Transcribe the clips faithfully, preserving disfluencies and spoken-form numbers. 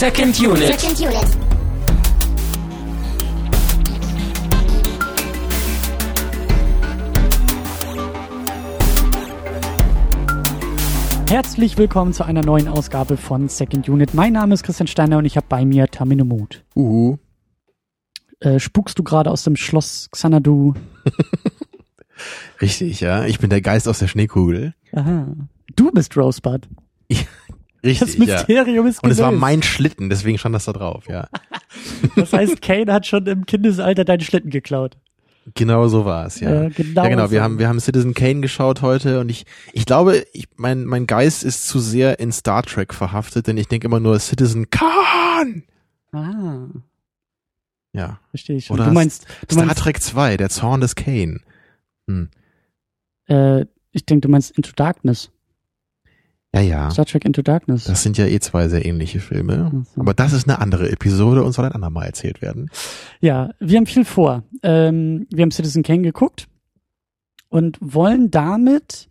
Second Unit. Second Unit. Herzlich willkommen zu einer neuen Ausgabe von Second Unit. Mein Name ist Christian Steiner und ich habe bei mir Tamino Mut. Uhu. Äh, spukst du gerade aus dem Schloss Xanadu? Richtig, ja. Ich bin der Geist aus der Schneekugel. Aha. Du bist Rosebud. Ich, richtig, das Mysterium ja. ist gelöst. Und es war mein Schlitten, deswegen stand das da drauf, ja. Das heißt, Kane hat schon im Kindesalter deinen Schlitten geklaut. Genau so war es, ja. Ja, genau, ja, genau. so. Wir haben, wir haben Citizen Kane geschaut heute und ich, ich glaube, ich, mein, mein Geist ist zu sehr in Star Trek verhaftet, denn ich denke immer nur Citizen Khan. Ah. Ja. Verstehe ich schon. Oder du meinst, du Star meinst, Trek zwei, der Zorn des Kane. Hm. Äh, ich denke, du meinst Into Darkness. Ja, ja. Star Trek Into Darkness. Das sind ja eh zwei sehr ähnliche Filme. Mhm. Aber das ist eine andere Episode und soll ein andermal erzählt werden. Ja, wir haben viel vor. Ähm, wir haben Citizen Kane geguckt und wollen damit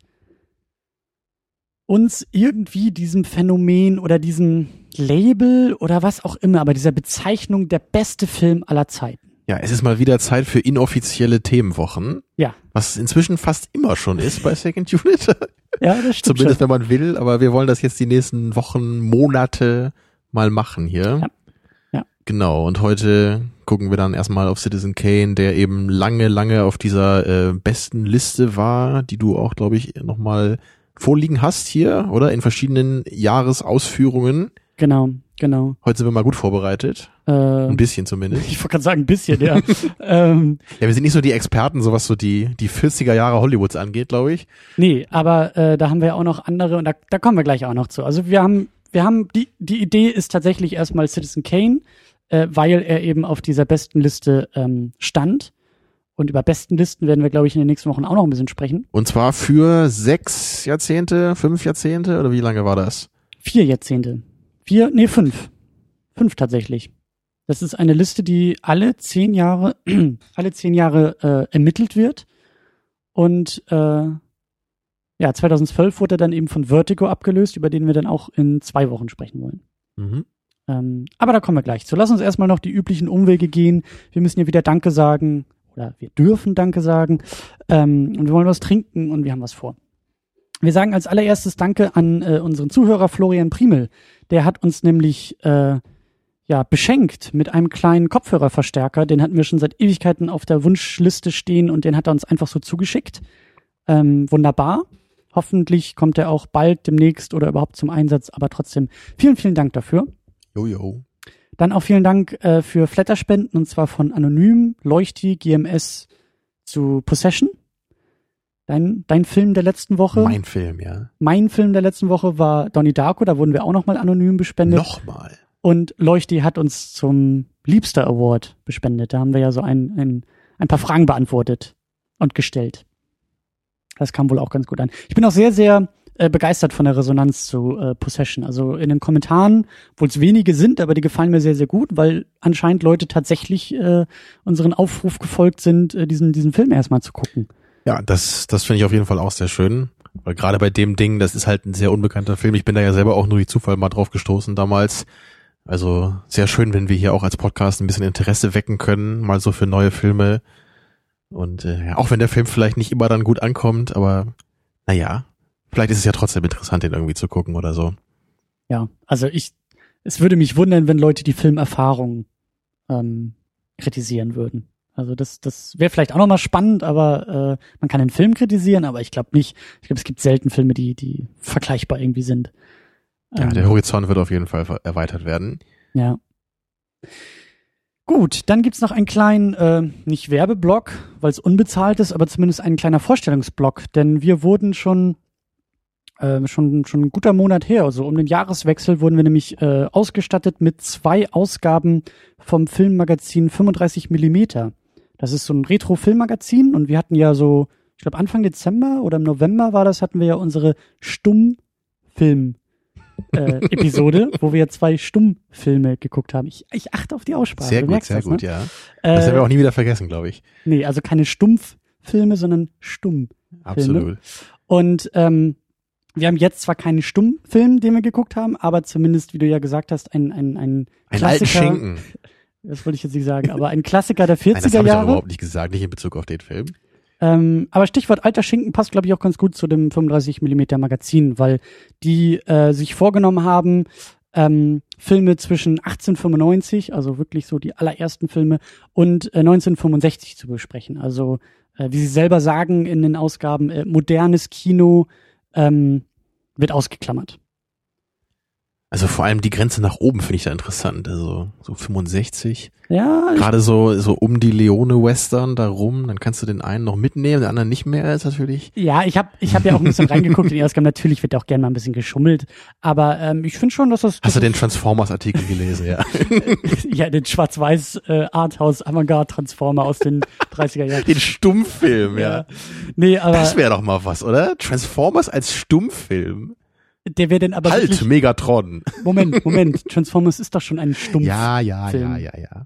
uns irgendwie diesem Phänomen oder diesem Label oder was auch immer, aber dieser Bezeichnung der beste Film aller Zeiten. Ja, es ist mal wieder Zeit für inoffizielle Themenwochen. Ja. Was inzwischen fast immer schon ist bei Second Unit. Ja, das stimmt. Zumindest schon. wenn man will, aber wir wollen das jetzt die nächsten Wochen, Monate mal machen hier. Ja. Ja. Genau, und heute gucken wir dann erstmal auf Citizen Kane, der eben lange, lange auf dieser äh, besten Liste war, die du auch, glaube ich, nochmal vorliegen hast hier, oder? In verschiedenen Jahresausführungen. Genau, genau. Heute sind wir mal gut vorbereitet. Äh, Ein bisschen zumindest. ich wollte gerade sagen, ein bisschen, ja. ähm, Ja, wir sind nicht so die Experten, so was so die, die vierziger Jahre Hollywoods angeht, glaube ich. Nee, aber äh, da haben wir ja auch noch andere und da, da kommen wir gleich auch noch zu. Also wir haben, wir haben die die Idee ist tatsächlich erstmal Citizen Kane, äh, weil er eben auf dieser besten Liste ähm, stand. Und über besten Listen werden wir, glaube ich, in den nächsten Wochen auch noch ein bisschen sprechen. Und zwar für sechs Jahrzehnte, fünf Jahrzehnte oder wie lange war das? Vier Jahrzehnte. Vier, nee, fünf. Fünf tatsächlich. Das ist eine Liste, die alle zehn Jahre, alle zehn Jahre äh, ermittelt wird. Und äh, ja, zweitausendzwölf wurde er dann eben von Vertigo abgelöst, über den wir dann auch in zwei Wochen sprechen wollen. Mhm. Ähm, aber da kommen wir gleich zu. Lass uns erstmal noch die üblichen Umwege gehen. Wir müssen ja wieder Danke sagen, oder wir dürfen Danke sagen. Ähm, und wir wollen was trinken und wir haben was vor. Wir sagen als allererstes Danke an äh, unseren Zuhörer Florian Priemel. Der hat uns nämlich äh, ja beschenkt mit einem kleinen Kopfhörerverstärker. Den hatten wir schon seit Ewigkeiten auf der Wunschliste stehen und den hat er uns einfach so zugeschickt. Ähm, wunderbar. Hoffentlich kommt er auch bald demnächst oder überhaupt zum Einsatz. Aber trotzdem vielen, vielen Dank dafür. Jojo. Dann auch vielen Dank äh, für Flatterspenden und zwar von Anonym, Leuchti, G M S zu Possession. Dein, dein Film der letzten Woche? Mein Film, ja. Mein Film der letzten Woche war Donnie Darko, da wurden wir auch nochmal anonym bespendet. Nochmal. Und Leuchti hat uns zum Liebster Award bespendet. Da haben wir ja so ein, ein, ein paar Fragen beantwortet und gestellt. Das kam wohl auch ganz gut an. Ich bin auch sehr, sehr äh, begeistert von der Resonanz zu äh, Possession. Also in den Kommentaren, obwohl es wenige sind, aber die gefallen mir sehr, sehr gut, weil anscheinend Leute tatsächlich äh, unseren Aufruf gefolgt sind, äh, diesen, diesen Film erstmal zu gucken. Ja, das, das finde ich auf jeden Fall auch sehr schön. Weil gerade bei dem Ding, das ist halt ein sehr unbekannter Film. Ich bin da ja selber auch nur durch Zufall mal drauf gestoßen damals. Also sehr schön, wenn wir hier auch als Podcast ein bisschen Interesse wecken können, mal so für neue Filme. Und äh, ja, auch wenn der Film vielleicht nicht immer dann gut ankommt, aber naja, vielleicht ist es ja trotzdem interessant, den irgendwie zu gucken oder so. Ja, also ich, es würde mich wundern, wenn Leute die Filmerfahrung ähm, kritisieren würden. Also das, das wäre vielleicht auch nochmal spannend, aber äh, man kann den Film kritisieren, aber ich glaube nicht. Ich glaube, es gibt selten Filme, die, die vergleichbar irgendwie sind. Ja, ähm, der Horizont wird auf jeden Fall erweitert werden. Ja. Gut, dann gibt's noch einen kleinen, äh, nicht Werbeblock, weil es unbezahlt ist, aber zumindest ein kleiner Vorstellungsblock, denn wir wurden schon äh, schon schon ein guter Monat her, also um den Jahreswechsel wurden wir nämlich äh, ausgestattet mit zwei Ausgaben vom Filmmagazin fünfunddreißig Millimeter. Das ist so ein Retro-Filmmagazin und wir hatten ja so, ich glaube Anfang Dezember oder im November war das, hatten wir ja unsere Stummfilm äh, Episode, wo wir zwei Stummfilme geguckt haben. Ich, ich achte auf die Aussprache. Sehr du gut, merkst sehr das, gut, ne? ja. Äh, Das werden wir auch nie wieder vergessen, glaube ich. Nee, also keine Stumpffilme, sondern Stummfilme. Absolut. Und ähm, Wir haben jetzt zwar keinen Stummfilm, den wir geguckt haben, aber zumindest, wie du ja gesagt hast, ein ein ein Ein alten Schinken. Das wollte ich jetzt nicht sagen, aber ein Klassiker der Nein, das vierziger habe ich auch Jahre. überhaupt nicht gesagt, nicht in Bezug auf den Film. Ähm, aber Stichwort alter Schinken passt, glaube ich, auch ganz gut zu dem fünfunddreißig Millimeter Magazin, weil die äh, sich vorgenommen haben, ähm, Filme zwischen achtzehnhundertfünfundneunzig, also wirklich so die allerersten Filme, und äh, neunzehnhundertfünfundsechzig zu besprechen. Also, äh, wie sie selber sagen in den Ausgaben, äh, modernes Kino ähm, wird ausgeklammert. Also vor allem die Grenze nach oben finde ich da interessant. Also so fünfundsechzig. Ja. Gerade so so um die Leone-Western da rum, dann kannst du den einen noch mitnehmen, den anderen nicht mehr, ist natürlich. Ja, ich habe ich hab ja auch ein bisschen reingeguckt in die Ausgaben. Natürlich wird auch gerne mal ein bisschen geschummelt. Aber ähm, ich finde schon, dass das... Hast du den Transformers-Artikel gelesen, ja? Ja, den schwarz-weiß äh, Arthouse-Avantgarde-Transformer aus den dreißiger Jahren. Den Stummfilm, ja. ja. Nee, aber... Das wäre doch mal was, oder? Transformers als Stummfilm. Der wäre dann aber halt, wirklich, Megatron. Moment, Moment. Transformers ist doch schon ein Stumpf. Ja, ja, Film. ja, ja, ja.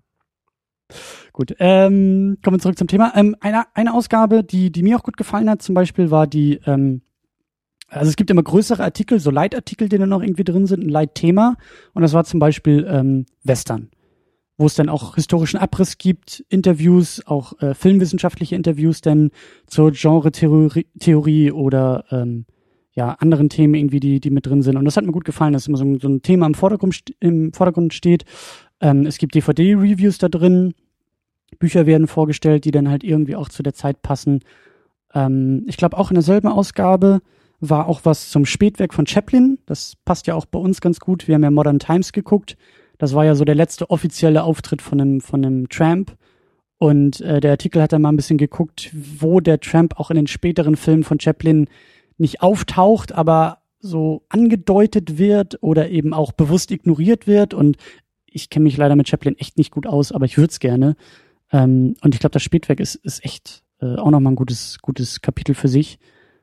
Gut, ähm, kommen wir zurück zum Thema. Ähm, eine, eine Ausgabe, die, die mir auch gut gefallen hat, zum Beispiel war die, ähm, also es gibt immer größere Artikel, so Leitartikel, die dann noch irgendwie drin sind, ein Leitthema. Und das war zum Beispiel ähm, Western, wo es dann auch historischen Abriss gibt, Interviews, auch äh, filmwissenschaftliche Interviews dann zur Genre-Theorie oder ähm, ja, anderen Themen irgendwie, die, die mit drin sind. Und das hat mir gut gefallen, dass immer so ein, so ein Thema im Vordergrund, im Vordergrund steht. Ähm, es gibt D V D-Reviews da drin. Bücher werden vorgestellt, die dann halt irgendwie auch zu der Zeit passen. Ähm, ich glaube, auch in derselben Ausgabe war auch was zum Spätwerk von Chaplin. Das passt ja auch bei uns ganz gut. Wir haben ja Modern Times geguckt. Das war ja so der letzte offizielle Auftritt von einem, von einem Tramp. Und äh, der Artikel hat dann mal ein bisschen geguckt, wo der Tramp auch in den späteren Filmen von Chaplin nicht auftaucht, aber so angedeutet wird oder eben auch bewusst ignoriert wird. Und ich kenne mich leider mit Chaplin echt nicht gut aus, aber ich würde es gerne. Ähm, und ich glaube, das Spätwerk ist, ist echt äh, auch nochmal ein gutes, gutes Kapitel für sich.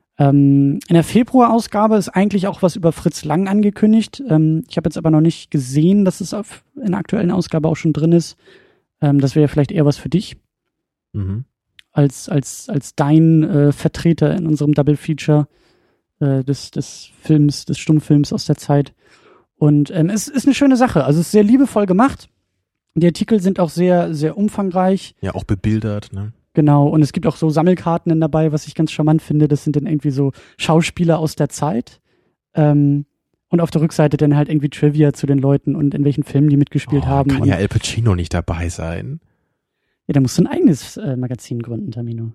Ähm, in der Februarausgabe ist eigentlich auch was über Fritz Lang angekündigt. Ähm, ich habe jetzt aber noch nicht gesehen, dass es auf, in der aktuellen Ausgabe auch schon drin ist. Ähm, das wäre ja vielleicht eher was für dich. Mhm. Als, als, als dein äh, Vertreter in unserem Double Feature äh, des, des Films, des Stummfilms aus der Zeit. Und ähm, es ist eine schöne Sache. Also es ist sehr liebevoll gemacht. Die Artikel sind auch sehr, sehr umfangreich. Ja, auch bebildert, ne? Genau. Und es gibt auch so Sammelkarten dann dabei, was ich ganz charmant finde. Das sind dann irgendwie so Schauspieler aus der Zeit. Ähm, und auf der Rückseite dann halt irgendwie Trivia zu den Leuten und in welchen Filmen die mitgespielt oh, haben. Kann und ja Al Pacino nicht dabei sein. Ja, da musst du ein eigenes äh, Magazin gründen, Tamino.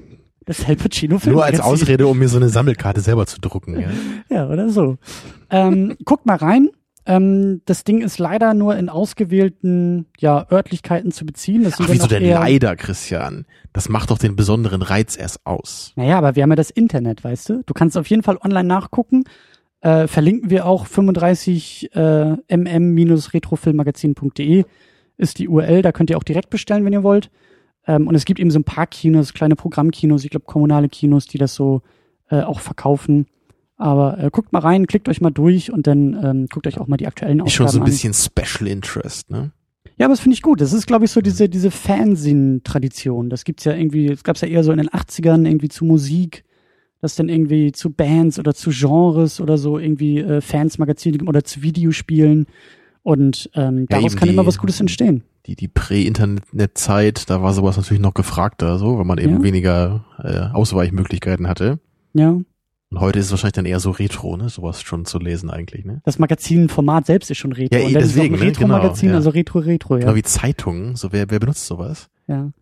Das Al Pacino Film. Nur als Ausrede, um mir so eine Sammelkarte selber zu drucken. Ja, ja oder so. ähm, guckt mal rein. Ähm, das Ding ist leider nur in ausgewählten ja, Örtlichkeiten zu beziehen. Das sind Ach, wieso denn eher, leider, Christian? Das macht doch den besonderen Reiz erst aus. Naja, aber wir haben ja das Internet, weißt du? Du kannst auf jeden Fall online nachgucken. Äh, verlinken wir auch fünfunddreißig äh, m m retrofilmmagazin punkt de ist die U R L. Da könnt ihr auch direkt bestellen, wenn ihr wollt. Ähm, und es gibt eben so ein paar Kinos, kleine Programmkinos, ich glaube kommunale Kinos, die das so äh, auch verkaufen. Aber äh, guckt mal rein, klickt euch mal durch und dann ähm, guckt euch auch mal die aktuellen Ausgaben an. Ist schon so ein bisschen an. Special Interest, ne? Ja, aber das finde ich gut. Das ist, glaube ich, so diese diese Fernsehen-Tradition. Das gibt's ja irgendwie, das gab's ja eher so in den achtzigern irgendwie zu Musik, dass dann irgendwie zu Bands oder zu Genres oder so irgendwie äh, Fans-Magazine oder zu Videospielen. Und ähm, ja, daraus kann die, immer was Gutes entstehen. Die die Prä-Internet-Zeit, da war sowas natürlich noch gefragter, so, weil man eben ja. weniger äh, Ausweichmöglichkeiten hatte. Ja. Und heute ist es wahrscheinlich dann eher so Retro, ne, sowas schon zu lesen eigentlich, ne? Das Magazinformat selbst ist schon Retro. Ja, und dann deswegen, ist auch ein Retro-Magazin, ne? Genau, ja. also Retro, Retro, ja. Genau wie Zeitungen, so wer wer benutzt sowas? Ja.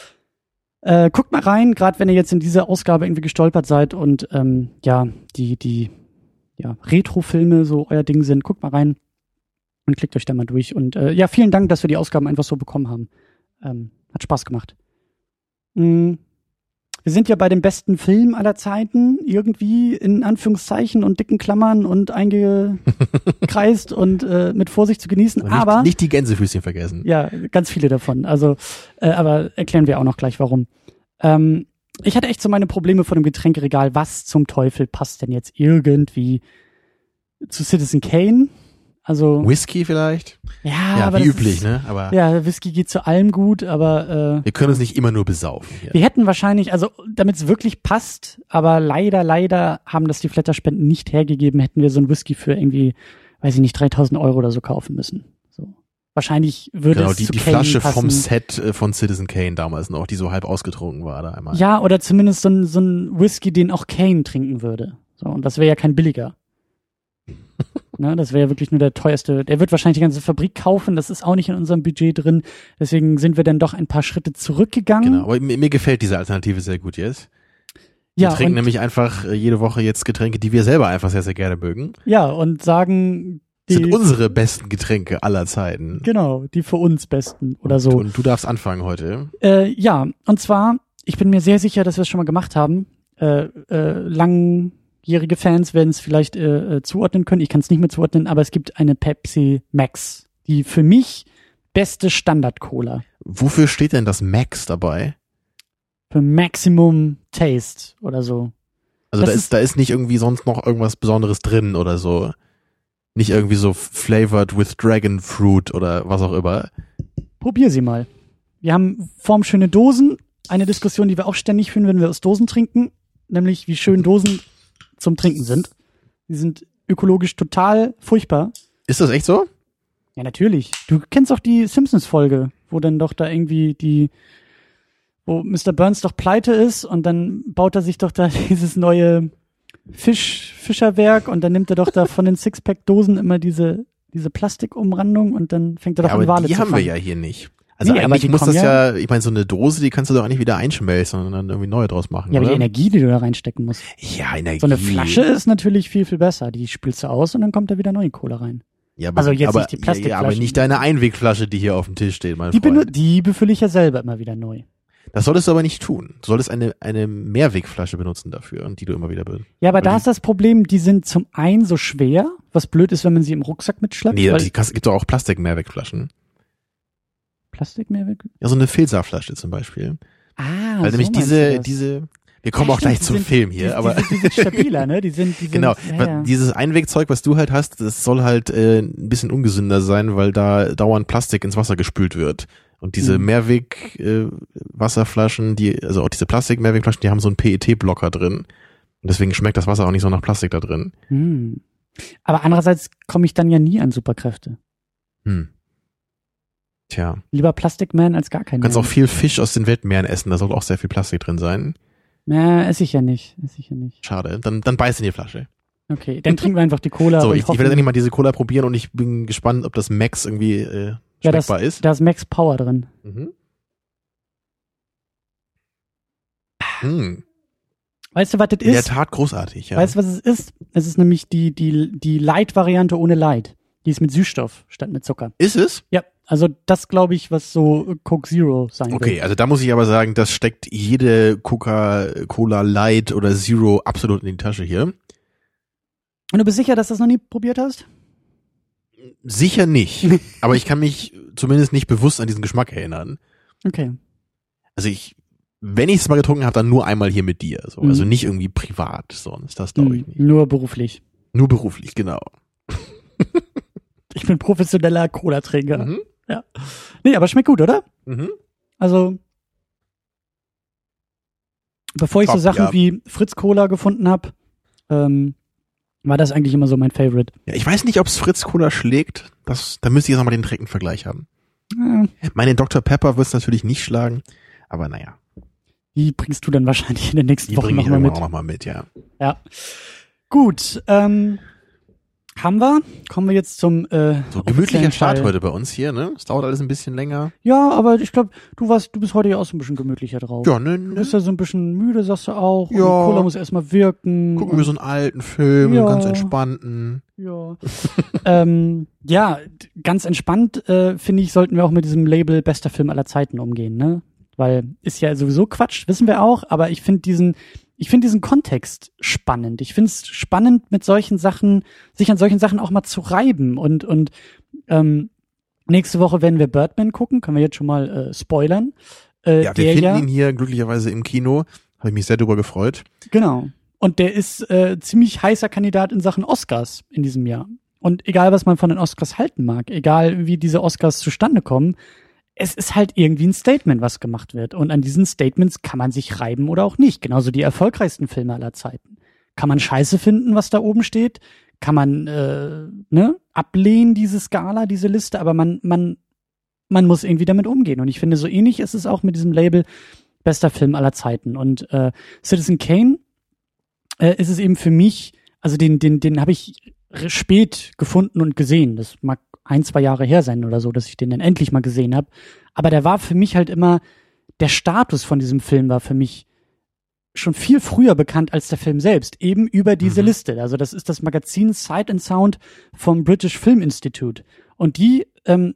Äh, guckt mal rein, gerade wenn ihr jetzt in dieser Ausgabe irgendwie gestolpert seid und ähm, ja, die, die ja, Retro-Filme so euer Ding sind, guckt mal rein und klickt euch da mal durch. Und äh, ja, vielen Dank, dass wir die Ausgaben einfach so bekommen haben. Ähm, hat Spaß gemacht. Mhm. Wir sind ja bei dem besten Film aller Zeiten, irgendwie in Anführungszeichen und dicken Klammern und eingekreist und äh, mit Vorsicht zu genießen. Nicht, aber nicht die Gänsefüßchen vergessen. Ja, ganz viele davon. Also, äh, aber erklären wir auch noch gleich, warum. Ähm, ich hatte echt so meine Probleme vor dem Getränkeregal. Was zum Teufel passt denn jetzt irgendwie zu Citizen Kane? Also Whisky vielleicht? ja, Ja, aber wie das üblich, ist, ne? Aber ja, Whisky geht zu allem gut, aber äh, wir können uns nicht immer nur besaufen hier. wir hätten wahrscheinlich, also damit es wirklich passt, aber leider, leider haben das die Flatterspenden nicht hergegeben, hätten wir so ein Whisky für irgendwie, weiß ich nicht, dreitausend Euro oder so kaufen müssen. So. Wahrscheinlich würde Genau, es die, zu die Kane Flasche passen. vom Set äh, von Citizen Kane damals noch, die so halb ausgetrunken war da einmal. Ja, oder zumindest so ein, so ein Whisky, den auch Kane trinken würde. So, und das wäre ja kein billiger. Ne, das wäre ja wirklich nur der teuerste. Der wird wahrscheinlich die ganze Fabrik kaufen, das ist auch nicht in unserem Budget drin. Deswegen sind wir dann doch ein paar Schritte zurückgegangen. Genau, aber mir, mir gefällt diese Alternative sehr gut jetzt. Wir Ja, trinken und, nämlich einfach äh, jede Woche jetzt Getränke, die wir selber einfach sehr, sehr gerne mögen. ja, und sagen, die, Sind unsere besten Getränke aller Zeiten. genau, die für uns besten oder so. Und du darfst anfangen heute. Äh, ja, und zwar, ich bin mir sehr sicher, dass wir es schon mal gemacht haben. Äh, äh, langjährige Fans werden es vielleicht äh, äh, zuordnen können. Ich kann es nicht mehr zuordnen, aber es gibt eine Pepsi Max, die für mich beste Standard-Cola. Wofür steht denn das Max dabei? Für Maximum Taste oder so. Also Das da ist- ist, da ist nicht irgendwie sonst noch irgendwas Besonderes drin oder so. Nicht irgendwie so flavored with Dragon Fruit oder was auch immer. Probier sie mal. Wir haben formschöne Dosen. Eine Diskussion, die wir auch ständig führen, wenn wir aus Dosen trinken. Nämlich, wie schön Dosen zum Trinken sind. Die sind ökologisch total furchtbar. Ist das echt so? Ja, natürlich. Du kennst auch die Simpsons-Folge, wo dann doch da irgendwie die, wo Mister Burns doch pleite ist und dann baut er sich doch da dieses neue Fisch, Fischerwerk und dann nimmt er doch da von den Sixpack-Dosen immer diese, diese Plastikumrandung und dann fängt er doch Ja, an, aber Wale die zu haben wir fangen. ja hier nicht. Also Nee, aber eigentlich die muss kommen das ja- ja, ich meine, so eine Dose, die kannst du doch auch nicht wieder einschmelzen, sondern dann irgendwie neue draus machen, Ja, aber oder? die Energie, die du da reinstecken musst. Ja, Energie. So eine Flasche ist natürlich viel, viel besser. Die spülst du aus und dann kommt da wieder neue Cola rein. Ja, aber, also jetzt aber, nicht die ja, ja, aber Plastikflaschen. nicht deine Einwegflasche, die hier auf dem Tisch steht, mein Die, benu- Freund. die befülle ich ja selber immer wieder neu. Das solltest du aber nicht tun. Du solltest eine, eine Mehrwegflasche benutzen dafür, und die du immer wieder benutzt. Ja, aber Weil da die- ist das Problem, die sind zum einen so schwer, was blöd ist, wenn man sie im Rucksack mitschleppt. Nee, weil die kannst- gibt doch auch Plastik-Mehrwegflaschen. Plastik mehr weg. Ja, so eine Filzerflasche zum Beispiel. Ah, Weil so nämlich meinst du diese, das. diese, wir kommen Ja, auch gleich stimmt, zum die sind- Film hier, die, aber Die, die sind stabiler, ne? Die sind, die sind, genau, ja, weil ja. dieses Einwegzeug, was du halt hast, das soll halt äh, ein bisschen ungesünder sein, weil da dauernd Plastik ins Wasser gespült wird. Und diese Mhm. Mehrweg äh, Wasserflaschen, die, also auch diese Plastik-Mehrwegflaschen, die haben so einen P E T-Blocker drin. Und deswegen schmeckt das Wasser auch nicht so nach Plastik da drin. Hm. Aber andererseits komme ich dann ja nie an Superkräfte. Hm. Tja. Lieber Plastikman als gar kein Du kannst Man. auch viel Fisch aus den Weltmeeren essen, da soll auch sehr viel Plastik drin sein. Na, esse ich ja nicht. Esse ich ja nicht. Schade. Dann, dann beiß in die Flasche. Okay, dann trinken wir einfach die Cola. So, und ich, ich hoffen, werde endlich mal diese Cola probieren und ich bin gespannt, ob das Max irgendwie äh, ja, das, schmeckbar ist. da ist Max Power drin. Mhm. Hm. Weißt du, was das In der ist? Tat großartig, ja. Weißt du, was es ist? Es ist nämlich die, die, die Light-Variante ohne Light. Die ist mit Süßstoff statt mit Zucker. Ist es? Ja, also das glaube ich, was so Coke Zero sein Okay, wird. also da muss ich aber sagen, das steckt jede Coca-Cola Light oder Zero absolut in die Tasche hier. Und du bist sicher, dass du das noch nie probiert hast? Sicher nicht, aber ich kann mich zumindest nicht bewusst an diesen Geschmack erinnern. Okay. Also ich, wenn ich es mal getrunken habe, dann nur einmal hier mit dir. So. Mhm. Also nicht irgendwie privat, sonst das glaube ich Hm, nicht. nur beruflich. Nur beruflich, genau. Ich bin professioneller Cola-Trinker. Mhm. Nee, aber schmeckt gut, oder? Mhm. Also, bevor ich so Top, Sachen ja. wie Fritz Cola gefunden habe, ähm, war das eigentlich immer so mein Favorite. Ja, ich weiß nicht, ob es Fritz Cola schlägt. Das, da müsste ich jetzt nochmal den direkten Vergleich haben. Ja, Meine Doktor Pepper wird es natürlich nicht schlagen, aber naja, die bringst du dann wahrscheinlich in den nächsten die Wochen bringe ich nochmal irgendwann mit. auch nochmal mit, ja. Ja. Gut, ähm, haben wir. Kommen wir jetzt zum äh, So gemütlicher offiziellen Start Teil. heute bei uns hier, ne? Es dauert alles ein bisschen länger. Ja, aber ich glaube, du warst, du bist heute ja auch so ein bisschen gemütlicher drauf. Ja, ne, Du ne? bist ja so ein bisschen müde, sagst du auch. Und Ja. die Cola muss erstmal wirken. Gucken wir so einen alten Film, Ja. einen ganz entspannten. Ja, ähm, ja, d- ganz entspannt, äh, finde ich, sollten wir auch mit diesem Label bester Film aller Zeiten umgehen, ne? Weil ist ja sowieso Quatsch, wissen wir auch, aber ich finde diesen, ich finde diesen Kontext spannend. Ich finde es spannend, mit solchen Sachen, sich an solchen Sachen auch mal zu reiben und, und, ähm, nächste Woche werden wir Birdman gucken, können wir jetzt schon mal äh, spoilern. Äh, Ja, wir der finden ja, ihn hier glücklicherweise im Kino. Habe ich mich sehr drüber gefreut. Genau. Und der ist äh, ziemlich heißer Kandidat in Sachen Oscars in diesem Jahr. Und egal, was man von den Oscars halten mag, egal wie diese Oscars zustande kommen, es ist halt irgendwie ein Statement, was gemacht wird. Und an diesen Statements kann man sich reiben oder auch nicht. Genauso die erfolgreichsten Filme aller Zeiten. Kann man scheiße finden, was da oben steht? Kann man äh, ne, ablehnen, diese Skala, diese Liste? Aber man, man, man muss irgendwie damit umgehen. Und ich finde, so ähnlich ist es auch mit diesem Label bester Film aller Zeiten. Und äh, Citizen Kane äh, ist es eben für mich, also den, den, den habe ich spät gefunden und gesehen. Das mag ein, zwei Jahre her sein oder so, dass ich den dann endlich mal gesehen habe. Aber der war für mich halt immer, der Status von diesem Film war für mich schon viel früher bekannt als der Film selbst, eben über diese mhm. Liste. Also das ist das Magazin Sight and Sound vom British Film Institute. Und die ähm,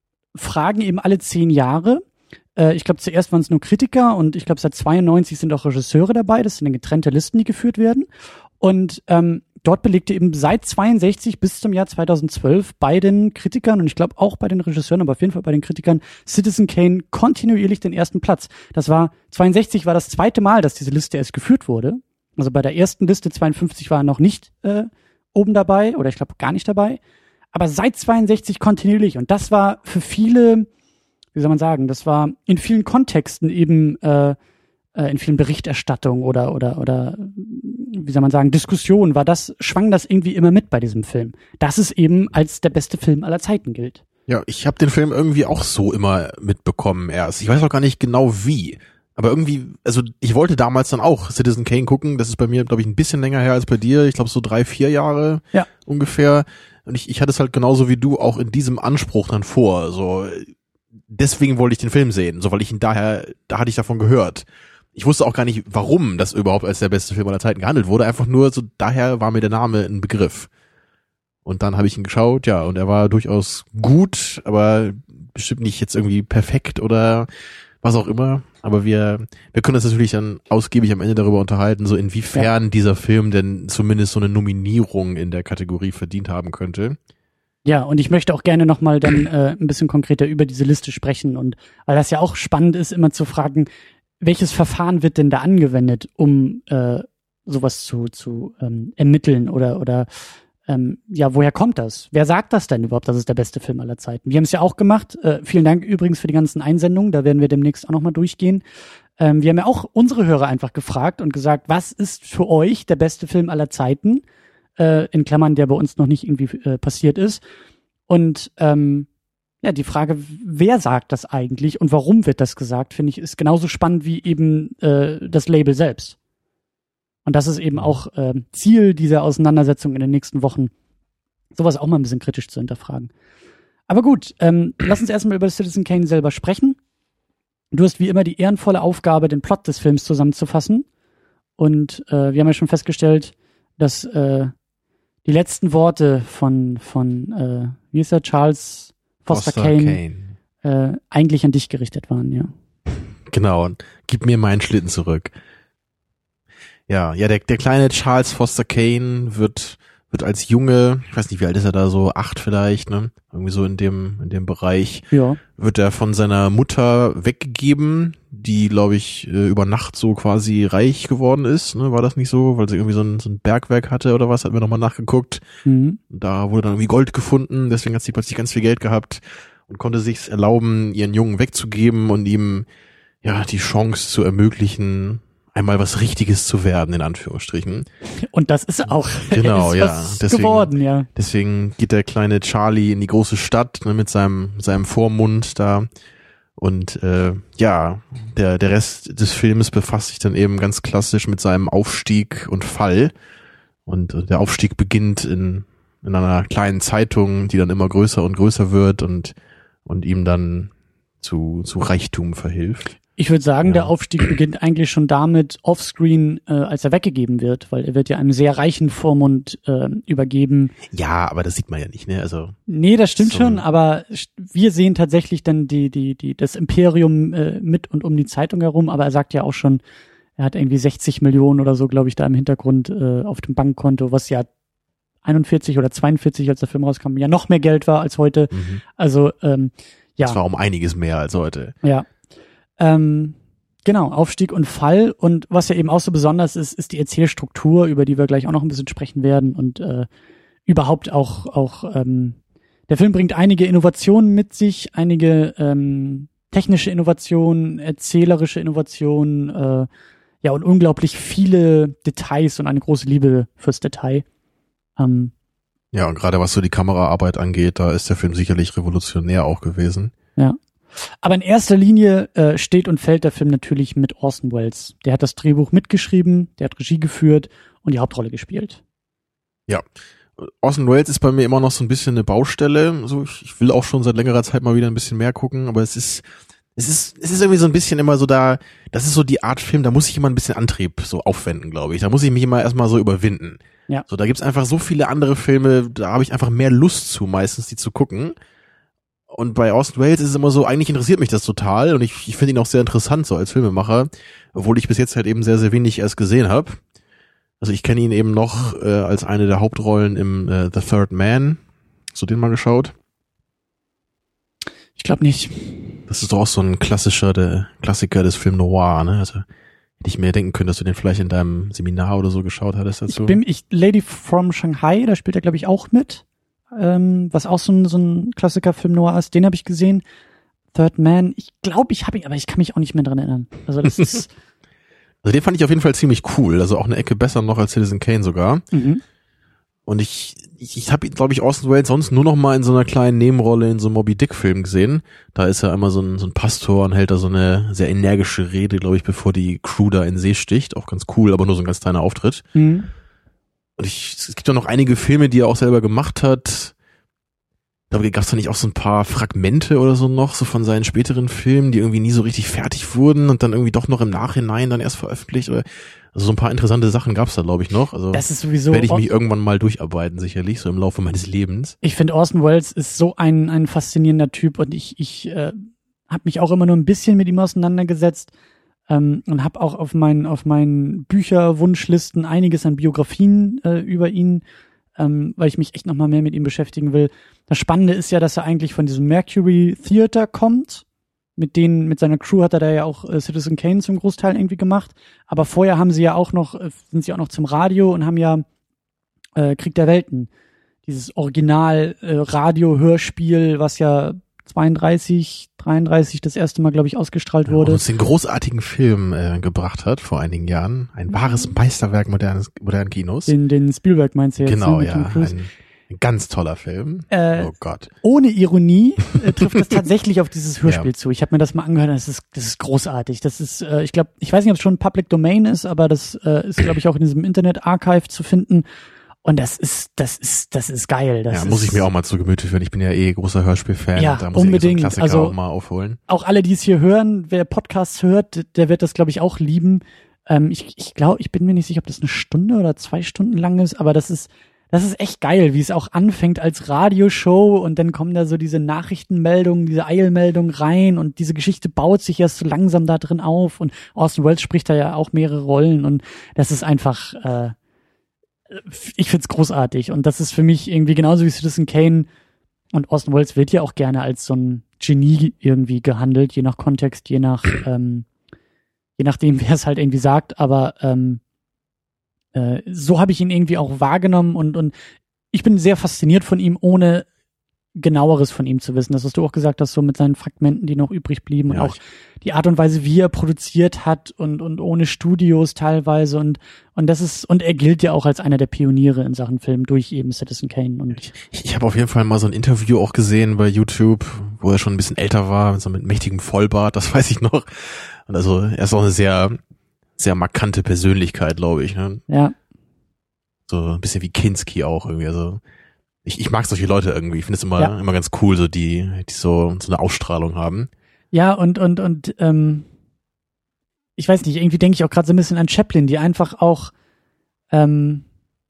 fragen eben alle zehn Jahre, äh, ich glaube zuerst waren es nur Kritiker und ich glaube seit zweiundneunzig sind auch Regisseure dabei, das sind dann getrennte Listen, die geführt werden. Und ähm, dort belegte eben seit zweiundsechzig bis zum Jahr zweitausendzwölf bei den Kritikern und ich glaube auch bei den Regisseuren, aber auf jeden Fall bei den Kritikern Citizen Kane kontinuierlich den ersten Platz. Das war, zweiundsechzig war das zweite Mal, dass diese Liste erst geführt wurde. Also bei der ersten Liste zweiundfünfzig war er noch nicht äh, oben dabei oder ich glaube gar nicht dabei. Aber seit zweiundsechzig kontinuierlich und das war für viele, wie soll man sagen, das war in vielen Kontexten eben äh, in vielen Berichterstattungen oder oder oder wie soll man sagen, Diskussionen, war das, schwang das irgendwie immer mit bei diesem Film, dass es eben als der beste Film aller Zeiten gilt. Ja, ich habe den Film irgendwie auch so immer mitbekommen erst. Ich weiß auch gar nicht genau wie, aber irgendwie, also ich wollte damals dann auch Citizen Kane gucken, das ist bei mir, glaube ich, ein bisschen länger her als bei dir, ich glaube so drei, vier Jahre ja. ungefähr und ich, ich hatte es halt genauso wie du auch in diesem Anspruch dann vor, so deswegen wollte ich den Film sehen, so weil ich ihn daher, da hatte ich davon gehört. Ich wusste auch gar nicht, warum das überhaupt als der beste Film aller Zeiten gehandelt wurde. Einfach nur so, daher war mir der Name ein Begriff. Und dann habe ich ihn geschaut, ja, und er war durchaus gut, aber bestimmt nicht jetzt irgendwie perfekt oder was auch immer. Aber wir, wir können uns natürlich dann ausgiebig am Ende darüber unterhalten, so inwiefern ja. dieser Film denn zumindest so eine Nominierung in der Kategorie verdient haben könnte. Ja, und ich möchte auch gerne nochmal dann äh, ein bisschen konkreter über diese Liste sprechen und weil das ja auch spannend ist, immer zu fragen, welches Verfahren wird denn da angewendet, um äh, sowas zu zu ähm, ermitteln oder oder ähm, ja, woher kommt das? Wer sagt das denn überhaupt, dass es der beste Film aller Zeiten? Wir haben es ja auch gemacht. Äh, vielen Dank übrigens für die ganzen Einsendungen. Da werden wir demnächst auch nochmal durchgehen. Ähm, wir haben ja auch unsere Hörer einfach gefragt und gesagt, was ist für euch der beste Film aller Zeiten? Äh, in Klammern, der bei uns noch nicht irgendwie äh, passiert ist. Und ähm, ja, die Frage, wer sagt das eigentlich und warum wird das gesagt, finde ich, ist genauso spannend wie eben äh, das Label selbst. Und das ist eben auch äh, Ziel dieser Auseinandersetzung in den nächsten Wochen, sowas auch mal ein bisschen kritisch zu hinterfragen. Aber gut, ähm, lass uns erstmal über Citizen Kane selber sprechen. Du hast wie immer die ehrenvolle Aufgabe, den Plot des Films zusammenzufassen. Und äh, wir haben ja schon festgestellt, dass äh, die letzten Worte von, von äh, wie ist er, Charles Foster, Foster Kane, Kane. Äh, eigentlich an dich gerichtet waren, ja. Genau, und gib mir meinen Schlitten zurück. Ja, ja, der, der kleine Charles Foster Kane wird, wird als Junge, ich weiß nicht, wie alt ist er da, so acht vielleicht, ne? Irgendwie so in dem, in dem Bereich. Ja. Wird er von seiner Mutter weggegeben, die, glaube ich, über Nacht so quasi reich geworden ist, ne? War das nicht so? Weil sie irgendwie so ein, so ein Bergwerk hatte oder was, hatten wir nochmal nachgeguckt. Mhm. Da wurde dann irgendwie Gold gefunden, deswegen hat sie plötzlich ganz viel Geld gehabt und konnte sich's erlauben, ihren Jungen wegzugeben und ihm, ja, die Chance zu ermöglichen, einmal was Richtiges zu werden, in Anführungsstrichen. Und das ist auch genau, ist ja. was Deswegen, geworden, ja. Deswegen geht der kleine Charlie in die große Stadt, ne, mit seinem seinem Vormund da und äh, ja, der der Rest des Films befasst sich dann eben ganz klassisch mit seinem Aufstieg und Fall und, und der Aufstieg beginnt in in einer kleinen Zeitung, die dann immer größer und größer wird und und ihm dann zu zu Reichtum verhilft. Ich würde sagen, ja. Der Aufstieg beginnt eigentlich schon damit offscreen, äh, als er weggegeben wird, weil er wird ja einem sehr reichen Vormund äh, übergeben. Ja, aber das sieht man ja nicht, ne? Also nee, das stimmt so schon, aber wir sehen tatsächlich dann die die die das Imperium äh, mit und um die Zeitung herum, aber er sagt ja auch schon, er hat irgendwie sechzig Millionen oder so, glaube ich, da im Hintergrund äh, auf dem Bankkonto, was ja einundvierzig oder zweiundvierzig, als der Film rauskam, ja noch mehr Geld war als heute. Mhm. Also ähm, ja. Das war um einiges mehr als heute. Ja. Ähm, genau, Aufstieg und Fall. Und was ja eben auch so besonders ist, ist die Erzählstruktur, über die wir gleich auch noch ein bisschen sprechen werden und äh, überhaupt auch, auch ähm, der Film bringt einige Innovationen mit sich, einige ähm, technische Innovationen, erzählerische Innovationen, äh, ja, und unglaublich viele Details und eine große Liebe fürs Detail. Ähm, ja, und gerade was so die Kameraarbeit angeht, da ist der Film sicherlich revolutionär auch gewesen. Ja. Aber in erster Linie äh, steht und fällt der Film natürlich mit Orson Welles. Der hat das Drehbuch mitgeschrieben, der hat Regie geführt und die Hauptrolle gespielt. Ja. Orson Welles ist bei mir immer noch so ein bisschen eine Baustelle. So, ich, ich will auch schon seit längerer Zeit mal wieder ein bisschen mehr gucken, aber es ist, es ist, es ist irgendwie so ein bisschen immer so da, das ist so die Art Film, da muss ich immer ein bisschen Antrieb so aufwenden, glaube ich. Da muss ich mich immer erstmal so überwinden. Ja. So, da gibt's einfach so viele andere Filme, da habe ich einfach mehr Lust zu, meistens die zu gucken. Und bei Orson Welles ist es immer so, eigentlich interessiert mich das total und ich, ich finde ihn auch sehr interessant so als Filmemacher, obwohl ich bis jetzt halt eben sehr, sehr wenig erst gesehen habe. Also ich kenne ihn eben noch äh, als eine der Hauptrollen im äh, The Third Man. Hast du den mal geschaut? Ich glaube nicht. Das ist doch auch so ein klassischer, der Klassiker des Film Noir, ne? Also hätte ich mir denken können, dass du den vielleicht in deinem Seminar oder so geschaut hattest dazu. Ich bin, ich, Lady from Shanghai, da spielt er glaube ich auch mit, ähm, was auch so ein, so ein Klassiker-Film Noir ist. Den habe ich gesehen. Third Man, ich glaube, ich habe ihn, aber ich kann mich auch nicht mehr dran erinnern. Also das ist Also den fand ich auf jeden Fall ziemlich cool, also auch eine Ecke besser noch als Citizen Kane sogar. Mhm. Und ich ich, ich habe ihn, glaube ich, Orson Welles sonst nur noch mal in so einer kleinen Nebenrolle in so einem Moby Dick Film gesehen. Da ist er immer so ein, so ein Pastor und hält da so eine sehr energische Rede, glaube ich, bevor die Crew da in den See sticht. Auch ganz cool, aber nur so ein ganz kleiner Auftritt. Mhm. Und ich, es gibt ja noch einige Filme, die er auch selber gemacht hat. Da gab es da nicht auch so ein paar Fragmente oder so noch, so von seinen späteren Filmen, die irgendwie nie so richtig fertig wurden und dann irgendwie doch noch im Nachhinein dann erst veröffentlicht. Oder also so ein paar interessante Sachen gab es da, glaube ich, noch. Also das ist sowieso werde ich mich irgendwann mal durcharbeiten, sicherlich, so im Laufe meines Lebens. Ich finde, Orson Welles ist so ein ein faszinierender Typ und ich ich äh, habe mich auch immer nur ein bisschen mit ihm auseinandergesetzt ähm, und habe auch auf meinen auf meinen Bücherwunschlisten einiges an Biografien äh, über ihn, ähm, weil ich mich echt noch mal mehr mit ihm beschäftigen will. Das Spannende ist ja, dass er eigentlich von diesem Mercury Theater kommt. Mit denen, mit seiner Crew hat er da ja auch äh, Citizen Kane zum Großteil irgendwie gemacht. Aber vorher haben sie ja auch noch, äh, sind sie auch noch zum Radio und haben ja äh, Krieg der Welten. Dieses Original äh, Radio-Hörspiel, was ja zweiunddreißig, dreiunddreißig das erste Mal, glaube ich, ausgestrahlt Ja, wurde. und uns den großartigen Film äh, gebracht hat vor einigen Jahren. Ein wahres Meisterwerk modernes, modernen Kinos. Den, den Spielberg meinst du jetzt? Genau, ne, mit ja. Tom Cruise. Ein, ein ganz toller Film. Äh, oh Gott. Ohne Ironie äh, trifft das tatsächlich auf dieses Hörspiel Ja. zu. Ich habe mir das mal angehört, das ist das ist großartig. Das ist, äh, ich glaube, ich weiß nicht, ob es schon Public Domain ist, aber das äh, ist, glaube ich, auch in diesem Internet Archive zu finden. Und das ist, das ist, das ist geil. Das ja, ist, muss ich mir auch mal zu Gemüte führen. Ich bin ja eh großer Hörspielfan. Ja, da muss unbedingt. ich so einen Klassiker Also, auch mal aufholen. Auch alle, die es hier hören, wer Podcasts hört, der wird das, glaube ich, auch lieben. Ähm, ich ich glaube, ich bin mir nicht sicher, ob das eine Stunde oder zwei Stunden lang ist, aber das ist, das ist echt geil, wie es auch anfängt als Radioshow und dann kommen da so diese Nachrichtenmeldungen, diese Eilmeldungen rein und diese Geschichte baut sich erst so langsam da drin auf und Orson Welles spricht da ja auch mehrere Rollen und das ist einfach, äh, ich find's großartig und das ist für mich irgendwie genauso wie Citizen Kane und Orson Welles wird ja auch gerne als so ein Genie irgendwie gehandelt, je nach Kontext, je nach, ähm, je nachdem, wer es halt irgendwie sagt, aber ähm, äh, so habe ich ihn irgendwie auch wahrgenommen und und ich bin sehr fasziniert von ihm, ohne genaueres von ihm zu wissen. Das, was du auch gesagt hast, so mit seinen Fragmenten, die noch übrig blieben und Ja, auch die Art und Weise, wie er produziert hat und und ohne Studios teilweise und und das ist und er gilt ja auch als einer der Pioniere in Sachen Film durch eben Citizen Kane und Ich, ich habe auf jeden Fall mal so ein Interview auch gesehen bei YouTube, wo er schon ein bisschen älter war, so mit mächtigem Vollbart, das weiß ich noch. Und also er ist auch eine sehr, sehr markante Persönlichkeit, glaube ich. Ne? ja. So ein bisschen wie Kinski auch irgendwie. Also ich, ich mag solche Leute irgendwie. Ich finde es immer, Ja. immer ganz cool, so die, die so, so eine Ausstrahlung haben. Ja, und, und, und, ähm, ich weiß nicht, irgendwie denke ich auch gerade so ein bisschen an Chaplin, die einfach auch, ähm,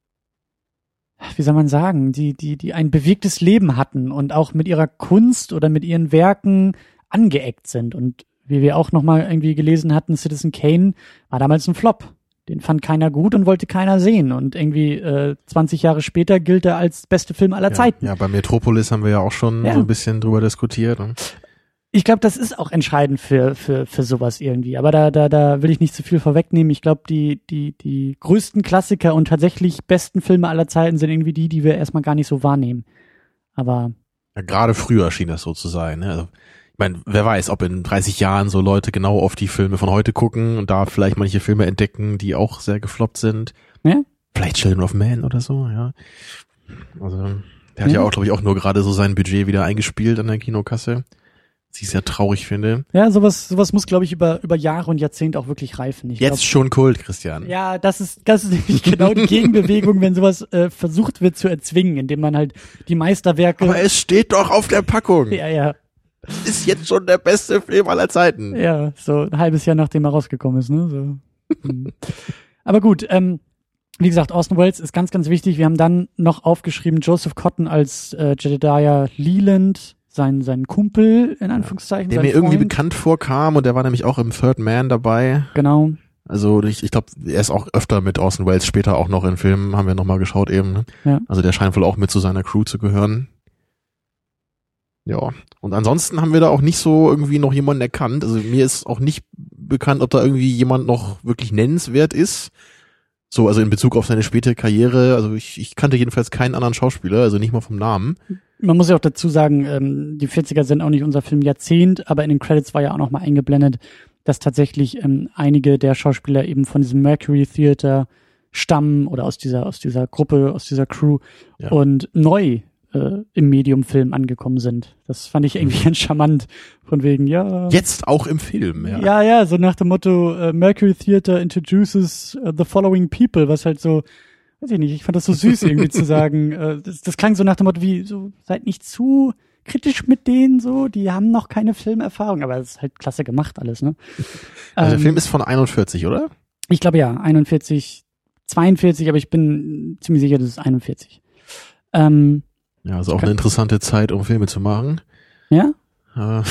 wie soll man sagen, die, die, die ein bewegtes Leben hatten und auch mit ihrer Kunst oder mit ihren Werken angeeckt sind. Und wie wir auch nochmal irgendwie gelesen hatten, Citizen Kane war damals ein Flop. Den fand keiner gut und wollte keiner sehen. Und irgendwie äh, zwanzig Jahre später gilt er als beste Film aller Ja, Zeiten. ja, bei Metropolis haben wir ja auch schon Ja. so ein bisschen drüber diskutiert. Ne? Ich glaube, das ist auch entscheidend für für für sowas irgendwie. Aber da da da will ich nicht zu viel vorwegnehmen. Ich glaube, die die die größten Klassiker und tatsächlich besten Filme aller Zeiten sind irgendwie die, die wir erstmal gar nicht so wahrnehmen. Aber ja, gerade früher schien das so zu sein. Ne? Also, ich meine, wer weiß, ob in dreißig Jahren so Leute genau auf die Filme von heute gucken und da vielleicht manche Filme entdecken, die auch sehr gefloppt sind. ja, Vielleicht Children of Man oder so, ja. Also der hat ja, ja auch, glaube ich, auch nur gerade so sein Budget wieder eingespielt an der Kinokasse. Was ich sehr traurig finde. ja, sowas sowas muss, glaube ich, über über Jahre und Jahrzehnte auch wirklich reifen. Ich Jetzt glaub, schon Kult, Christian. ja, das ist das ist nämlich genau die Gegenbewegung, wenn sowas äh, versucht wird zu erzwingen, indem man halt die Meisterwerke. Aber es steht doch auf der Packung. ja, ja, Ist jetzt schon der beste Film aller Zeiten. ja, so ein halbes Jahr nachdem er rausgekommen ist, ne? So. Hm. Aber gut, ähm, wie gesagt, Orson Welles ist ganz, ganz wichtig. Wir haben dann noch aufgeschrieben Joseph Cotten als äh, Jedediah Leland, sein sein Kumpel in Anführungszeichen, Der sein mir irgendwie Freund. bekannt vorkam und der war nämlich auch im Third Man dabei. Genau. Also ich, ich glaube, er ist auch öfter mit Orson Welles später auch noch in Filmen, haben wir nochmal geschaut eben. Ne? Ja. Also der scheint wohl auch mit zu seiner Crew zu gehören. Ja, und ansonsten haben wir da auch nicht so irgendwie noch jemanden erkannt. Also mir ist auch nicht bekannt, ob da irgendwie jemand noch wirklich nennenswert ist. So, also in Bezug auf seine späte Karriere. Also ich, ich kannte jedenfalls keinen anderen Schauspieler, also nicht mal vom Namen. Man muss ja auch dazu sagen, ähm, die vierziger sind auch nicht unser Filmjahrzehnt, aber in den Credits war ja auch noch mal eingeblendet, dass tatsächlich ähm, einige der Schauspieler eben von diesem Mercury Theater stammen oder aus dieser aus dieser Gruppe, aus dieser Crew Ja. und neu äh, im Medium-Film angekommen sind. Das fand ich irgendwie ganz charmant, von wegen, ja. Jetzt auch im Film, ja. Ja, ja, so nach dem Motto, äh, Mercury Theater introduces uh, the following people, was halt so, weiß ich nicht, ich fand das so süß irgendwie zu sagen, äh, das, das klang so nach dem Motto wie, so, seid nicht zu kritisch mit denen, so, die haben noch keine Filmerfahrung, aber das ist halt klasse gemacht alles, ne? Also der Ähm, Film ist von einundvierzig, oder? Ich glaube ja, einundvierzig, zweiundvierzig, aber ich bin ziemlich sicher, das ist einundvierzig. Ähm, Ja, also auch eine interessante Zeit, um Filme zu machen. ja? Äh,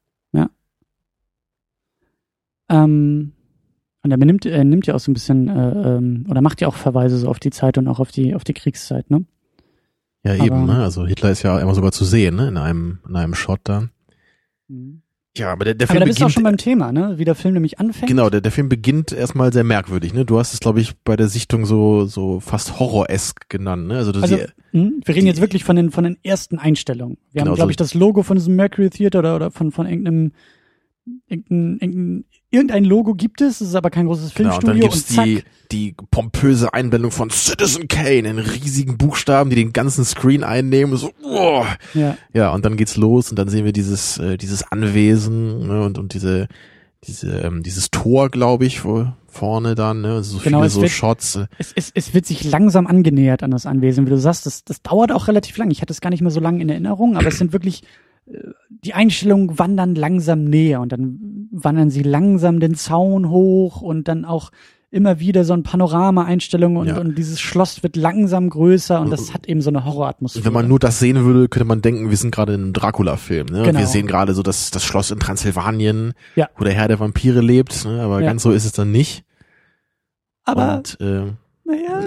Ähm, und er benimmt, er nimmt ja auch so ein bisschen, äh, ähm, oder macht ja auch Verweise so auf die Zeit und auch auf die, auf die Kriegszeit, ne? ja, Aber- eben, ne? Also Hitler ist ja immer sogar zu sehen, ne? In einem, in einem Shot da. Ja, aber der, der Aber Film da bist du auch beginnt. schon beim Thema, ne? Wie der Film nämlich anfängt. Genau, der, der Film beginnt erstmal sehr merkwürdig, ne? Du hast es, glaube ich, bei der Sichtung so, so fast horroresk genannt, ne? Also, du Also, sie, mh, wir reden die- jetzt wirklich von den, von den ersten Einstellungen. Wir Genau, haben, glaube so- ich, das Logo von diesem Mercury Theater oder, oder von, von irgendeinem, irgendein, irgendein, irgendein Logo gibt es, es ist aber kein großes genau, und dann Filmstudio gibt's und zack. die, die pompöse Einblendung von Citizen Kane in riesigen Buchstaben, die den ganzen Screen einnehmen, so, oh. Ja, Ja, und dann geht's los und dann sehen wir dieses, äh, dieses Anwesen, ne? Und, und diese, diese, ähm, dieses Tor, glaube ich, wo, vorne dann, ne? So Genau, viele es so wird- Shots. äh, es, es, es wird sich langsam angenähert an das Anwesen, wie du sagst, das, das dauert auch relativ lang. Ich hatte es gar nicht mehr so lange in Erinnerung, aber es sind wirklich, äh, die Einstellungen wandern langsam näher und dann wandern sie langsam den Zaun hoch und dann auch immer wieder so ein Panorama-Einstellung und, Ja. und dieses Schloss wird langsam größer und das hat eben so eine Horroratmosphäre. Wenn man nur das sehen würde, könnte man denken, wir sind gerade in einem Dracula-Film. Ne? Genau. Wir sehen gerade so das, das Schloss in Transsilvanien, Ja. wo der Herr der Vampire lebt, ne? Aber Ja. ganz so ist es dann nicht. aber, Und, äh, naja,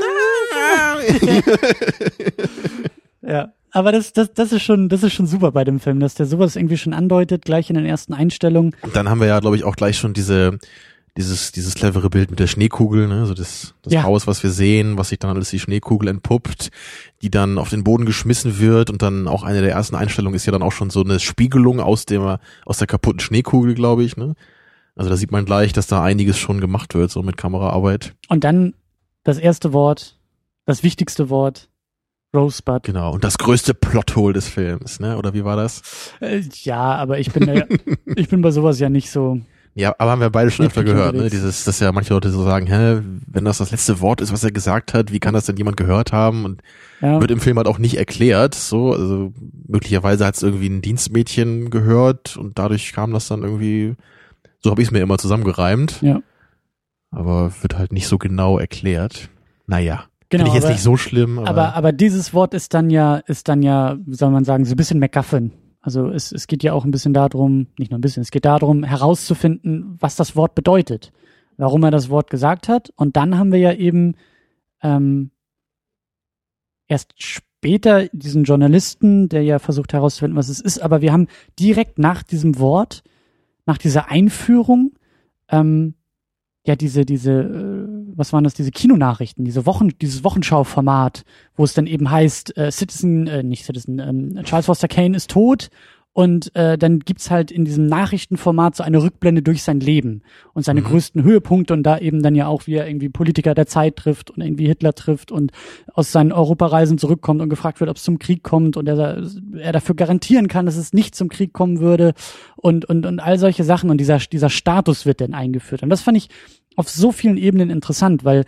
ja. Aber das, das, das ist schon, das ist schon super bei dem Film, dass der sowas irgendwie schon andeutet, gleich in den ersten Einstellungen. Und dann haben wir ja, glaube ich, auch gleich schon diese, dieses, dieses clevere Bild mit der Schneekugel, ne? So das, das Ja. Haus, was wir sehen, was sich dann alles die Schneekugel entpuppt, die dann auf den Boden geschmissen wird und dann auch eine der ersten Einstellungen ist ja dann auch schon so eine Spiegelung aus dem, aus der kaputten Schneekugel, glaube ich, ne? Also da sieht man gleich, dass da einiges schon gemacht wird, so mit Kameraarbeit. Und dann das erste Wort, das wichtigste Wort, Rosebud. Genau. Und das größte Plothole des Films, ne? Oder wie war das? Äh, ja, aber ich bin da, ja- ich bin bei sowas ja nicht so. Ja, aber haben wir beide schon öfter Nitpicky gehört, ne? unterwegs. Dieses, dass ja manche Leute so sagen, hä, wenn das das letzte Wort ist, was er gesagt hat, wie kann das denn jemand gehört haben? Und Ja, wird im Film halt auch nicht erklärt, so, also möglicherweise hat es irgendwie ein Dienstmädchen gehört und dadurch kam das dann irgendwie, so habe ich es mir immer zusammengereimt, ja. aber wird halt nicht so genau erklärt. Naja, Genau, finde ich jetzt aber- nicht so schlimm, aber, Aber, aber dieses Wort ist dann ja, ist dann ja, wie soll man sagen, so ein bisschen MacGuffin. Also es, es geht ja auch ein bisschen darum, nicht nur ein bisschen, es geht darum, herauszufinden, was das Wort bedeutet, warum er das Wort gesagt hat. Und dann haben wir ja eben ähm, erst später diesen Journalisten, der ja versucht herauszufinden, was es ist, aber wir haben direkt nach diesem Wort, nach dieser Einführung, ähm, ja, diese, diese, äh, was waren das, diese Kinonachrichten, diese Wochen, dieses Wochenschau-Format, wo es dann eben heißt, äh, Citizen, äh, nicht Citizen, ähm, Charles Foster Kane ist tot und äh, dann gibt's halt in diesem Nachrichtenformat so eine Rückblende durch sein Leben und seine mhm. größten Höhepunkte und da eben dann ja auch, wie er irgendwie Politiker der Zeit trifft und irgendwie Hitler trifft und aus seinen Europareisen zurückkommt und gefragt wird, ob es zum Krieg kommt und er, er dafür garantieren kann, dass es nicht zum Krieg kommen würde und und und all solche Sachen und dieser dieser Status wird dann eingeführt und das fand ich auf so vielen Ebenen interessant, weil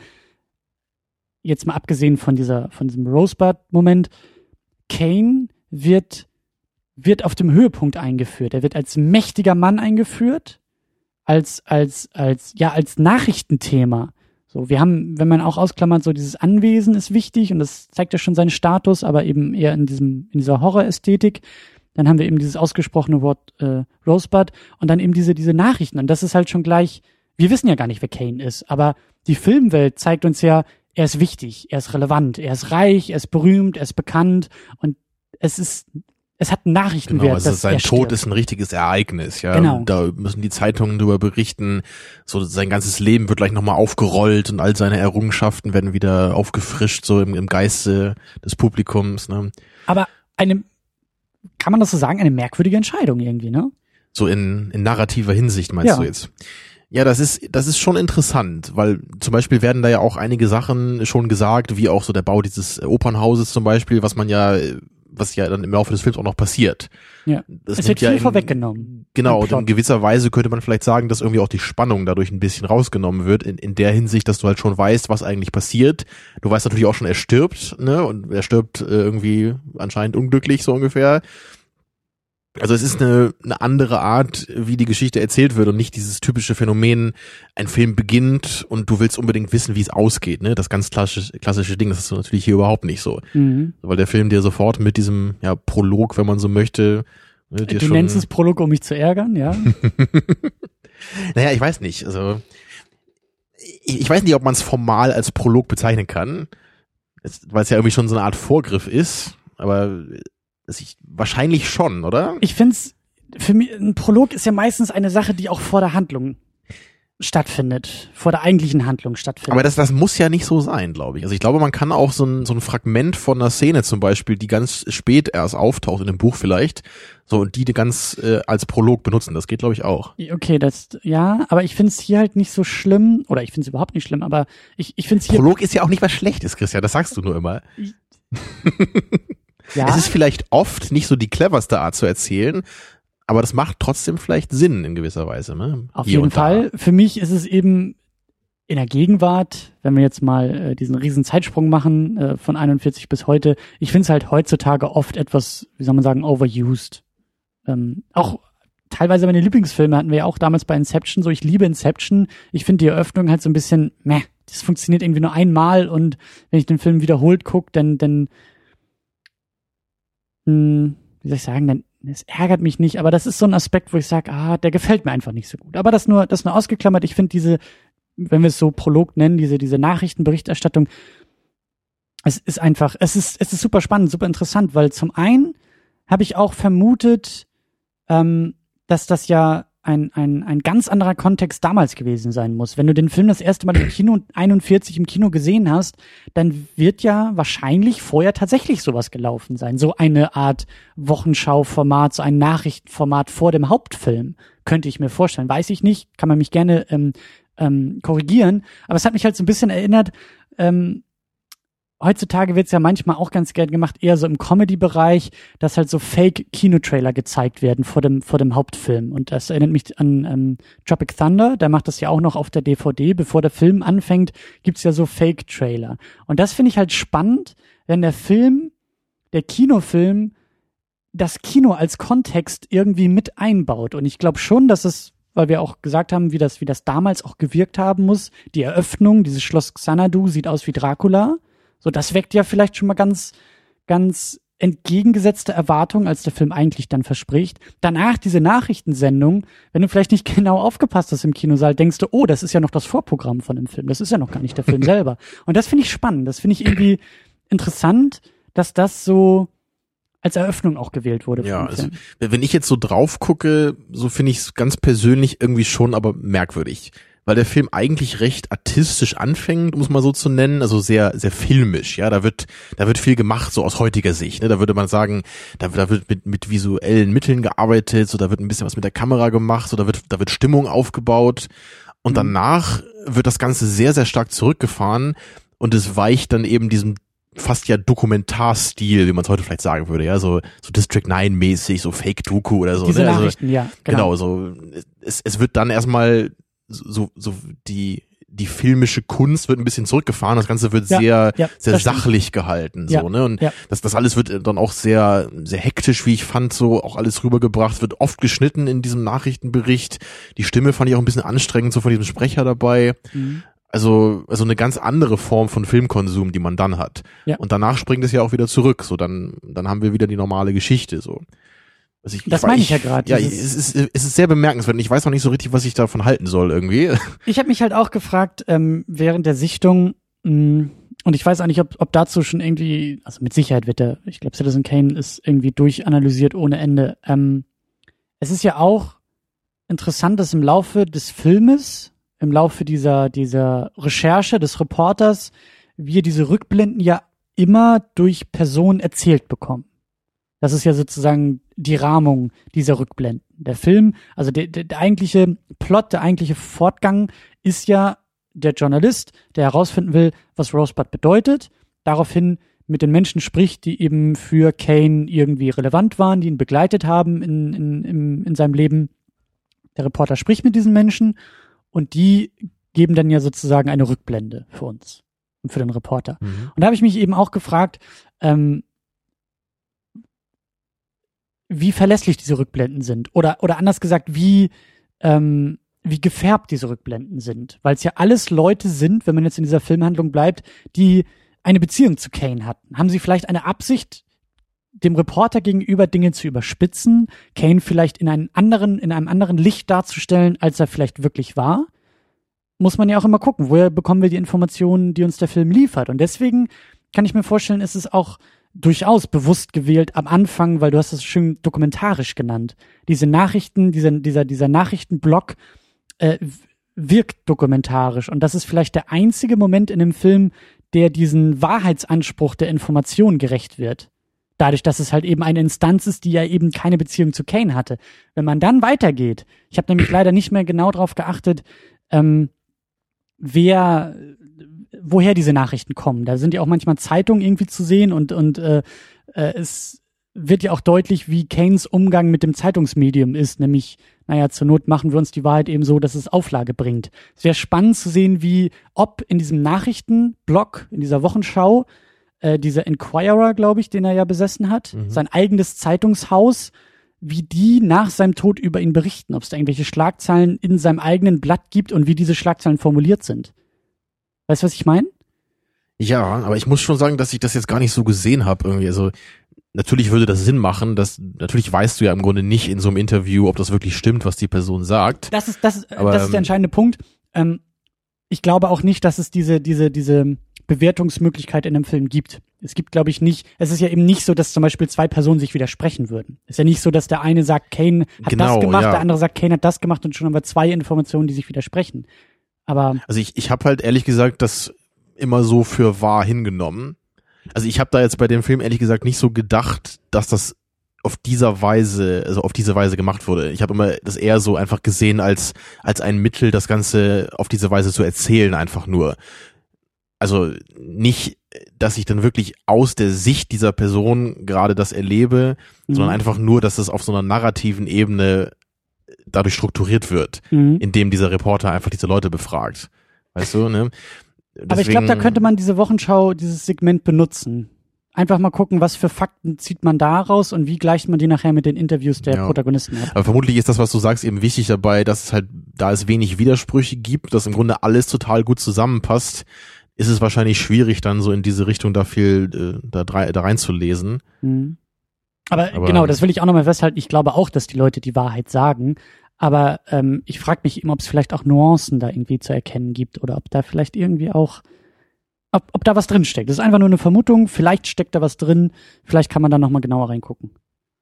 jetzt mal abgesehen von dieser, von diesem Rosebud-Moment, Kane wird, wird auf dem Höhepunkt eingeführt. Er wird als mächtiger Mann eingeführt, als, als, als, ja, als Nachrichtenthema. So, wir haben, wenn man auch ausklammert, so dieses Anwesen ist wichtig und das zeigt ja schon seinen Status, aber eben eher in diesem, in dieser Horrorästhetik. Dann haben wir eben dieses ausgesprochene Wort, äh, Rosebud und dann eben diese, diese Nachrichten und das ist halt schon gleich. Wir wissen ja gar nicht, wer Kane ist, aber die Filmwelt zeigt uns ja, er ist wichtig, er ist relevant, er ist reich, er ist berühmt, er ist bekannt und es ist, es hat einen Nachrichtenwert. Genau, also dass sein er Tod stirbt. ist ein richtiges Ereignis, ja. Genau. Da müssen die Zeitungen drüber berichten, so sein ganzes Leben wird gleich nochmal aufgerollt und all seine Errungenschaften werden wieder aufgefrischt, so im, im Geiste des Publikums, ne. Aber eine, kann man das so sagen, eine merkwürdige Entscheidung irgendwie, ne? So in, in narrativer Hinsicht meinst ja. du jetzt? Ja, das ist, das ist schon interessant, weil zum Beispiel werden da ja auch einige Sachen schon gesagt, wie auch so der Bau dieses Opernhauses zum Beispiel, was man ja, was ja dann im Laufe des Films auch noch passiert. Ja. Das es wird ja viel in, vorweggenommen. Genau, und in gewisser Weise könnte man vielleicht sagen, dass irgendwie auch die Spannung dadurch ein bisschen rausgenommen wird, in, in der Hinsicht, dass du halt schon weißt, was eigentlich passiert. Du weißt natürlich auch schon, er stirbt, ne, und er stirbt äh, irgendwie anscheinend unglücklich, so ungefähr. Also es ist eine, eine andere Art, wie die Geschichte erzählt wird und nicht dieses typische Phänomen, ein Film beginnt und du willst unbedingt wissen, wie es ausgeht, ne? Das ganz klassische, klassische Ding, das ist natürlich hier überhaupt nicht so. Mhm. Weil der Film dir sofort mit diesem, ja, Prolog, wenn man so möchte, ne, dir du schon nennst es Prolog, um mich zu ärgern, ja? Naja, ich weiß nicht, also ich, ich weiß nicht, ob man es formal als Prolog bezeichnen kann, weil es ja irgendwie schon so eine Art Vorgriff ist, aber Ich, wahrscheinlich schon, oder? Ich find's, für mich, ein Prolog ist ja meistens eine Sache, die auch vor der Handlung stattfindet, vor der eigentlichen Handlung stattfindet. Aber das, das muss ja nicht so sein, glaube ich. Also ich glaube, man kann auch so ein, so ein Fragment von einer Szene zum Beispiel, die ganz spät erst auftaucht in dem Buch vielleicht, so und die ganz äh, als Prolog benutzen. Das geht, glaube ich, auch. Okay, das, ja, aber ich find's hier halt nicht so schlimm, oder ich find's überhaupt nicht schlimm, aber ich, ich find's hier... Prolog ist ja auch nicht was Schlechtes, Christian, das sagst du nur immer. Ja. Es ist vielleicht oft nicht so die cleverste Art zu erzählen, aber das macht trotzdem vielleicht Sinn in gewisser Weise. Ne? Auf Hier jeden Fall. Für mich ist es eben in der Gegenwart, wenn wir jetzt mal äh, diesen riesen Zeitsprung machen, äh, von einundvierzig bis heute, ich finde es halt heutzutage oft etwas, wie soll man sagen, overused. Ähm, auch teilweise meine Lieblingsfilme hatten wir ja auch damals bei Inception, so ich liebe Inception, ich finde die Eröffnung halt so ein bisschen, meh, das funktioniert irgendwie nur einmal und wenn ich den Film wiederholt gucke, dann, dann wie soll ich sagen, dann, es ärgert mich nicht, aber das ist so ein Aspekt, wo ich sage, ah, der gefällt mir einfach nicht so gut. Aber das nur, das nur ausgeklammert. Ich finde diese, wenn wir es so Prolog nennen, diese, diese Nachrichtenberichterstattung, es ist einfach, es ist, es ist super spannend, super interessant, weil zum einen habe ich auch vermutet, ähm, dass das ja ein, ein, ein ganz anderer Kontext damals gewesen sein muss. Wenn du den Film das erste Mal im Kino einundvierzig im Kino gesehen hast, dann wird ja wahrscheinlich vorher tatsächlich sowas gelaufen sein. So eine Art Wochenschau-Format, so ein Nachrichtenformat vor dem Hauptfilm, könnte ich mir vorstellen. Weiß ich nicht, kann man mich gerne ähm, ähm, korrigieren. Aber es hat mich halt so ein bisschen erinnert, ähm, heutzutage wird's ja manchmal auch ganz gern gemacht, eher so im Comedy-Bereich, dass halt so Fake-Kinotrailer gezeigt werden vor dem vor dem Hauptfilm. Und das erinnert mich an ähm, Tropic Thunder, der macht das ja auch noch auf der D V D. Bevor der Film anfängt, gibt's ja so Fake-Trailer. Und das finde ich halt spannend, wenn der Film, der Kinofilm, das Kino als Kontext irgendwie mit einbaut. Und ich glaube schon, dass es, weil wir auch gesagt haben, wie das wie das damals auch gewirkt haben muss, die Eröffnung, dieses Schloss Xanadu sieht aus wie Dracula. So, das weckt ja vielleicht schon mal ganz, ganz entgegengesetzte Erwartungen, als der Film eigentlich dann verspricht. Danach diese Nachrichtensendung, wenn du vielleicht nicht genau aufgepasst hast im Kinosaal, denkst du, oh, das ist ja noch das Vorprogramm von dem Film. Das ist ja noch gar nicht der Film selber. Und das finde ich spannend. Das finde ich irgendwie interessant, dass das so als Eröffnung auch gewählt wurde. Ja, also, wenn ich jetzt so drauf gucke, so finde ich es ganz persönlich irgendwie schon aber merkwürdig. Weil der Film eigentlich recht artistisch anfängt, um es mal so zu nennen, also sehr, sehr filmisch, ja, da wird, da wird viel gemacht, so aus heutiger Sicht, ne, da würde man sagen, da, da wird mit, mit visuellen Mitteln gearbeitet, so, da wird ein bisschen was mit der Kamera gemacht, so, da wird, da wird Stimmung aufgebaut und danach wird das Ganze sehr, sehr stark zurückgefahren und es weicht dann eben diesem fast ja Dokumentarstil, wie man es heute vielleicht sagen würde, ja, so, so District neun mäßig, so Fake-Doku oder so. Diese ne? Nachrichten, also, ja, genau. genau. Genau, so, es, es wird dann erstmal so, so die, die filmische Kunst wird ein bisschen zurückgefahren, das Ganze wird Ja, sehr, ja, sehr das stimmt. sachlich gehalten, so, Ja, ne, und ja. das, das alles wird dann auch sehr, sehr hektisch, wie ich fand, so, auch alles rübergebracht, wird oft geschnitten in diesem Nachrichtenbericht, die Stimme fand ich auch ein bisschen anstrengend, so von diesem Sprecher dabei, Mhm. also, also eine ganz andere Form von Filmkonsum, die man dann hat. Ja. Und danach springt es ja auch wieder zurück, so, dann, dann haben wir wieder die normale Geschichte, so. Also ich, Das ich, meine ich ja gerade, Ja, dieses- es ist, es ist sehr bemerkenswert und ich weiß noch nicht so richtig, was ich davon halten soll irgendwie. Ich habe mich halt auch gefragt, ähm, während der Sichtung, mh, und ich weiß auch nicht, ob, ob dazu schon irgendwie, also mit Sicherheit wird der, ich glaube, Citizen Kane ist irgendwie durchanalysiert ohne Ende. Ähm, es ist ja auch interessant, dass im Laufe des Filmes, im Laufe dieser, dieser Recherche des Reporters, wir diese Rückblenden ja immer durch Personen erzählt bekommen. Das ist ja sozusagen die Rahmung dieser Rückblenden. Der Film, also der, der, der eigentliche Plot, der eigentliche Fortgang ist ja der Journalist, der herausfinden will, was Rosebud bedeutet, daraufhin mit den Menschen spricht, die eben für Kane irgendwie relevant waren, die ihn begleitet haben in, in, in, in seinem Leben. Der Reporter spricht mit diesen Menschen und die geben dann ja sozusagen eine Rückblende für uns und für den Reporter. Mhm. Und da habe ich mich eben auch gefragt, ähm, wie verlässlich diese Rückblenden sind. Oder, oder anders gesagt, wie, ähm, wie gefärbt diese Rückblenden sind. Weil es ja alles Leute sind, wenn man jetzt in dieser Filmhandlung bleibt, die eine Beziehung zu Kane hatten. Haben sie vielleicht eine Absicht, dem Reporter gegenüber Dinge zu überspitzen, Kane vielleicht in einen anderen, in einem anderen Licht darzustellen, als er vielleicht wirklich war? Muss man ja auch immer gucken, woher bekommen wir die Informationen, die uns der Film liefert. Und deswegen kann ich mir vorstellen, ist es auch durchaus bewusst gewählt am Anfang, weil du hast es schön dokumentarisch genannt. Diese Nachrichten, dieser, dieser, dieser Nachrichtenblock äh, wirkt dokumentarisch. Und das ist vielleicht der einzige Moment in dem Film, der diesen Wahrheitsanspruch der Information gerecht wird. Dadurch, dass es halt eben eine Instanz ist, die ja eben keine Beziehung zu Kane hatte. Wenn man dann weitergeht, ich habe nämlich leider nicht mehr genau drauf geachtet, ähm, wer, woher diese Nachrichten kommen. Da sind ja auch manchmal Zeitungen irgendwie zu sehen und und äh, äh, es wird ja auch deutlich, wie Kanes Umgang mit dem Zeitungsmedium ist, nämlich, naja, zur Not machen wir uns die Wahrheit eben so, dass es Auflage bringt. Es wäre spannend zu sehen, wie, ob in diesem Nachrichtenblock, in dieser Wochenschau, äh, dieser Inquirer, glaube ich, den er ja besessen hat, Mhm. sein eigenes Zeitungshaus, wie die nach seinem Tod über ihn berichten, ob es da irgendwelche Schlagzeilen in seinem eigenen Blatt gibt und wie diese Schlagzeilen formuliert sind. Weißt du, was ich meine? Ja, aber ich muss schon sagen, dass ich das jetzt gar nicht so gesehen habe irgendwie. Also natürlich würde das Sinn machen, dass natürlich weißt du ja im Grunde nicht in so einem Interview, ob das wirklich stimmt, was die Person sagt. Das ist, das, ist- Aber, das ist der ähm, entscheidende Punkt. Ähm, ich glaube auch nicht, dass es diese, diese, diese Bewertungsmöglichkeit in dem Film gibt. Es gibt, glaube ich, nicht, es ist ja eben nicht so, dass zum Beispiel zwei Personen sich widersprechen würden. Es ist ja nicht so, dass der eine sagt, Kane hat Genau, das gemacht, ja. der andere sagt, Kane hat das gemacht und schon haben wir zwei Informationen, die sich widersprechen. Aber Also ich, ich habe halt ehrlich gesagt das immer so für wahr hingenommen. Also ich habe da jetzt bei dem Film ehrlich gesagt nicht so gedacht, dass das auf dieser Weise, also auf diese Weise gemacht wurde. Ich habe immer das eher so einfach gesehen als als ein Mittel, das Ganze auf diese Weise zu erzählen, einfach nur. Also nicht, dass ich dann wirklich aus der Sicht dieser Person gerade das erlebe, Mhm. sondern einfach nur, dass es auf so einer narrativen Ebene dadurch strukturiert wird, Mhm. indem dieser Reporter einfach diese Leute befragt. Weißt du, ne? Aber ich glaube, da könnte man diese Wochenschau, dieses Segment benutzen. Einfach mal gucken, was für Fakten zieht man da raus und wie gleicht man die nachher mit den Interviews der Ja. Protagonisten ab. Aber vermutlich ist das, was du sagst, eben wichtig dabei, dass es halt, da es wenig Widersprüche gibt, dass im Grunde alles total gut zusammenpasst, ist es wahrscheinlich schwierig, dann so in diese Richtung da viel äh, da, drei- da reinzulesen. Mhm. Aber, Aber- genau, das will ich auch nochmal festhalten. Ich glaube auch, dass die Leute die Wahrheit sagen. Aber ähm, ich frage mich eben, ob es vielleicht auch Nuancen da irgendwie zu erkennen gibt oder ob da vielleicht irgendwie auch ob, ob da was drin steckt. Das ist einfach nur eine Vermutung. Vielleicht steckt da was drin. Vielleicht kann man da nochmal genauer reingucken.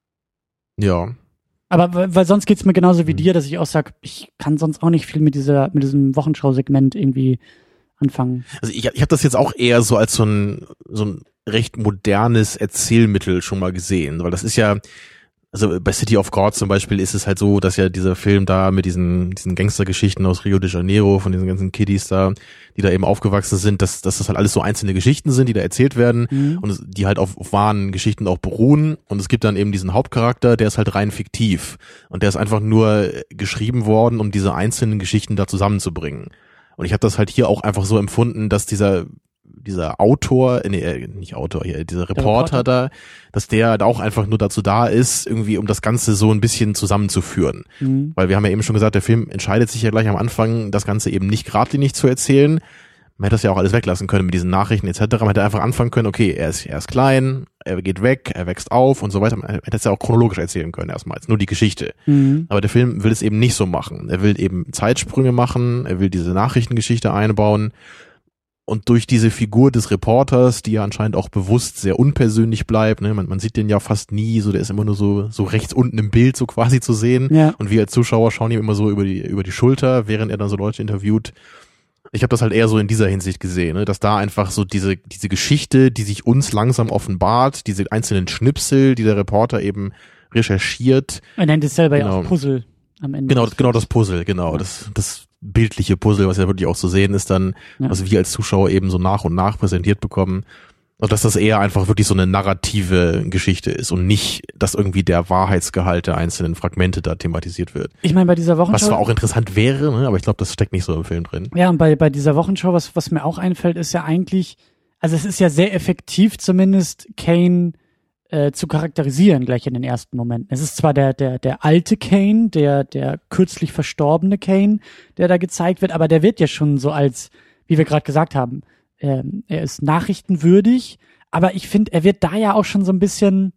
Ja. Aber weil, weil sonst geht's mir genauso wie mhm. dir, dass ich auch sag, ich kann sonst auch nicht viel mit dieser, mit diesem Wochenschau-Segment irgendwie anfangen. Also ich, ich habe das jetzt auch eher so als so ein, so ein recht modernes Erzählmittel schon mal gesehen, weil das ist ja, also bei City of God zum Beispiel ist es halt so, dass ja dieser Film da mit diesen diesen Gangstergeschichten aus Rio de Janeiro, von diesen ganzen Kiddies da, die da eben aufgewachsen sind, dass, dass das halt alles so einzelne Geschichten sind, die da erzählt werden mhm. und die halt auf, auf wahren Geschichten auch beruhen. Und es gibt dann eben diesen Hauptcharakter, der ist halt rein fiktiv. Und der ist einfach nur geschrieben worden, um diese einzelnen Geschichten da zusammenzubringen. Und ich habe das halt hier auch einfach so empfunden, dass dieser dieser Autor, nee, nicht Autor hier, dieser Reporter, Reporter da, dass der auch einfach nur dazu da ist, irgendwie um das Ganze so ein bisschen zusammenzuführen. Mhm. Weil wir haben ja eben schon gesagt, der Film entscheidet sich ja gleich am Anfang, das Ganze eben nicht geradlinig zu erzählen. Man hätte das ja auch alles weglassen können mit diesen Nachrichten et cetera. Man hätte einfach anfangen können, okay, er ist, er ist klein, er geht weg, er wächst auf und so weiter. Man hätte es ja auch chronologisch erzählen können erstmals, nur die Geschichte. Mhm. Aber der Film will es eben nicht so machen. Er will eben Zeitsprünge machen, er will diese Nachrichtengeschichte einbauen. Und durch diese Figur des Reporters, die ja anscheinend auch bewusst sehr unpersönlich bleibt, ne, man, man sieht den ja fast nie, so der ist immer nur so so rechts unten im Bild so quasi zu sehen. Ja. Und wir als Zuschauer schauen ihm immer so über die über die Schulter, während er dann so Leute interviewt. Ich habe das halt eher so in dieser Hinsicht gesehen, ne, dass da einfach so diese diese Geschichte, die sich uns langsam offenbart, diese einzelnen Schnipsel, die der Reporter eben recherchiert. Er nennt es selber genau. ja auch Puzzle am Ende. Genau, genau das Puzzle, genau, ja. das das bildliche Puzzle, was ja wirklich auch zu sehen ist dann, ja. was wir als Zuschauer eben so nach und nach präsentiert bekommen. Und dass das eher einfach wirklich so eine narrative Geschichte ist und nicht, dass irgendwie der Wahrheitsgehalt der einzelnen Fragmente da thematisiert wird. Ich meine, bei dieser Wochenschau... Was zwar auch interessant wäre, ne, aber ich glaube, das steckt nicht so im Film drin. Ja, und bei, bei dieser Wochenschau, was, was mir auch einfällt, ist ja eigentlich, also es ist ja sehr effektiv zumindest, Kane Äh, zu charakterisieren gleich in den ersten Momenten. Es ist zwar der der der alte Kane, der der kürzlich verstorbene Kane, der da gezeigt wird, aber der wird ja schon so als, wie wir gerade gesagt haben, ähm, er ist nachrichtenwürdig, aber ich finde, er wird da ja auch schon so ein bisschen,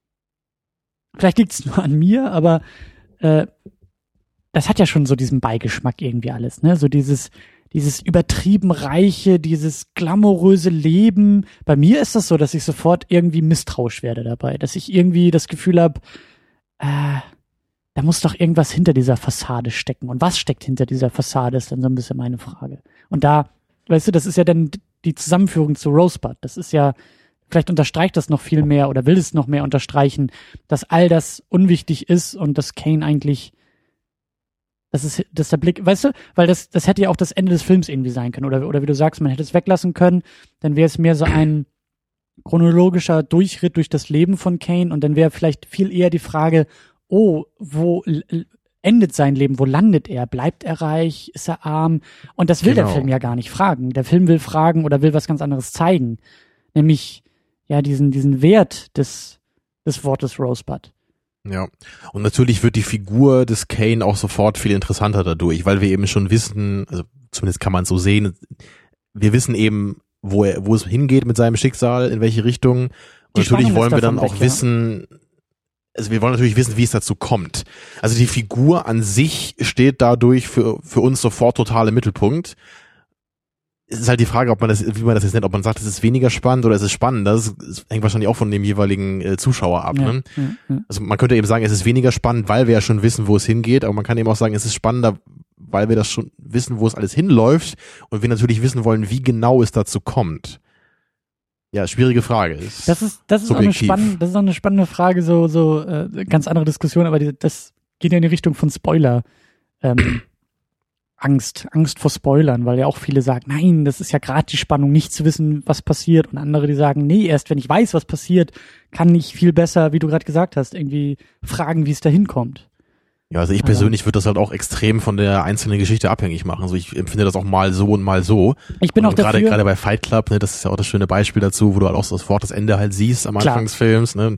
vielleicht liegt es nur an mir, aber äh, das hat ja schon so diesen Beigeschmack irgendwie alles, ne? So dieses dieses übertrieben reiche, dieses glamouröse Leben. Bei mir ist das so, dass ich sofort irgendwie misstrauisch werde dabei, dass ich irgendwie das Gefühl habe, äh, da muss doch irgendwas hinter dieser Fassade stecken. Und was steckt hinter dieser Fassade, ist dann so ein bisschen meine Frage. Und da, weißt du, das ist ja dann die Zusammenführung zu Rosebud. Das ist ja, vielleicht unterstreicht das noch viel mehr oder will es noch mehr unterstreichen, dass all das unwichtig ist und dass Kane eigentlich Das ist, das ist der Blick, weißt du, weil das, das hätte ja auch das Ende des Films irgendwie sein können. Oder, oder wie du sagst, man hätte es weglassen können, dann wäre es mehr so ein chronologischer Durchritt durch das Leben von Kane und dann wäre vielleicht viel eher die Frage, oh, wo l- endet sein Leben, wo landet er? Bleibt er reich? Ist er arm? Und das will genau. der Film ja gar nicht fragen. Der Film will fragen oder will was ganz anderes zeigen. Nämlich, ja, diesen, diesen Wert des, des Wortes Rosebud. Ja, und natürlich wird die Figur des Kane auch sofort viel interessanter dadurch, weil wir eben schon wissen, also zumindest kann man es so sehen, wir wissen eben, wo er, wo es hingeht mit seinem Schicksal, in welche Richtung. Und die natürlich Spannung wollen wir dann auch weg, wissen, ja. also wir wollen natürlich wissen, wie es dazu kommt. Also die Figur an sich steht dadurch für für uns sofort total im Mittelpunkt. Es ist halt die Frage, ob man das, wie man das jetzt nennt, ob man sagt, es ist weniger spannend oder es ist spannend. Das, das hängt wahrscheinlich auch von dem jeweiligen äh, Zuschauer ab. Ja, ne? ja, ja. Also man könnte eben sagen, es ist weniger spannend, weil wir ja schon wissen, wo es hingeht, aber man kann eben auch sagen, es ist spannender, weil wir das schon wissen, wo es alles hinläuft und wir natürlich wissen wollen, wie genau es dazu kommt. Ja, schwierige Frage. Ist das ist das ist auch eine spannende, das ist auch eine spannende Frage, so so äh, ganz andere Diskussion, aber die, das geht ja in die Richtung von Spoiler. Ähm, Angst, Angst vor Spoilern, weil ja auch viele sagen, nein, das ist ja gerade die Spannung, nicht zu wissen, was passiert. Und andere, die sagen, nee, erst wenn ich weiß, was passiert, kann ich viel besser, wie du gerade gesagt hast, irgendwie fragen, wie es da hinkommt. Ja, also ich persönlich würde das halt auch extrem von der einzelnen Geschichte abhängig machen. Also ich empfinde das auch mal so und mal so. Ich bin und auch gerade dafür. Gerade bei Fight Club, ne, das ist ja auch das schöne Beispiel dazu, wo du halt auch sofort das Ende halt siehst am Anfang des Films. Ne.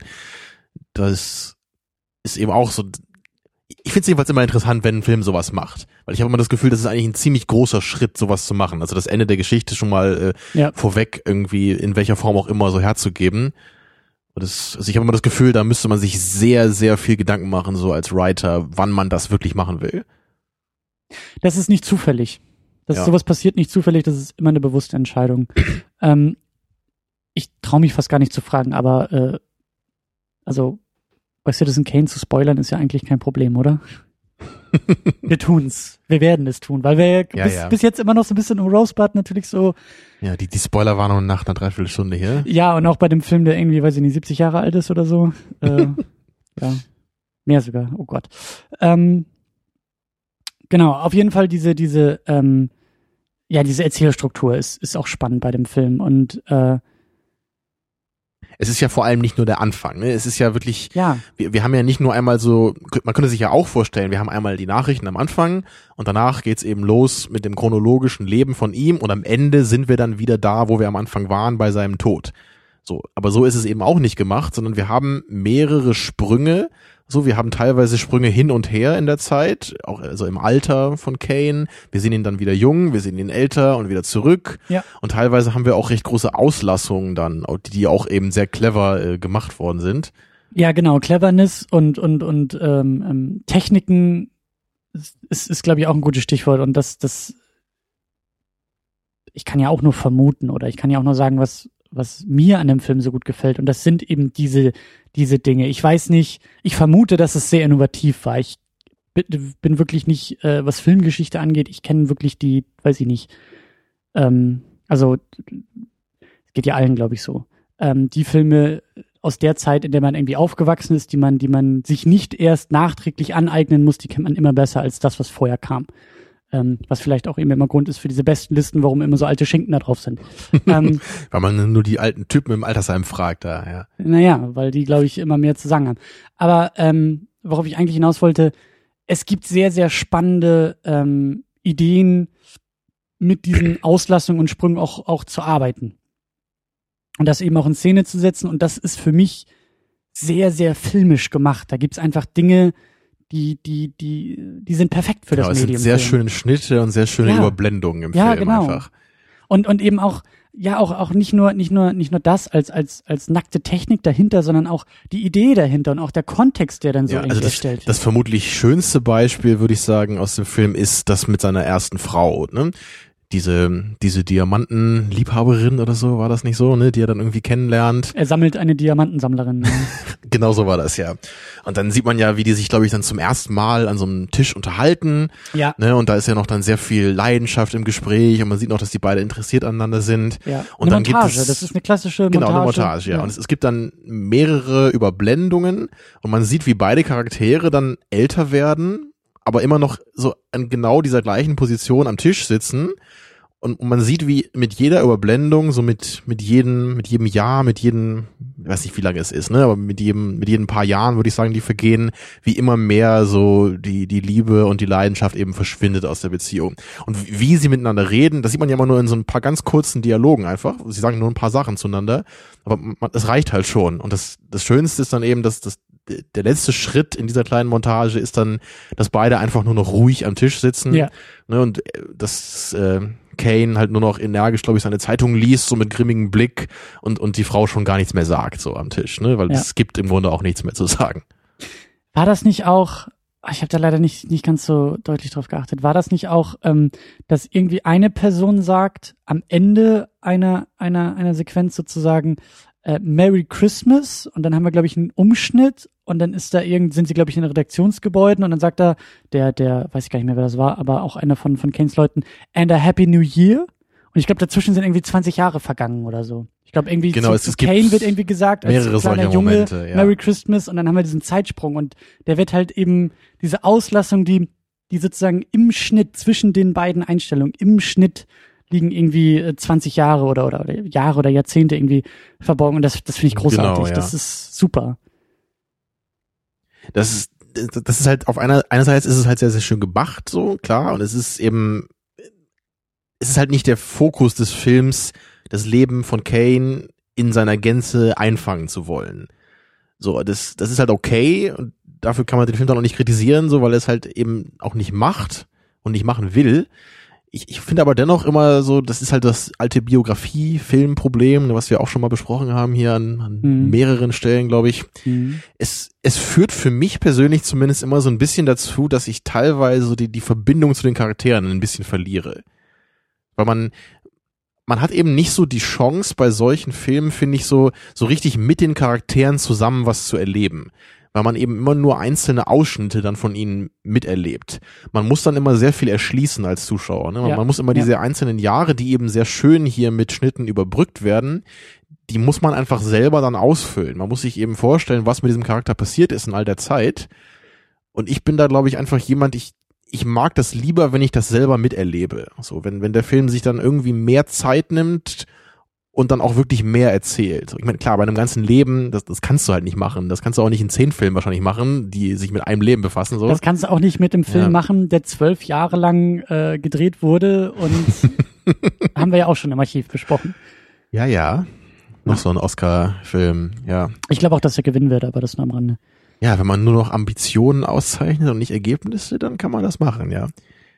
Das ist eben auch so. Ich finde es jedenfalls immer interessant, wenn ein Film sowas macht. Weil ich habe immer das Gefühl, das ist eigentlich ein ziemlich großer Schritt, sowas zu machen. Also das Ende der Geschichte schon mal äh, ja. vorweg irgendwie, in welcher Form auch immer, so herzugeben. Und das, also ich habe immer das Gefühl, da müsste man sich sehr, sehr viel Gedanken machen, so als Writer, wann man das wirklich machen will. Das ist nicht zufällig. Das ja. sowas passiert nicht zufällig, das ist immer eine bewusste Entscheidung. Ähm, ich traue mich fast gar nicht zu fragen, aber äh, also bei Citizen Kane zu spoilern ist ja eigentlich kein Problem, oder? Wir tun's. Wir werden es tun, weil wir ja, bis, ja. bis jetzt immer noch so ein bisschen im Rosebud natürlich so. Ja, die, die Spoilerwarnung nach einer Dreiviertelstunde hier. Ja, und auch bei dem Film, der irgendwie, weiß ich nicht, siebzig Jahre alt ist oder so. äh, ja, mehr sogar. Oh Gott. Ähm, genau, auf jeden Fall diese, diese, ähm, ja, diese Erzählstruktur ist, ist auch spannend bei dem Film und äh, es ist ja vor allem nicht nur der Anfang, ne? Es ist ja wirklich, ja. wir, wir haben ja nicht nur einmal so, man könnte sich ja auch vorstellen, wir haben einmal die Nachrichten am Anfang und danach geht's eben los mit dem chronologischen Leben von ihm und am Ende sind wir dann wieder da, wo wir am Anfang waren, bei seinem Tod. So, aber so ist es eben auch nicht gemacht, sondern wir haben mehrere Sprünge. So, wir haben teilweise Sprünge hin und her in der Zeit, auch also im Alter von Kane. Wir sehen ihn dann wieder jung, wir sehen ihn älter und wieder zurück. Ja. Und teilweise haben wir auch recht große Auslassungen dann, die auch eben sehr clever äh, gemacht worden sind. Ja, genau. Cleverness und und und ähm, ähm, Techniken ist, ist, ist glaube ich, auch ein gutes Stichwort. Und das, das, ich kann ja auch nur vermuten oder ich kann ja auch nur sagen, was was mir an dem Film so gut gefällt. Und das sind eben diese diese Dinge. Ich weiß nicht, ich vermute, dass es sehr innovativ war. Ich bin, bin wirklich nicht, äh, was Filmgeschichte angeht, ich kenne wirklich die, weiß ich nicht, ähm, also es geht ja allen, glaube ich, so. Ähm, die Filme aus der Zeit, in der man irgendwie aufgewachsen ist, die man, die man sich nicht erst nachträglich aneignen muss, die kennt man immer besser als das, was vorher kam. Ähm, was vielleicht auch eben immer Grund ist für diese besten Listen, warum immer so alte Schinken da drauf sind. ähm, weil man nur die alten Typen im Altersheim fragt da, ja. Naja, weil die, glaube ich, immer mehr zu sagen haben. Aber ähm, worauf ich eigentlich hinaus wollte, es gibt sehr, sehr spannende ähm, Ideen, mit diesen Auslassungen und Sprüngen auch, auch zu arbeiten. Und das eben auch in Szene zu setzen. Und das ist für mich sehr, sehr filmisch gemacht. Da gibt's einfach Dinge, die, die, die, die sind perfekt für genau, das es Medium. Sind sehr schöne Schnitte und sehr schöne ja. Überblendungen im ja, Film genau. einfach. Und, und eben auch, ja, auch, auch nicht nur, nicht nur, nicht nur das als, als, als nackte Technik dahinter, sondern auch die Idee dahinter und auch der Kontext, der dann so ja, also das, erstellt wird. Das vermutlich schönste Beispiel, würde ich sagen, aus dem Film ist das mit seiner ersten Frau, ne? Diese, diese Diamantenliebhaberin oder so, war das nicht so, ne, die er dann irgendwie kennenlernt. Er sammelt eine Diamantensammlerin. Ne? Genau so war das, ja. Und dann sieht man ja, wie die sich, glaube ich, dann zum ersten Mal an so einem Tisch unterhalten. Ja. Ne, und da ist ja noch dann sehr viel Leidenschaft im Gespräch und man sieht noch, dass die beide interessiert aneinander sind. Ja. Und eine dann Montage, gibt es, das ist eine klassische Montage. Genau, eine Montage, ja. ja. Und es, es gibt dann mehrere Überblendungen und man sieht, wie beide Charaktere dann älter werden, aber immer noch so an genau dieser gleichen Position am Tisch sitzen. Und man sieht, wie mit jeder Überblendung, so mit, mit jedem, mit jedem Jahr, mit jedem, ich weiß nicht, wie lange es ist, ne, aber mit jedem, mit jedem paar Jahren, würde ich sagen, die vergehen, wie immer mehr so die, die Liebe und die Leidenschaft eben verschwindet aus der Beziehung. Und wie, wie sie miteinander reden, das sieht man ja immer nur in so ein paar ganz kurzen Dialogen einfach. Sie sagen nur ein paar Sachen zueinander, aber man, das reicht halt schon. Und das, das Schönste ist dann eben, dass, dass der letzte Schritt in dieser kleinen Montage ist dann, dass beide einfach nur noch ruhig am Tisch sitzen. Ja. Ne, und das, äh, Kane halt nur noch energisch, glaube ich, seine Zeitung liest, so mit grimmigem Blick und und die Frau schon gar nichts mehr sagt, so am Tisch, ne, weil ja. es gibt im Grunde auch nichts mehr zu sagen. War das nicht auch, ich habe da leider nicht nicht ganz so deutlich drauf geachtet, war das nicht auch, ähm, dass irgendwie eine Person sagt, am Ende einer einer einer Sequenz sozusagen, äh, Merry Christmas, und dann haben wir, glaube ich, einen Umschnitt und dann ist da irgend, sind sie, glaube ich, in Redaktionsgebäuden und dann sagt er, der, der, weiß ich gar nicht mehr, wer das war, aber auch einer von, von Kanes Leuten, and a Happy New Year. Und ich glaube, dazwischen sind irgendwie zwanzig Jahre vergangen oder so. Ich glaube, irgendwie genau, zu, es, zu es gibt Kane wird irgendwie gesagt, als mehrere kleiner solcher Junge, Momente, ja. Merry Christmas, und dann haben wir diesen Zeitsprung und der wird halt eben, diese Auslassung, die, die sozusagen im Schnitt zwischen den beiden Einstellungen, im Schnitt liegen irgendwie zwanzig Jahre oder, oder, oder Jahre oder Jahrzehnte irgendwie verborgen und das, das finde ich großartig. Genau, ja. Das ist super. Das ist, das ist halt auf einer, einerseits ist es halt sehr, sehr schön gemacht, so, klar, und es ist eben, es ist halt nicht der Fokus des Films, das Leben von Kane in seiner Gänze einfangen zu wollen. So, das, das ist halt okay und dafür kann man den Film dann auch nicht kritisieren, so, weil er es halt eben auch nicht macht und nicht machen will. Ich, ich finde aber dennoch immer so, das ist halt das alte Biografie-Film-Problem, was wir auch schon mal besprochen haben hier an, an mhm. mehreren Stellen, glaube ich. Mhm. Es, es führt für mich persönlich zumindest immer so ein bisschen dazu, dass ich teilweise die, die Verbindung zu den Charakteren ein bisschen verliere. Weil man, man hat eben nicht so die Chance bei solchen Filmen, finde ich, so so richtig mit den Charakteren zusammen was zu erleben. Weil man eben immer nur einzelne Ausschnitte dann von ihnen miterlebt. Man muss dann immer sehr viel erschließen als Zuschauer. Ne? Man, Ja. man muss immer Ja. diese einzelnen Jahre, die eben sehr schön hier mit Schnitten überbrückt werden, die muss man einfach selber dann ausfüllen. Man muss sich eben vorstellen, was mit diesem Charakter passiert ist in all der Zeit. Und ich bin da, glaube ich, einfach jemand, ich ich mag das lieber, wenn ich das selber miterlebe. So, wenn wenn der Film sich dann irgendwie mehr Zeit nimmt und dann auch wirklich mehr erzählt. Ich meine, klar, bei einem ganzen Leben, das, das kannst du halt nicht machen. Das kannst du auch nicht in zehn Filmen wahrscheinlich machen, die sich mit einem Leben befassen. So. Das kannst du auch nicht mit dem Film Ja. machen, der zwölf Jahre lang äh, gedreht wurde und haben wir ja auch schon im Archiv besprochen. Ja, ja. Noch so ein Oscar-Film, ja. Ich glaube auch, dass er gewinnen wird, aber das nur am Rande. Ja, wenn man nur noch Ambitionen auszeichnet und nicht Ergebnisse, dann kann man das machen, ja.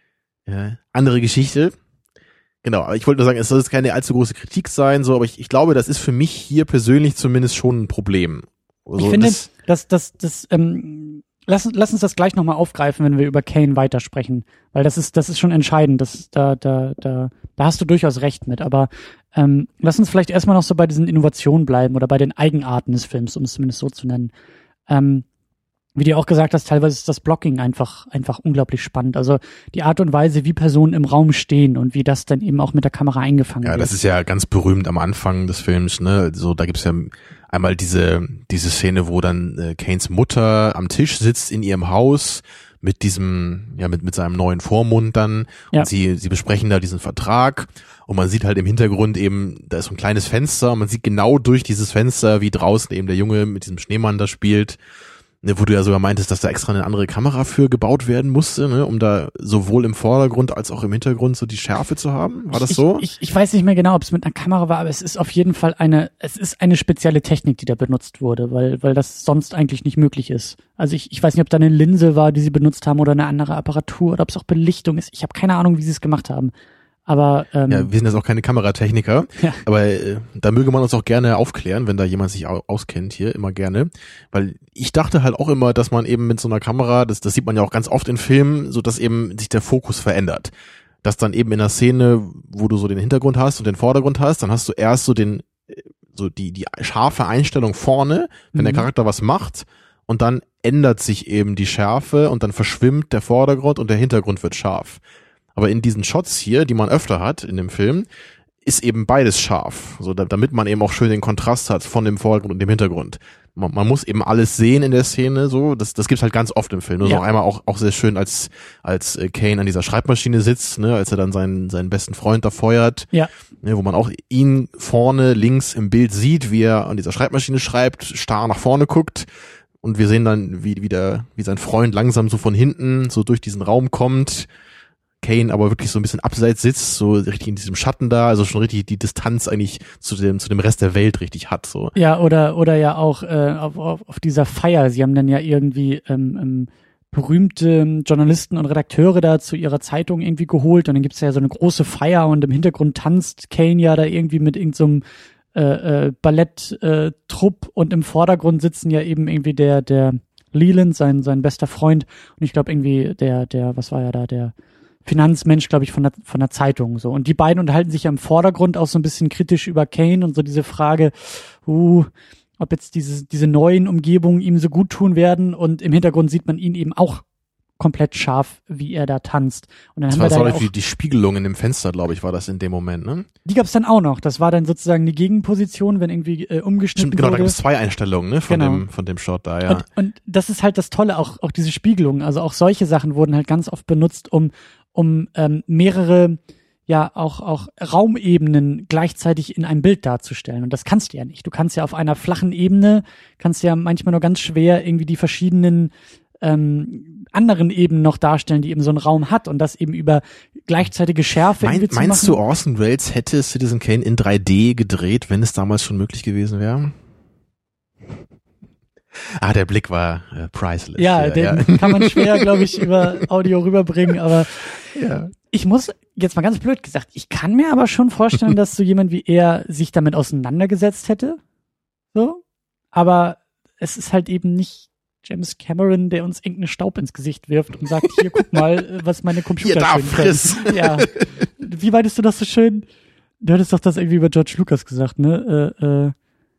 ja. Andere Geschichte. Genau, aber ich wollte nur sagen, es soll jetzt keine allzu große Kritik sein, so, aber ich, ich glaube, das ist für mich hier persönlich zumindest schon ein Problem. Also, ich finde, das, dass das, das, ähm, lass, lass uns das gleich nochmal aufgreifen, wenn wir über Kane weitersprechen, weil das ist, das ist schon entscheidend. Das, da, da, da, da hast du durchaus recht mit. Aber ähm, lass uns vielleicht erstmal noch so bei diesen Innovationen bleiben oder bei den Eigenarten des Films, um es zumindest so zu nennen. Ähm, wie du auch gesagt hast, teilweise ist das Blocking einfach, einfach unglaublich spannend. Also die Art und Weise, wie Personen im Raum stehen und wie das dann eben auch mit der Kamera eingefangen ja, wird. das ist ja ganz berühmt am Anfang des Films, ne? So, da gibt's ja einmal diese, diese Szene, wo dann äh, Kanes Mutter am Tisch sitzt in ihrem Haus mit diesem, ja, mit, mit seinem neuen Vormund dann. Ja. Und sie, sie besprechen da diesen Vertrag. Und man sieht halt im Hintergrund eben, da ist so ein kleines Fenster und man sieht genau durch dieses Fenster, wie draußen eben der Junge mit diesem Schneemann da spielt. Ne, wo du ja sogar meintest, dass da extra eine andere Kamera für gebaut werden musste, ne, um da sowohl im Vordergrund als auch im Hintergrund so die Schärfe zu haben. War das ich, so? Ich, ich weiß nicht mehr genau, ob es mit einer Kamera war, aber es ist auf jeden Fall eine, es ist eine spezielle Technik, die da benutzt wurde, weil, weil das sonst eigentlich nicht möglich ist. Also ich, ich weiß nicht, ob da eine Linse war, die sie benutzt haben oder eine andere Apparatur oder ob es auch Belichtung ist. Ich habe keine Ahnung, wie sie es gemacht haben. Aber ähm, Ja, wir sind jetzt auch keine Kameratechniker, Ja. aber äh, da möge man uns auch gerne aufklären, wenn da jemand sich au- auskennt hier, immer gerne. Weil ich dachte halt auch immer, dass man eben mit so einer Kamera, das, das sieht man ja auch ganz oft in Filmen, so dass eben sich der Fokus verändert. Dass dann eben in der Szene, wo du so den Hintergrund hast und den Vordergrund hast, dann hast du erst so den, äh, so die, die scharfe Einstellung vorne, wenn Mhm. der Charakter was macht, und dann ändert sich eben die Schärfe und dann verschwimmt der Vordergrund und der Hintergrund wird scharf. Aber in diesen Shots hier, die man öfter hat in dem Film, ist eben beides scharf, so da, damit man eben auch schön den Kontrast hat von dem Vordergrund und dem Hintergrund. Man, man muss eben alles sehen in der Szene, so das das gibt's halt ganz oft im Film. Nur Ja. so einmal auch auch sehr schön, als als äh, Kane an dieser Schreibmaschine sitzt, ne, als er dann seinen seinen besten Freund da feuert, ja, ne, wo man auch ihn vorne links im Bild sieht, wie er an dieser Schreibmaschine schreibt, starr nach vorne guckt. Und wir sehen dann, wie wie der wie sein Freund langsam so von hinten so durch diesen Raum kommt. Kane aber wirklich so ein bisschen abseits sitzt, so richtig in diesem Schatten da, also schon richtig die Distanz eigentlich zu dem zu dem Rest der Welt richtig hat, so. ja, oder oder ja auch äh, auf, auf, auf dieser Feier. Sie haben dann ja irgendwie ähm, ähm, berühmte Journalisten und Redakteure da zu ihrer Zeitung irgendwie geholt und dann gibt's ja so eine große Feier und im Hintergrund tanzt Kane ja da irgendwie mit irgendeinem so äh, äh, Balletttrupp äh, Trupp und im Vordergrund sitzen ja eben irgendwie der der Leland, sein sein bester Freund und ich glaube irgendwie der der was war ja da der Finanzmensch, glaube ich, von der von der Zeitung so. Und die beiden unterhalten sich ja im Vordergrund auch so ein bisschen kritisch über Kane und so diese Frage, uh, ob jetzt diese diese neuen Umgebungen ihm so gut tun werden. Und im Hintergrund sieht man ihn eben auch komplett scharf, wie er da tanzt. Und dann Das haben war wir da so ja die, auch, die Spiegelung in dem Fenster, glaube ich, war das in dem Moment, ne? die gab's dann auch noch. Das war dann sozusagen die Gegenposition, wenn irgendwie äh, umgeschnitten Stimmt, genau, da wurde. gab es zwei Einstellungen, ne, von Genau. dem von dem Shot da, ja. Und, und das ist halt das Tolle, auch auch diese Spiegelung. Also auch solche Sachen wurden halt ganz oft benutzt, um um ähm, mehrere ja auch auch Raumebenen gleichzeitig in einem Bild darzustellen. Und das kannst du ja nicht. Du kannst ja auf einer flachen Ebene, kannst ja manchmal nur ganz schwer irgendwie die verschiedenen ähm, anderen Ebenen noch darstellen, die eben so ein Raum hat und das eben über gleichzeitige Schärfe Mein, irgendwie zu meinst machen. du, Orson Welles hätte Citizen Kane in drei D gedreht, wenn es damals schon möglich gewesen wäre? Ah, der Blick war äh, priceless. Ja, ja, den ja. kann man schwer, glaube ich, über Audio rüberbringen, aber Ja. ich muss jetzt mal ganz blöd gesagt, ich kann mir aber schon vorstellen, dass so jemand wie er sich damit auseinandergesetzt hätte. So. Aber es ist halt eben nicht James Cameron, der uns irgendeinen Staub ins Gesicht wirft und sagt, hier, guck mal, was meine Computer Hier, da, schön friss. können. Ja. Wie meintest du das so schön? du hattest doch das irgendwie über George Lucas gesagt, ne? Äh, äh,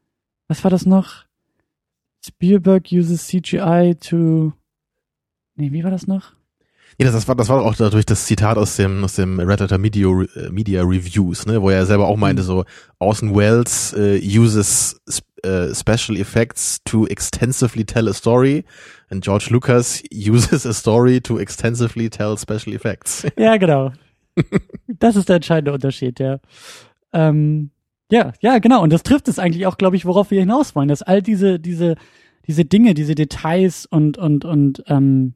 was war das noch? Spielberg uses C G I to, nee, wie war das noch? Ja, das war, das war auch dadurch das Zitat aus dem, aus dem Red Letter Media, Media Reviews, ne, wo er selber auch meinte, so, Orson Welles uh, uses uh, special effects to extensively tell a story and George Lucas uses a story to extensively tell special effects. Ja, genau. Das ist der entscheidende Unterschied, ja. Ähm, ja, ja, genau. Und das trifft es eigentlich auch, glaube ich, worauf wir hinaus wollen, dass all diese, diese, diese Dinge, diese Details und, und, und, ähm,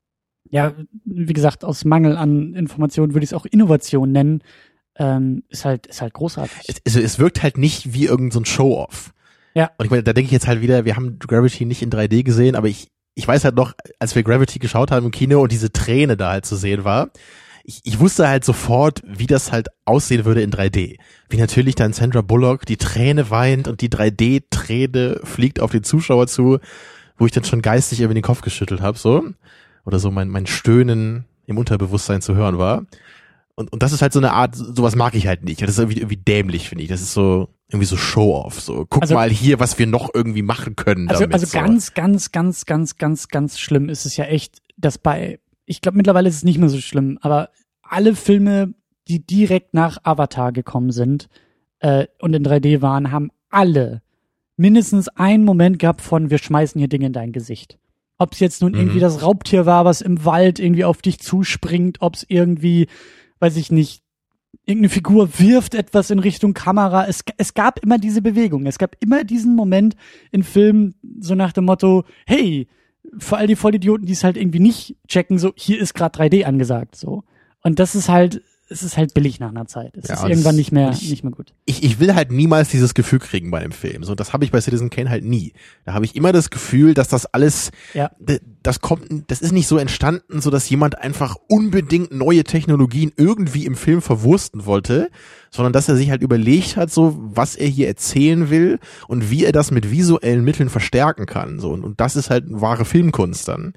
ja, wie gesagt, aus Mangel an Informationen würde ich es auch Innovation nennen, ähm, ist halt, ist halt großartig. Es, es wirkt halt nicht wie irgendein so Show-Off. Ja. Und ich meine, da denke ich jetzt halt wieder, wir haben Gravity nicht in drei D gesehen, aber ich, ich weiß halt noch, als wir Gravity geschaut haben im Kino und diese Träne da halt zu sehen war, ich, ich wusste halt sofort, wie das halt aussehen würde in drei D. Wie natürlich dann Sandra Bullock die Träne weint und die drei D-Träne fliegt auf den Zuschauer zu, wo ich dann schon geistig irgendwie den Kopf geschüttelt habe, so. Oder so mein, mein Stöhnen im Unterbewusstsein zu hören war. Und, und das ist halt so eine Art, sowas mag ich halt nicht. Das ist irgendwie, irgendwie dämlich, finde ich. Das ist so, irgendwie so Show-off. So, guck also, mal hier, was wir noch irgendwie machen können also, damit. Also so. ganz, ganz, ganz, ganz, ganz, ganz schlimm ist es ja echt, dass bei, ich glaube mittlerweile ist es nicht mehr so schlimm, aber alle Filme, die direkt nach Avatar gekommen sind äh, und in drei D waren, haben alle mindestens einen Moment gehabt von, wir schmeißen hier Dinge in dein Gesicht. Ob es jetzt nun mhm. irgendwie das Raubtier war, was im Wald irgendwie auf dich zuspringt, ob es irgendwie, weiß ich nicht, irgendeine Figur wirft etwas in Richtung Kamera. Es, es gab immer diese Bewegung. Es gab immer diesen Moment in Filmen, so nach dem Motto, hey, für all die Vollidioten, die es halt irgendwie nicht checken, so, hier ist gerade drei D angesagt, so. Und das ist halt, es ist halt billig nach einer Zeit. Es ja, ist irgendwann nicht mehr, ich, nicht mehr gut. Ich, ich will halt niemals dieses Gefühl kriegen bei einem Film. So, das habe ich bei Citizen Kane halt nie. Da habe ich immer das Gefühl, dass das alles, ja. das kommt, das ist nicht so entstanden, so dass jemand einfach unbedingt neue Technologien irgendwie im Film verwursten wollte, sondern dass er sich halt überlegt hat, so, was er hier erzählen will und wie er das mit visuellen Mitteln verstärken kann. So, und, und das ist halt wahre Filmkunst dann.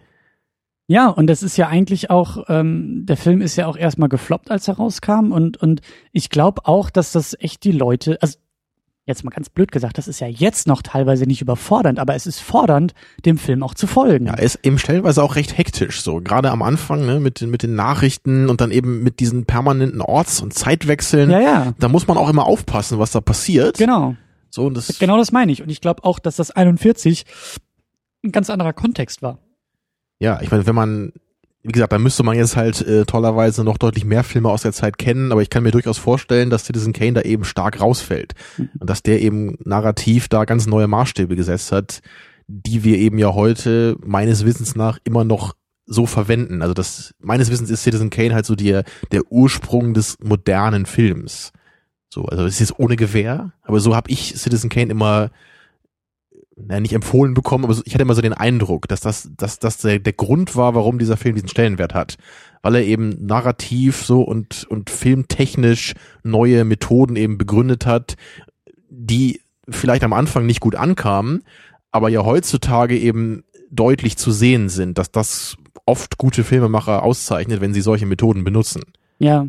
Ja, und das ist ja eigentlich auch, ähm, der Film ist ja auch erstmal gefloppt, als er rauskam und und ich glaube auch, dass das echt die Leute, also jetzt mal ganz blöd gesagt, das ist ja jetzt noch teilweise nicht überfordernd, aber es ist fordernd, dem Film auch zu folgen. Ja, er ist eben stellenweise auch recht hektisch, so gerade am Anfang, ne, mit den mit den Nachrichten und dann eben mit diesen permanenten Orts- und Zeitwechseln. Ja, ja. Da muss man auch immer aufpassen, was da passiert. Genau. So und das genau das meine ich und ich glaube auch, dass das einundvierzig ein ganz anderer Kontext war. Ja, ich meine, wenn man, wie gesagt, da müsste man jetzt halt äh, tollerweise noch deutlich mehr Filme aus der Zeit kennen, aber ich kann mir durchaus vorstellen, dass Citizen Kane da eben stark rausfällt mhm. und dass der eben narrativ da ganz neue Maßstäbe gesetzt hat, die wir eben ja heute meines Wissens nach immer noch so verwenden. Also das, meines Wissens ist Citizen Kane halt so der, der Ursprung des modernen Films. So, also es ist jetzt ohne Gewehr, aber so habe ich Citizen Kane immer Na, nicht empfohlen bekommen, aber ich hatte immer so den Eindruck, dass das, dass das der, der Grund war, warum dieser Film diesen Stellenwert hat. Weil er eben narrativ so und, und filmtechnisch neue Methoden eben begründet hat, die vielleicht am Anfang nicht gut ankamen, aber ja heutzutage eben deutlich zu sehen sind, dass das oft gute Filmemacher auszeichnet, wenn sie solche Methoden benutzen. Ja.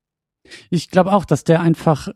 Ich glaube auch, dass der einfach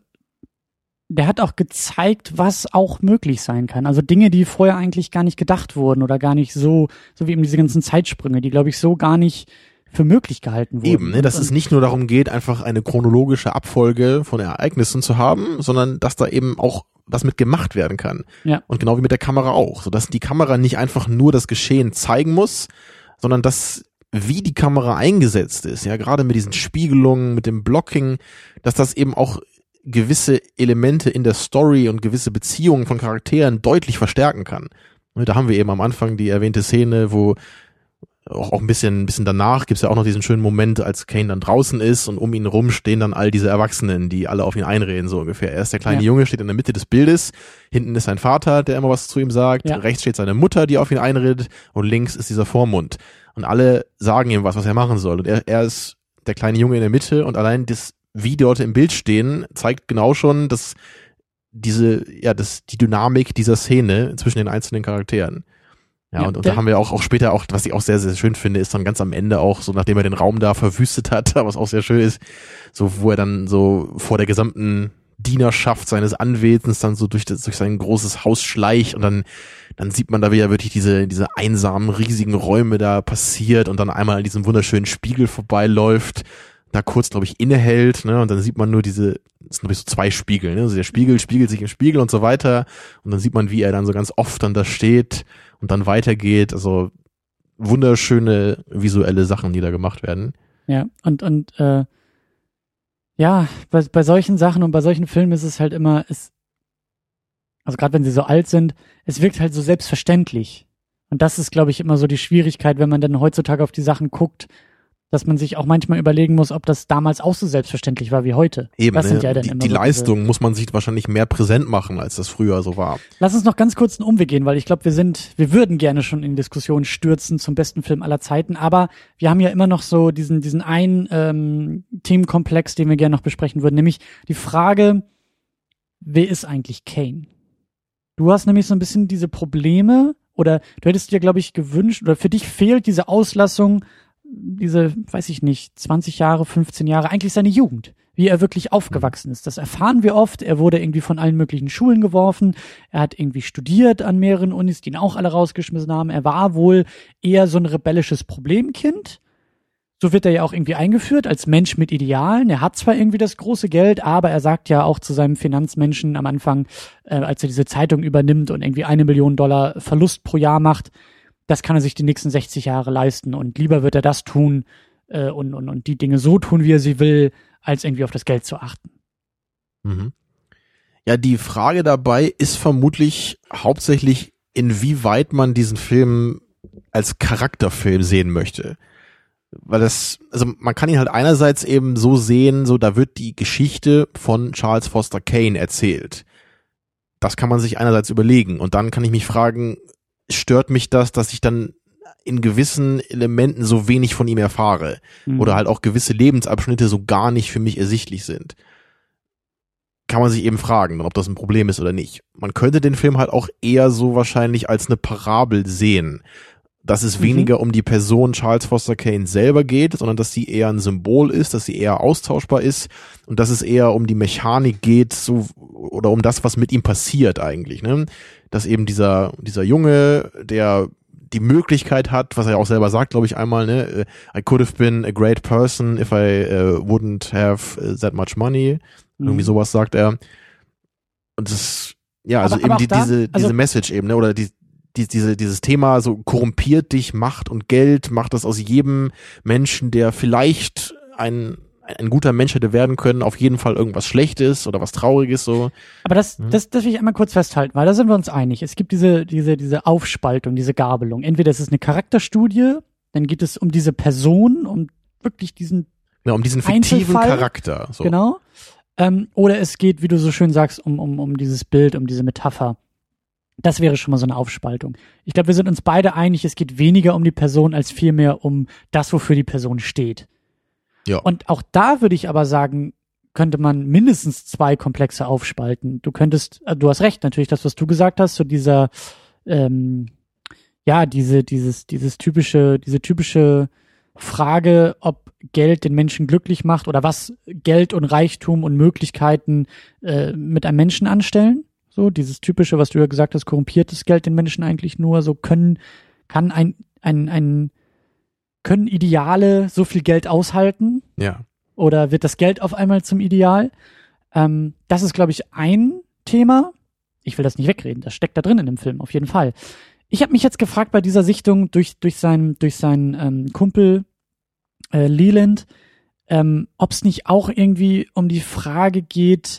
der hat auch gezeigt, was auch möglich sein kann. Also Dinge, die vorher eigentlich gar nicht gedacht wurden oder gar nicht so, so wie eben diese ganzen Zeitsprünge, die, glaube ich, so gar nicht für möglich gehalten wurden. Eben, ne, dass und, es nicht nur darum geht, einfach eine chronologische Abfolge von Ereignissen zu haben, sondern dass da eben auch was mit gemacht werden kann. Ja. Und genau wie mit der Kamera auch. Sodass die Kamera nicht einfach nur das Geschehen zeigen muss, sondern dass wie die Kamera eingesetzt ist, ja, gerade mit diesen Spiegelungen, mit dem Blocking, dass das eben auch gewisse Elemente in der Story und gewisse Beziehungen von Charakteren deutlich verstärken kann. Da haben wir eben am Anfang die erwähnte Szene, wo auch, auch ein bisschen, ein bisschen danach gibt's ja auch noch diesen schönen Moment, als Kane dann draußen ist und um ihn rum stehen dann all diese Erwachsenen, die alle auf ihn einreden, so ungefähr. Er ist der kleine ja. Junge, steht in der Mitte des Bildes, hinten ist sein Vater, der immer was zu ihm sagt, ja. rechts steht seine Mutter, die auf ihn einredet und links ist dieser Vormund. Und alle sagen ihm was, was er machen soll. Und er, er ist der kleine Junge in der Mitte und allein das wie die dort im Bild stehen, zeigt genau schon, dass diese, ja, das, die Dynamik dieser Szene zwischen den einzelnen Charakteren. Ja, ja und, und da haben wir auch, auch später auch, was ich auch sehr, sehr schön finde, ist dann ganz am Ende auch so, nachdem er den Raum da verwüstet hat, was auch sehr schön ist, so, wo er dann so vor der gesamten Dienerschaft seines Anwesens dann so durch, das, durch sein großes Haus schleicht und dann, dann sieht man da wieder wirklich diese, diese einsamen, riesigen Räume da passiert und dann einmal an diesem wunderschönen Spiegel vorbeiläuft, da kurz, glaube ich, innehält, ne, und dann sieht man nur diese, es sind glaube ich so zwei Spiegel, ne, also der Spiegel spiegelt sich im Spiegel und so weiter und dann sieht man, wie er dann so ganz oft dann da steht und dann weitergeht, also wunderschöne visuelle Sachen, die da gemacht werden. Ja, und, und, äh, ja, bei, bei solchen Sachen und bei solchen Filmen ist es halt immer, es, also gerade wenn sie so alt sind, es wirkt halt so selbstverständlich. Und das ist, glaube ich, immer so die Schwierigkeit, wenn man dann heutzutage auf die Sachen guckt, dass man sich auch manchmal überlegen muss, ob das damals auch so selbstverständlich war wie heute. Eben, das sind ne? ja dann die, immer die so Leistung diese, muss man sich wahrscheinlich mehr präsent machen, als das früher so war. Lass uns noch ganz kurz einen Umweg gehen, weil ich glaube, wir sind, wir würden gerne schon in Diskussionen stürzen zum besten Film aller Zeiten, aber wir haben ja immer noch so diesen, diesen einen ähm, Themenkomplex, den wir gerne noch besprechen würden, nämlich die Frage, wer ist eigentlich Kane? Du hast nämlich so ein bisschen diese Probleme, oder du hättest dir, glaube ich, gewünscht, oder für dich fehlt diese Auslassung, diese, weiß ich nicht, zwanzig Jahre, fünfzehn Jahre, eigentlich seine Jugend, wie er wirklich aufgewachsen ist. Das erfahren wir oft. Er wurde irgendwie von allen möglichen Schulen geworfen. Er hat irgendwie studiert an mehreren Unis, die ihn auch alle rausgeschmissen haben. Er war wohl eher so ein rebellisches Problemkind. So wird er ja auch irgendwie eingeführt als Mensch mit Idealen. Er hat zwar irgendwie das große Geld, aber er sagt ja auch zu seinem Finanzmenschen am Anfang, äh, als er diese Zeitung übernimmt und irgendwie eine Million Dollar Verlust pro Jahr macht, das kann er sich die nächsten sechzig Jahre leisten und lieber wird er das tun äh, und, und, und die Dinge so tun, wie er sie will, als irgendwie auf das Geld zu achten. Mhm. Ja, die Frage dabei ist vermutlich hauptsächlich, inwieweit man diesen Film als Charakterfilm sehen möchte. Weil das, also man kann ihn halt einerseits eben so sehen, so da wird die Geschichte von Charles Foster Kane erzählt. Das kann man sich einerseits überlegen und dann kann ich mich fragen, stört mich das, dass ich dann in gewissen Elementen so wenig von ihm erfahre mhm. oder halt auch gewisse Lebensabschnitte so gar nicht für mich ersichtlich sind. Kann man sich eben fragen, ob das ein Problem ist oder nicht. Man könnte den Film halt auch eher so wahrscheinlich als eine Parabel sehen, dass es mhm. weniger um die Person Charles Foster Kane selber geht, sondern dass sie eher ein Symbol ist, dass sie eher austauschbar ist und dass es eher um die Mechanik geht, so oder um das, was mit ihm passiert eigentlich, ne? Dass eben dieser dieser Junge, der die Möglichkeit hat, was er auch selber sagt, glaube ich einmal, ne, I could have been a great person if I uh, wouldn't have uh, that much money. Mhm. Irgendwie sowas sagt er. Und das, ja, also aber, eben aber die, da, diese also diese Message eben, ne, oder die Die, diese, dieses Thema so korrumpiert dich, Macht und Geld, macht das aus jedem Menschen, der vielleicht ein, ein guter Mensch hätte werden können, auf jeden Fall irgendwas Schlechtes oder was Trauriges, so. Aber das, mhm. das, das will ich einmal kurz festhalten, weil da sind wir uns einig. Es gibt diese, diese, diese Aufspaltung, diese Gabelung. Entweder es ist eine Charakterstudie, dann geht es um diese Person, um wirklich diesen, ja, um diesen fiktiven Einzelfall, Charakter, so. Genau. Ähm, oder es geht, wie du so schön sagst, um, um, um dieses Bild, um diese Metapher. Das wäre schon mal so eine Aufspaltung. Ich glaube, wir sind uns beide einig, es geht weniger um die Person, als vielmehr um das, wofür die Person steht. Ja. Und auch da würde ich aber sagen, könnte man mindestens zwei Komplexe aufspalten. Du könntest, du hast recht, natürlich das, was du gesagt hast, so dieser, ähm, ja, diese, dieses, dieses typische, diese typische Frage, ob Geld den Menschen glücklich macht oder was Geld und Reichtum und Möglichkeiten äh, mit einem Menschen anstellen. So, dieses typische, was du ja gesagt hast, korrumpiertes Geld den Menschen eigentlich nur, so können, kann ein, ein, ein, können Ideale so viel Geld aushalten? Ja. Oder wird das Geld auf einmal zum Ideal? Ähm, das ist, glaube ich, ein Thema. Ich will das nicht wegreden, das steckt da drin in dem Film, auf jeden Fall. Ich habe mich jetzt gefragt bei dieser Sichtung durch, durch seinen, durch seinen ähm, Kumpel äh, Leland, ähm, ob es nicht auch irgendwie um die Frage geht,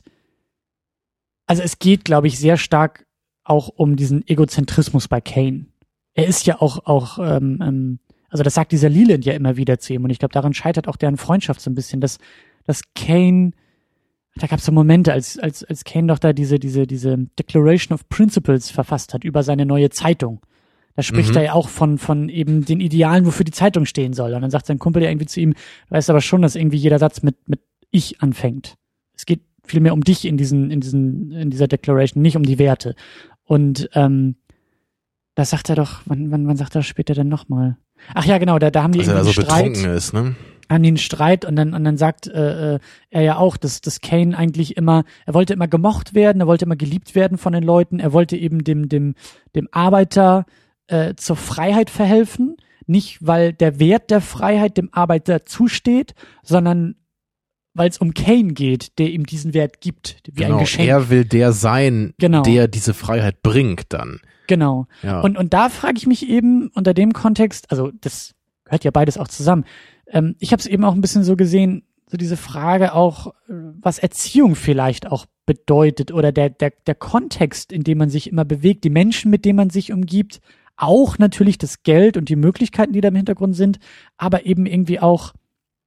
also es geht, glaube ich, sehr stark auch um diesen Egozentrismus bei Kane. Er ist ja auch, auch ähm, ähm, also das sagt dieser Leland ja immer wieder zu ihm und ich glaube, daran scheitert auch deren Freundschaft so ein bisschen, dass, dass Kane, da gab es so Momente, als, als, als Kane doch da diese, diese, diese Declaration of Principles verfasst hat über seine neue Zeitung. Da spricht mhm. er ja auch von, von eben den Idealen, wofür die Zeitung stehen soll. Und dann sagt sein Kumpel ja irgendwie zu ihm, du weißt aber schon, dass irgendwie jeder Satz mit, mit ich anfängt. Es geht viel mehr um dich in diesen, in diesen, in dieser Declaration, nicht um die Werte. Und ähm, da sagt er doch, wann, wann, wann sagt er später denn nochmal? Ach ja, genau, da, da haben die also irgendwie er so einen Streit. betrunken ist, ne? haben die einen Streit und dann und dann sagt äh, er ja auch, dass dass Kane eigentlich immer, er wollte immer gemocht werden, er wollte immer geliebt werden von den Leuten, er wollte eben dem dem dem Arbeiter äh, zur Freiheit verhelfen, nicht weil der Wert der Freiheit dem Arbeiter zusteht, sondern weil es um Kane geht, der ihm diesen Wert gibt, wie genau, ein Geschenk. Er will der sein, genau. der diese Freiheit bringt dann. Genau. Ja. Und und da frage ich mich eben unter dem Kontext, also das gehört ja beides auch zusammen. Ähm, ich habe es eben auch ein bisschen so gesehen, so diese Frage auch, was Erziehung vielleicht auch bedeutet oder der der der Kontext, in dem man sich immer bewegt, die Menschen, mit denen man sich umgibt, auch natürlich das Geld und die Möglichkeiten, die da im Hintergrund sind, aber eben irgendwie auch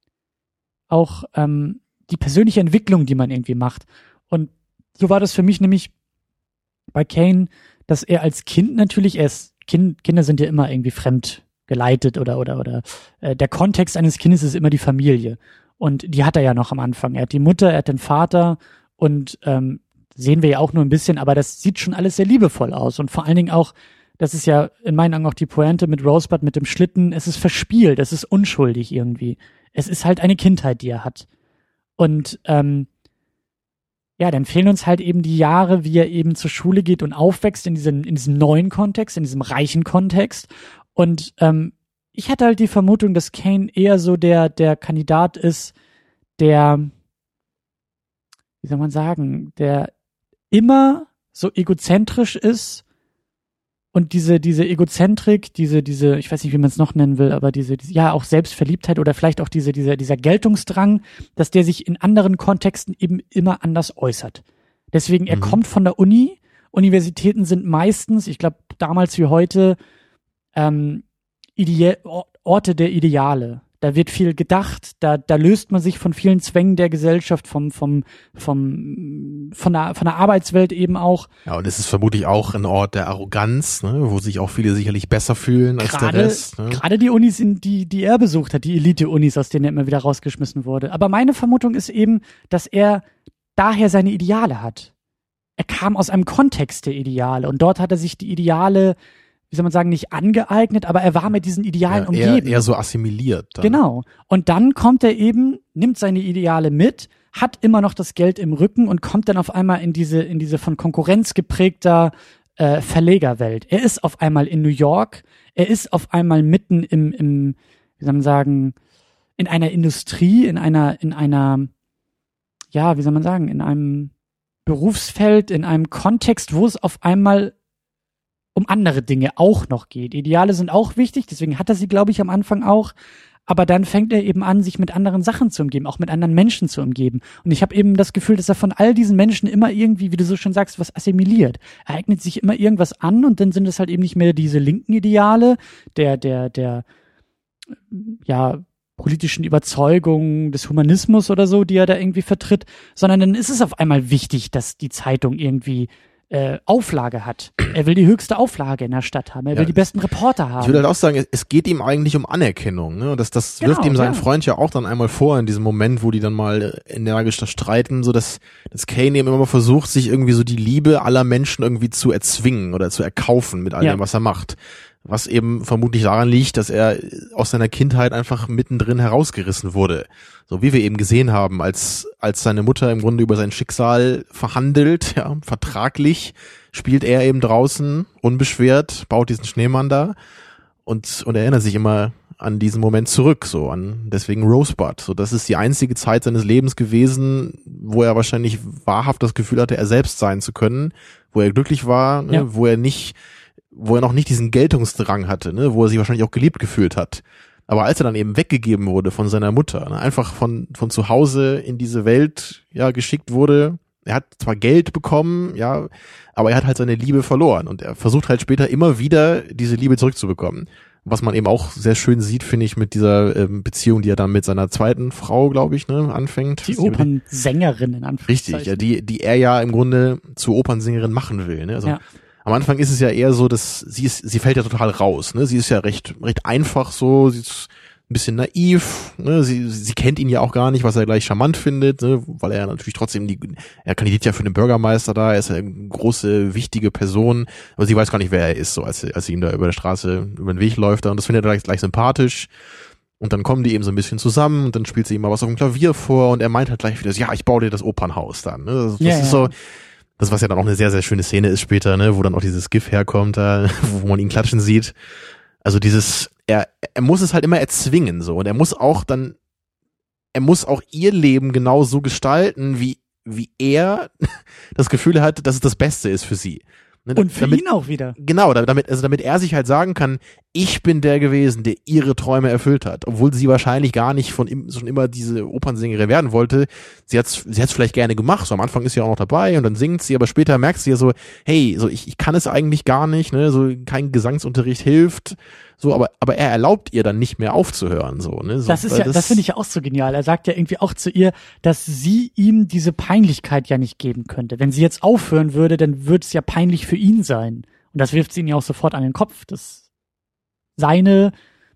auch ähm, die persönliche Entwicklung, die man irgendwie macht. Und so war das für mich nämlich bei Kane, dass er als Kind natürlich, er ist, kind, Kinder sind ja immer irgendwie fremd geleitet oder oder oder äh, der Kontext eines Kindes ist immer die Familie. Und die hat er ja noch am Anfang. Er hat die Mutter, er hat den Vater und ähm, sehen wir ja auch nur ein bisschen, aber das sieht schon alles sehr liebevoll aus. Und vor allen Dingen auch, das ist ja in meinen Augen auch die Pointe mit Rosebud, mit dem Schlitten, es ist verspielt, es ist unschuldig irgendwie. Es ist halt eine Kindheit, die er hat. Und ähm, ja, dann fehlen uns halt eben die Jahre, wie er eben zur Schule geht und aufwächst in diesem, in diesem neuen Kontext, in diesem reichen Kontext. Und ähm, ich hatte halt die Vermutung, dass Kane eher so der, der Kandidat ist, der, wie soll man sagen, der immer so egozentrisch ist und diese, diese Egozentrik, diese, diese, ich weiß nicht, wie man es noch nennen will, aber diese, diese, ja, auch Selbstverliebtheit oder vielleicht auch diese, dieser, dieser Geltungsdrang, dass der sich in anderen Kontexten eben immer anders äußert. Deswegen, er Mhm. kommt von der Uni. Universitäten sind meistens, ich glaube, damals wie heute, ähm, Ide- Orte der Ideale. Da wird viel gedacht, da, da löst man sich von vielen Zwängen der Gesellschaft, vom, vom, vom, von der, von der Arbeitswelt eben auch. Ja, und es ist vermutlich auch ein Ort der Arroganz, ne, wo sich auch viele sicherlich besser fühlen als Gerade, der Rest. Ne? gerade die Unis, in die, die er besucht hat, die Elite-Unis, aus denen er immer wieder rausgeschmissen wurde. Aber meine Vermutung ist eben, dass er daher seine Ideale hat. Er kam aus einem Kontext der Ideale und dort hat er sich die Ideale, wie soll man sagen, nicht angeeignet, aber er war mit diesen Idealen Ja, eher, umgeben. eher so assimiliert. Dann. Genau. Und dann kommt er eben, nimmt seine Ideale mit, hat immer noch das Geld im Rücken und kommt dann auf einmal in diese, in diese von Konkurrenz geprägter äh, Verlegerwelt. Er ist auf einmal in New York, er ist auf einmal mitten im, im, wie soll man sagen, in einer Industrie, in einer, in einer, ja, wie soll man sagen, in einem Berufsfeld, in einem Kontext, wo es auf einmal um andere Dinge auch noch geht. Ideale sind auch wichtig, deswegen hat er sie, glaube ich, am Anfang auch. Aber dann fängt er eben an, sich mit anderen Sachen zu umgeben, auch mit anderen Menschen zu umgeben. Und ich habe eben das Gefühl, dass er von all diesen Menschen immer irgendwie, wie du so schön sagst, was assimiliert. Er eignet sich immer irgendwas an und dann sind es halt eben nicht mehr diese linken Ideale, der, der, der, ja, politischen Überzeugungen des Humanismus oder so, die er da irgendwie vertritt, sondern dann ist es auf einmal wichtig, dass die Zeitung irgendwie Äh, Auflage hat. Er will die höchste Auflage in der Stadt haben. Er Ja, will die besten Reporter haben. Ich würde halt auch sagen, es geht ihm eigentlich um Anerkennung. Ne? Und das, das Genau, wirft ihm sein ja. Freund ja auch dann einmal vor in diesem Moment, wo die dann mal energisch da streiten, so dass, dass Kane eben immer versucht, sich irgendwie so die Liebe aller Menschen irgendwie zu erzwingen oder zu erkaufen mit all Ja. dem, was er macht. Was eben vermutlich daran liegt, dass er aus seiner Kindheit einfach mittendrin herausgerissen wurde. So wie wir eben gesehen haben, als, als seine Mutter im Grunde über sein Schicksal verhandelt, ja, vertraglich, spielt er eben draußen, unbeschwert, baut diesen Schneemann da und, und erinnert sich immer an diesen Moment zurück, so an, deswegen Rosebud. So, das ist die einzige Zeit seines Lebens gewesen, wo er wahrscheinlich wahrhaft das Gefühl hatte, er selbst sein zu können, wo er glücklich war, ne, Ja. wo er nicht, wo er noch nicht diesen Geltungsdrang hatte, ne, wo er sich wahrscheinlich auch geliebt gefühlt hat. Aber als er dann eben weggegeben wurde von seiner Mutter, ne, einfach von von zu Hause in diese Welt ja geschickt wurde, er hat zwar Geld bekommen, ja, aber er hat halt seine Liebe verloren und er versucht halt später immer wieder diese Liebe zurückzubekommen. Was man eben auch sehr schön sieht, finde ich, mit dieser ähm, Beziehung, die er dann mit seiner zweiten Frau, glaube ich, ne, anfängt. die Opernsängerin in Anführungszeichen. Richtig, ja, die die er ja im Grunde zur Opernsängerin machen will, ne? Also Ja. am Anfang ist es ja eher so, dass sie ist, sie fällt ja total raus, ne? Sie ist ja recht, recht einfach so, sie ist ein bisschen naiv, ne? Sie, sie kennt ihn ja auch gar nicht, was er gleich charmant findet, ne? Weil er natürlich trotzdem die, er kandidiert ja für den Bürgermeister da, er ist ja eine große, wichtige Person, aber sie weiß gar nicht, wer er ist, so, als, als sie ihm da über der Straße über den Weg läuft, und das findet er gleich, gleich sympathisch. Und dann kommen die eben so ein bisschen zusammen und dann spielt sie ihm mal was auf dem Klavier vor und er meint halt gleich wieder, ja, ich baue dir das Opernhaus dann. Ne? Das, das ja, ist ja. so, das was ja dann auch eine sehr, sehr schöne Szene ist später, ne, wo dann auch dieses GIF herkommt, da, wo man ihn klatschen sieht. Also dieses, er, er muss es halt immer erzwingen so und er muss auch dann, er muss auch ihr Leben genau so gestalten, wie, wie er das Gefühl hat, dass es das Beste ist für sie. Ne, Und für damit, ihn auch wieder. Genau, damit, also damit er sich halt sagen kann, ich bin der gewesen, der ihre Träume erfüllt hat, obwohl sie wahrscheinlich gar nicht von im, schon immer diese Opernsängerin werden wollte. Sie hat's, sie hat's vielleicht gerne gemacht, so am Anfang ist sie auch noch dabei und dann singt sie, aber später merkt sie ja so, hey, so ich, ich kann es eigentlich gar nicht, ne, so kein Gesangsunterricht hilft, so, aber, aber er erlaubt ihr dann nicht mehr aufzuhören, so, ne. So, das ist ja, das, das finde ich ja auch so genial. Er sagt ja irgendwie auch zu ihr, dass sie ihm diese Peinlichkeit ja nicht geben könnte. Wenn sie jetzt aufhören würde, dann würde es ja peinlich für ihn sein. Und das wirft sie ihn ja auch sofort an den Kopf, dass seine,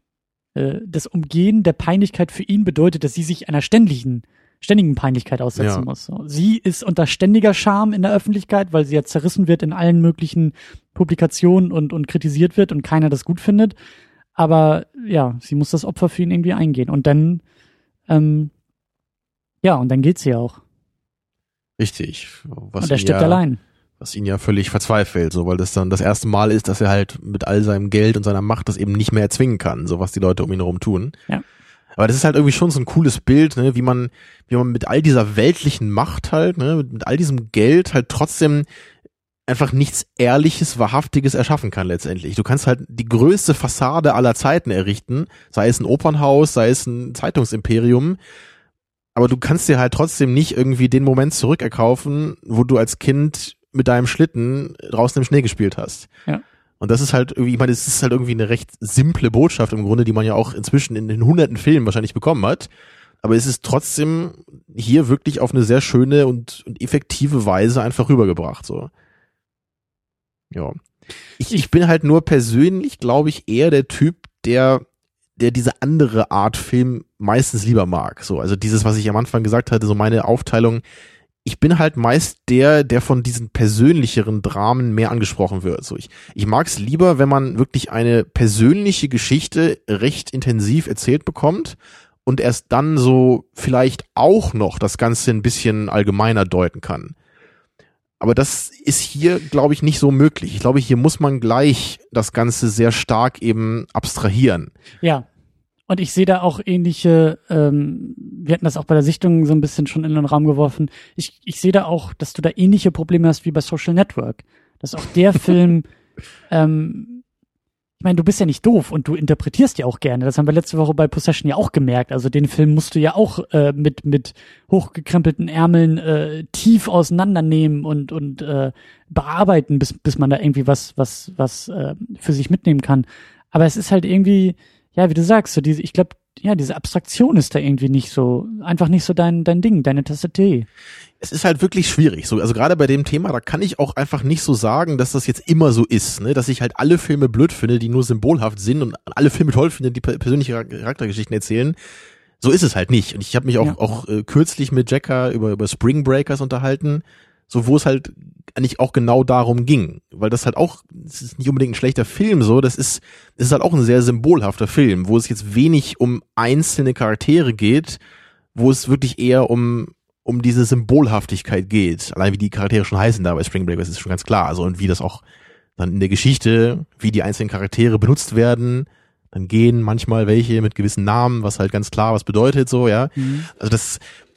äh, das Umgehen der Peinlichkeit für ihn bedeutet, dass sie sich einer ständigen, ständigen Peinlichkeit aussetzen Ja. muss. So. Sie ist unter ständiger Scham in der Öffentlichkeit, weil sie ja zerrissen wird in allen möglichen Publikationen und, und kritisiert wird und keiner das gut findet. Aber ja, sie muss das Opfer für ihn irgendwie eingehen. Und dann, ähm, ja, und dann geht sie ja auch. Richtig. Was und er ihn stirbt ja, allein. Was ihn ja völlig verzweifelt, so, weil das dann das erste Mal ist, dass er halt mit all seinem Geld und seiner Macht das eben nicht mehr erzwingen kann, so was die Leute um ihn herum tun. Ja. Aber das ist halt irgendwie schon so ein cooles Bild, ne, wie man, wie man mit all dieser weltlichen Macht halt, ne, mit, mit all diesem Geld halt trotzdem einfach nichts Ehrliches, Wahrhaftiges erschaffen kann letztendlich. Du kannst halt die größte Fassade aller Zeiten errichten, sei es ein Opernhaus, sei es ein Zeitungsimperium, aber du kannst dir halt trotzdem nicht irgendwie den Moment zurückerkaufen, wo du als Kind mit deinem Schlitten draußen im Schnee gespielt hast. Ja. Und das ist halt irgendwie, ich meine, es ist halt irgendwie eine recht simple Botschaft im Grunde, die man ja auch inzwischen in den hunderten Filmen wahrscheinlich bekommen hat. Aber es ist trotzdem hier wirklich auf eine sehr schöne und, und effektive Weise einfach rübergebracht, so. Ja. Ich, ich bin halt nur persönlich, glaube ich, eher der Typ, der, der diese andere Art Film meistens lieber mag. So, also dieses, was ich am Anfang gesagt hatte, so meine Aufteilung. Ich bin halt meist der, der von diesen persönlicheren Dramen mehr angesprochen wird. So, ich, ich mag es lieber, wenn man wirklich eine persönliche Geschichte recht intensiv erzählt bekommt und erst dann so vielleicht auch noch das Ganze ein bisschen allgemeiner deuten kann. Aber das ist hier, glaube ich, nicht so möglich. Ich glaube, hier muss man gleich das Ganze sehr stark eben abstrahieren. Ja. Und ich sehe da auch ähnliche, ähm, wir hatten das auch bei der Sichtung so ein bisschen schon in den Raum geworfen. Ich, ich sehe da auch, dass du da ähnliche Probleme hast wie bei Social Network. Dass auch der Film, ähm, ich meine, du bist ja nicht doof und du interpretierst ja auch gerne. Das haben wir letzte Woche bei Possession ja auch gemerkt. Also den Film musst du ja auch äh, mit mit hochgekrempelten Ärmeln äh, tief auseinandernehmen und und äh, bearbeiten, bis bis man da irgendwie was was was äh, für sich mitnehmen kann. Aber es ist halt irgendwie, ja, wie du sagst, so diese, ich glaube, ja, diese Abstraktion ist da irgendwie nicht so, einfach nicht so dein dein Ding, deine Tasse Tee. Es ist halt wirklich schwierig. So, also gerade bei dem Thema, da kann ich auch einfach nicht so sagen, dass das jetzt immer so ist, ne, dass ich halt alle Filme blöd finde, die nur symbolhaft sind und alle Filme toll finde, die persönliche Charaktergeschichten erzählen. So ist es halt nicht. Und ich habe mich auch Ja. auch äh, kürzlich mit Jacka über über Spring Breakers unterhalten, so wo es halt eigentlich auch genau darum ging, weil das halt auch, es ist nicht unbedingt ein schlechter Film, so, das ist, es ist halt auch ein sehr symbolhafter Film, wo es jetzt wenig um einzelne Charaktere geht, wo es wirklich eher um um diese Symbolhaftigkeit geht. Allein wie die Charaktere schon heißen da bei Spring Breakers ist schon ganz klar. Also und wie das auch dann in der Geschichte, wie die einzelnen Charaktere benutzt werden, dann gehen manchmal welche mit gewissen Namen, was halt ganz klar was bedeutet, so, ja. Mhm. Also das,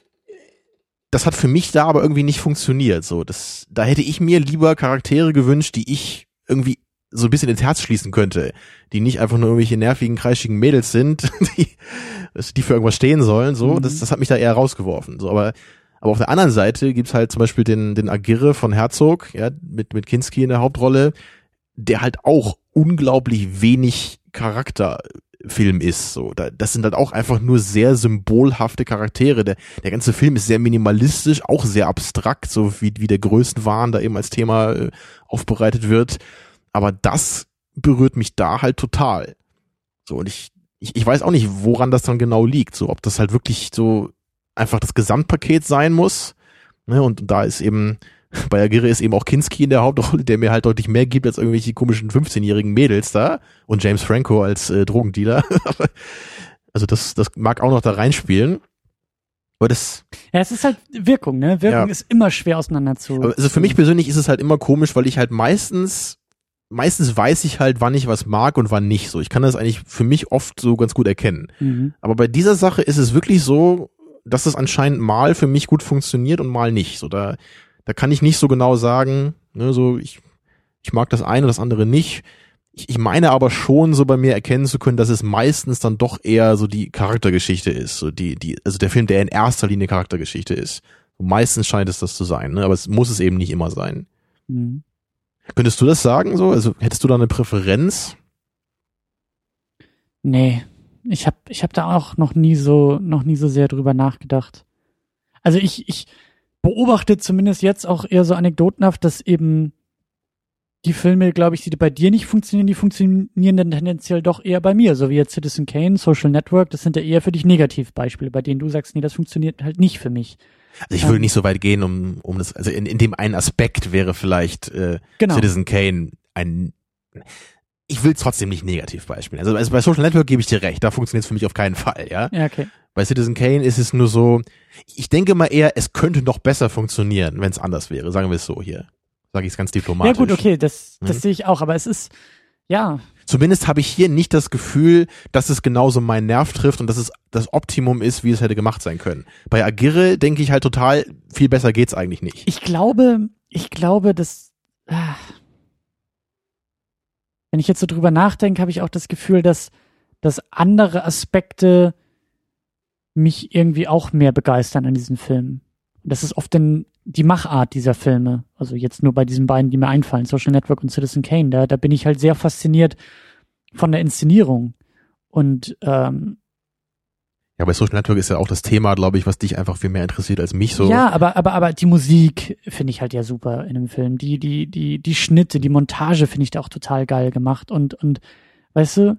das hat für mich da aber irgendwie nicht funktioniert, so. Das, da hätte ich mir lieber Charaktere gewünscht, die ich irgendwie so ein bisschen ins Herz schließen könnte, die nicht einfach nur irgendwelche nervigen, kreischigen Mädels sind, die, die für irgendwas stehen sollen, so, mhm. das, das hat mich da eher rausgeworfen, so, aber, aber auf der anderen Seite gibt's halt zum Beispiel den, den Agirre von Herzog, ja, mit, mit Kinski in der Hauptrolle, der halt auch unglaublich wenig Charakterfilm ist, so, da, das sind halt auch einfach nur sehr symbolhafte Charaktere, der, der ganze Film ist sehr minimalistisch, auch sehr abstrakt, so wie, wie der Größenwahn da eben als Thema äh, aufbereitet wird. Aber das berührt mich da halt total. So, und ich, ich, ich weiß auch nicht, woran das dann genau liegt. So, ob das halt wirklich so einfach das Gesamtpaket sein muss. Ne, und da ist eben, bei Agirre ist eben auch Kinski in der Hauptrolle, der mir halt deutlich mehr gibt als irgendwelche komischen fünfzehnjährigen Mädels da. Und James Franco als äh, Drogendealer. Also das, das mag auch noch da reinspielen. Aber das. Ja, es ist halt Wirkung, ne? Wirkung ja. ist immer schwer auseinander zu. Aber also für mich persönlich ist es halt immer komisch, weil ich halt meistens, meistens weiß ich halt, wann ich was mag und wann nicht. So, ich kann das eigentlich für mich oft so ganz gut erkennen. Mhm. Aber bei dieser Sache ist es wirklich so, dass es anscheinend mal für mich gut funktioniert und mal nicht. So, da, da kann ich nicht so genau sagen, ne, so, ich, ich mag das eine und das andere nicht. Ich, ich meine aber schon so bei mir erkennen zu können, dass es meistens dann doch eher so die Charaktergeschichte ist. So die, die, also der Film, der in erster Linie Charaktergeschichte ist. Und meistens scheint es das zu sein, ne? Aber es muss es eben nicht immer sein. Mhm. Könntest du das sagen so? Also hättest du da eine Präferenz? Nee, ich habe ich hab da auch noch nie so noch nie so sehr drüber nachgedacht. Also ich ich beobachte zumindest jetzt auch eher so anekdotenhaft, dass eben die Filme, glaube ich, die bei dir nicht funktionieren, die funktionieren dann tendenziell doch eher bei mir, so wie jetzt Citizen Kane, Social Network, das sind ja eher für dich Negativbeispiele, bei denen du sagst, nee, das funktioniert halt nicht für mich. Also ich würde nicht so weit gehen, um um das, also in, in dem einen Aspekt wäre vielleicht äh, Genau. Citizen Kane ein, ich will trotzdem nicht Negativbeispielen. Also, also bei Social Network gebe ich dir recht, da funktioniert es für mich auf keinen Fall, ja. Ja, okay. Bei Citizen Kane ist es nur so, ich denke mal eher, es könnte noch besser funktionieren, wenn es anders wäre, sagen wir es so hier. Sage ich es ganz diplomatisch. Ja gut, okay, das das Mhm. sehe ich auch, aber es ist, ja, Zumindest habe ich hier nicht das Gefühl, dass es genauso meinen Nerv trifft und dass es das Optimum ist, wie es hätte gemacht sein können. Bei Aguirre denke ich halt total, viel besser geht's eigentlich nicht. ich glaube, ich glaube, dass, ah, wenn ich jetzt so drüber nachdenke, habe ich auch das Gefühl, dass, dass andere Aspekte mich irgendwie auch mehr begeistern an diesen Filmen. Das ist oft denn die Machart dieser Filme. Also jetzt nur bei diesen beiden, die mir einfallen, Social Network und Citizen Kane. Da, da bin ich halt sehr fasziniert von der Inszenierung. Und ähm, Ja, bei Social Network ist ja auch das Thema, glaube ich, was dich einfach viel mehr interessiert als mich so. ja, aber aber aber die Musik finde ich halt ja super in dem Film. Die die die die Schnitte, die Montage finde ich da auch total geil gemacht. Und und weißt du,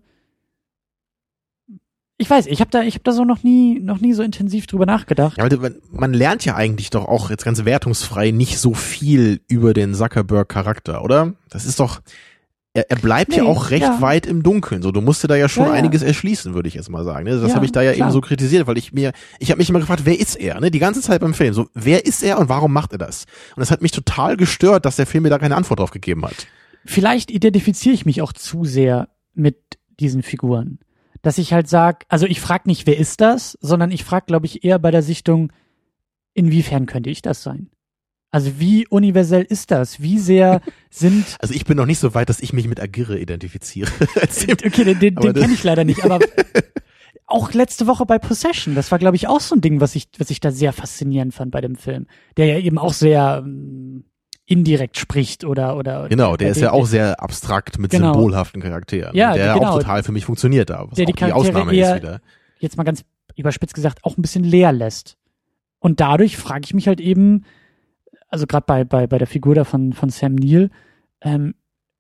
ich weiß, ich habe da ich habe da so noch nie noch nie so intensiv drüber nachgedacht. Ja, aber du, man lernt ja eigentlich doch auch jetzt ganz wertungsfrei nicht so viel über den Zuckerberg-Charakter, oder? Das ist doch, er, er bleibt Nee, ja auch recht ja. weit im Dunkeln. So, du musst dir da ja schon Ja, ja. einiges erschließen, würde ich jetzt mal sagen. Ne? Das Ja, habe ich da ja klar. eben so kritisiert, weil ich mir, ich habe mich immer gefragt, wer ist er? Ne? Die ganze Zeit beim Film. So, wer ist er und warum macht er das? Und das hat mich total gestört, dass der Film mir da keine Antwort drauf gegeben hat. Vielleicht identifiziere ich mich auch zu sehr mit diesen Figuren. Dass ich halt sag, also ich frage nicht, wer ist das, sondern ich frage, glaube ich, eher bei der Sichtung, inwiefern könnte ich das sein? Also wie universell ist das? Wie sehr sind... Also ich bin noch nicht so weit, dass ich mich mit Aguirre identifiziere. Okay, den, den, Aber den das- kenne ich leider nicht, aber auch letzte Woche bei Possession, das war, glaube ich, auch so ein Ding, was ich, was ich da sehr faszinierend fand bei dem Film. Der ja eben auch sehr ähm, indirekt spricht oder oder Genau, der bei ist dem- ja auch sehr abstrakt mit Genau. symbolhaften Charakteren. Ja, der genau. auch total für mich funktioniert da, was Der die auch die Charaktere Ausnahme eher- ist wieder. jetzt mal ganz überspitzt gesagt, auch ein bisschen leer lässt. Und dadurch frage ich mich halt eben, also gerade bei, bei, bei der Figur da von, von Sam Neill, ähm,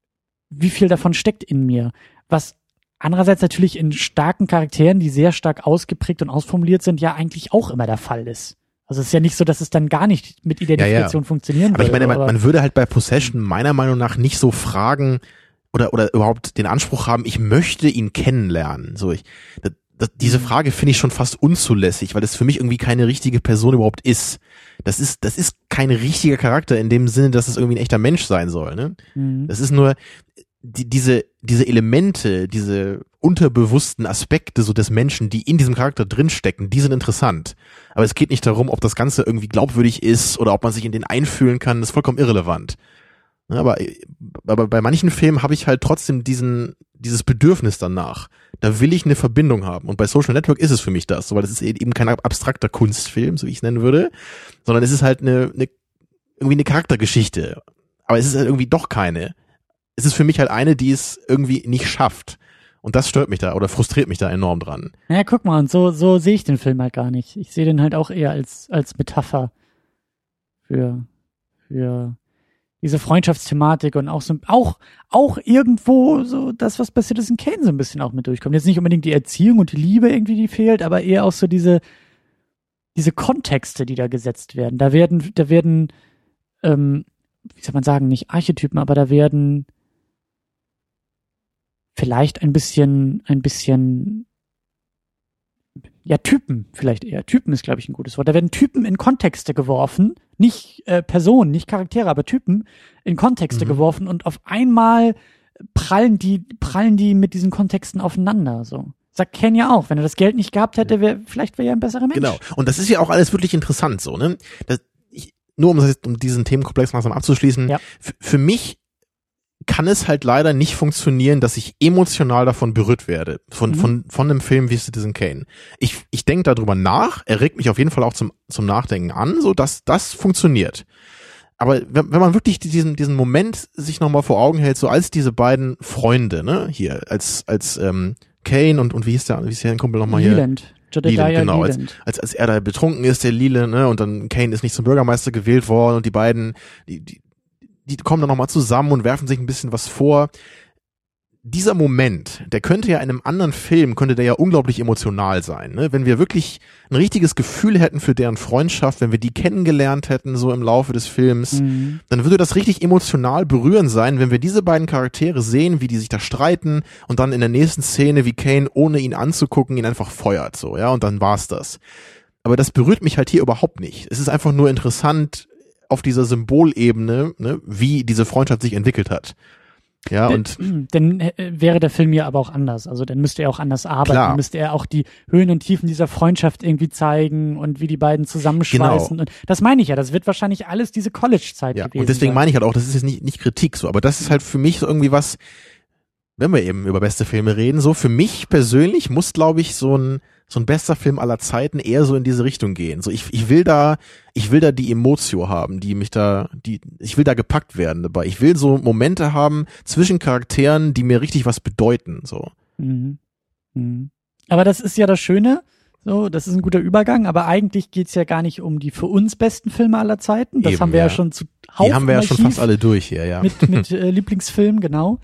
wie viel davon steckt in mir? Was andererseits natürlich in starken Charakteren, die sehr stark ausgeprägt und ausformuliert sind, ja eigentlich auch immer der Fall ist. Also es ist ja nicht so, dass es dann gar nicht mit Identifikation funktionieren Aber ich würde. meine, man, man würde halt bei Possession meiner Meinung nach nicht so fragen oder oder überhaupt den Anspruch haben, ich möchte ihn kennenlernen. So ich, das, das, diese Frage finde ich schon fast unzulässig, weil das für mich irgendwie keine richtige Person überhaupt ist. Das ist das ist kein richtiger Charakter in dem Sinne, dass es irgendwie ein echter Mensch sein soll. Ne? Mhm. Das ist nur die, diese diese Elemente, diese unterbewussten Aspekte so des Menschen, die in diesem Charakter drinstecken, die sind interessant. Aber es geht nicht darum, ob das Ganze irgendwie glaubwürdig ist oder ob man sich in den einfühlen kann. Das ist vollkommen irrelevant. Ja, aber, aber bei manchen Filmen habe ich halt trotzdem diesen dieses Bedürfnis danach. Da will ich eine Verbindung haben. Und bei Social Network ist es für mich das, weil das ist eben kein abstrakter Kunstfilm, so wie ich es nennen würde, sondern es ist halt eine, eine irgendwie eine Charaktergeschichte. Aber es ist halt irgendwie doch keine. Es ist für mich halt eine, die es irgendwie nicht schafft. Und das stört mich da oder frustriert mich da enorm dran. Naja, guck mal, und so, so sehe ich den Film halt gar nicht. Ich sehe den halt auch eher als, als Metapher für, für diese Freundschaftsthematik und auch so, auch, auch irgendwo so das, was bei Citizen Kane so ein bisschen auch mit durchkommt. Jetzt nicht unbedingt die Erziehung und die Liebe irgendwie, die fehlt, aber eher auch so diese, diese Kontexte, die da gesetzt werden. Da werden, da werden, ähm, wie soll man sagen, nicht Archetypen, aber da werden vielleicht ein bisschen, ein bisschen ja, Typen vielleicht eher. Typen ist, glaube ich, ein gutes Wort. Da werden Typen in Kontexte geworfen, nicht äh, Personen, nicht Charaktere, aber Typen in Kontexte mhm. geworfen und auf einmal prallen die, prallen die mit diesen Kontexten aufeinander, so. Sagt Ken ja auch, wenn er das Geld nicht gehabt hätte, wär, vielleicht wäre er ein besserer Mensch. Genau. Und das ist ja auch alles wirklich interessant, so, ne? Das, ich, nur um, das, um diesen Themenkomplex langsam abzuschließen. Ja. F- für mich kann es halt leider nicht funktionieren, dass ich emotional davon berührt werde, von, mhm. von, von einem Film wie Citizen Kane. Ich, ich denke darüber nach, er regt mich auf jeden Fall auch zum, zum Nachdenken an, so dass das funktioniert. Aber wenn, wenn man wirklich diesen, diesen Moment sich nochmal vor Augen hält, so als diese beiden Freunde, ne, hier, als, als, ähm, Kane und, und wie hieß der, wie hieß der Kumpel nochmal hier? Leland. Leland, genau, als, als, als er da betrunken ist, der Lile, ne, und dann Kane ist nicht zum Bürgermeister gewählt worden und die beiden, die, die, die kommen dann nochmal zusammen und werfen sich ein bisschen was vor. Dieser Moment, der könnte ja in einem anderen Film, könnte der ja unglaublich emotional sein, ne? Wenn wir wirklich ein richtiges Gefühl hätten für deren Freundschaft, wenn wir die kennengelernt hätten, so im Laufe des Films, mhm. dann würde das richtig emotional berührend sein, wenn wir diese beiden Charaktere sehen, wie die sich da streiten und dann in der nächsten Szene, wie Kane, ohne ihn anzugucken, ihn einfach feuert, so, ja, und dann war's das. Aber das berührt mich halt hier überhaupt nicht. Es ist einfach nur interessant auf dieser Symbolebene, ne, wie diese Freundschaft sich entwickelt hat. Ja, und dann äh, wäre der Film ja aber auch anders. Also dann müsste er auch anders arbeiten, klar. müsste er auch die Höhen und Tiefen dieser Freundschaft irgendwie zeigen und wie die beiden zusammenschweißen. Genau. Und das meine ich ja, das wird wahrscheinlich alles diese College-Zeit ja, gewesen und deswegen sein. meine ich halt auch, das ist jetzt nicht, nicht Kritik so, aber das ist halt für mich so irgendwie was, wenn wir eben über beste Filme reden, so für mich persönlich muss, glaube ich, so ein so ein bester Film aller Zeiten eher so in diese Richtung gehen. So ich ich will da ich will da die Emotio haben, die mich da die ich will da gepackt werden dabei. Ich will so Momente haben zwischen Charakteren, die mir richtig was bedeuten, so. Mhm. Mhm. Aber das ist ja das Schöne, so, das ist ein guter Übergang, aber eigentlich geht's ja gar nicht um die für uns besten Filme aller Zeiten. Das Eben, haben wir ja, ja schon zu Die haben wir ja schon fast alle durch hier, ja. Mit mit äh, Lieblingsfilmen, genau.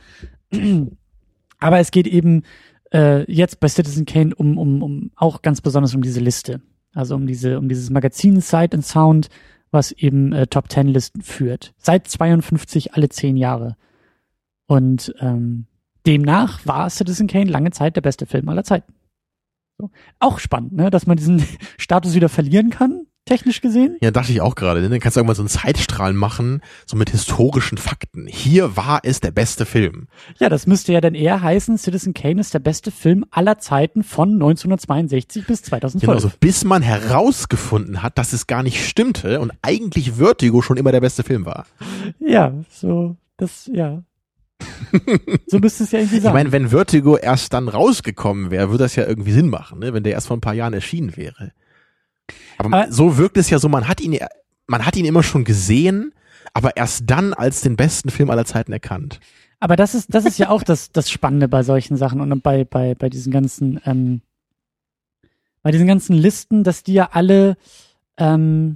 Aber es geht eben äh, jetzt bei Citizen Kane um um um auch ganz besonders um diese Liste, also um diese um dieses Magazin Sight and Sound, was eben äh, Top Ten Listen führt, seit zweiundfünfzig alle zehn Jahre. Und ähm, demnach war Citizen Kane lange Zeit der beste Film aller Zeiten. So. Auch spannend, ne, dass man diesen Status wieder verlieren kann, technisch gesehen. Ja, dachte ich auch gerade. Ne? Dann kannst du irgendwann so einen Zeitstrahl machen, so mit historischen Fakten. Hier war es der beste Film. Ja, das müsste ja dann eher heißen, Citizen Kane ist der beste Film aller Zeiten von neunzehnhundertzweiundsechzig bis zweitausendzwölf. Genau, also bis man herausgefunden hat, dass es gar nicht stimmte und eigentlich Vertigo schon immer der beste Film war. Ja, so, das, ja. So müsste es ja irgendwie sein. Ich meine, wenn Vertigo erst dann rausgekommen wäre, würde das ja irgendwie Sinn machen, ne? Wenn der erst vor ein paar Jahren erschienen wäre. Aber, aber so wirkt es ja so, man hat ihn, man hat ihn immer schon gesehen, aber erst dann als den besten Film aller Zeiten erkannt. Aber das ist, das ist ja auch das, das Spannende bei solchen Sachen und bei, bei, bei diesen ganzen, ähm, bei diesen ganzen Listen, dass die ja alle, ähm,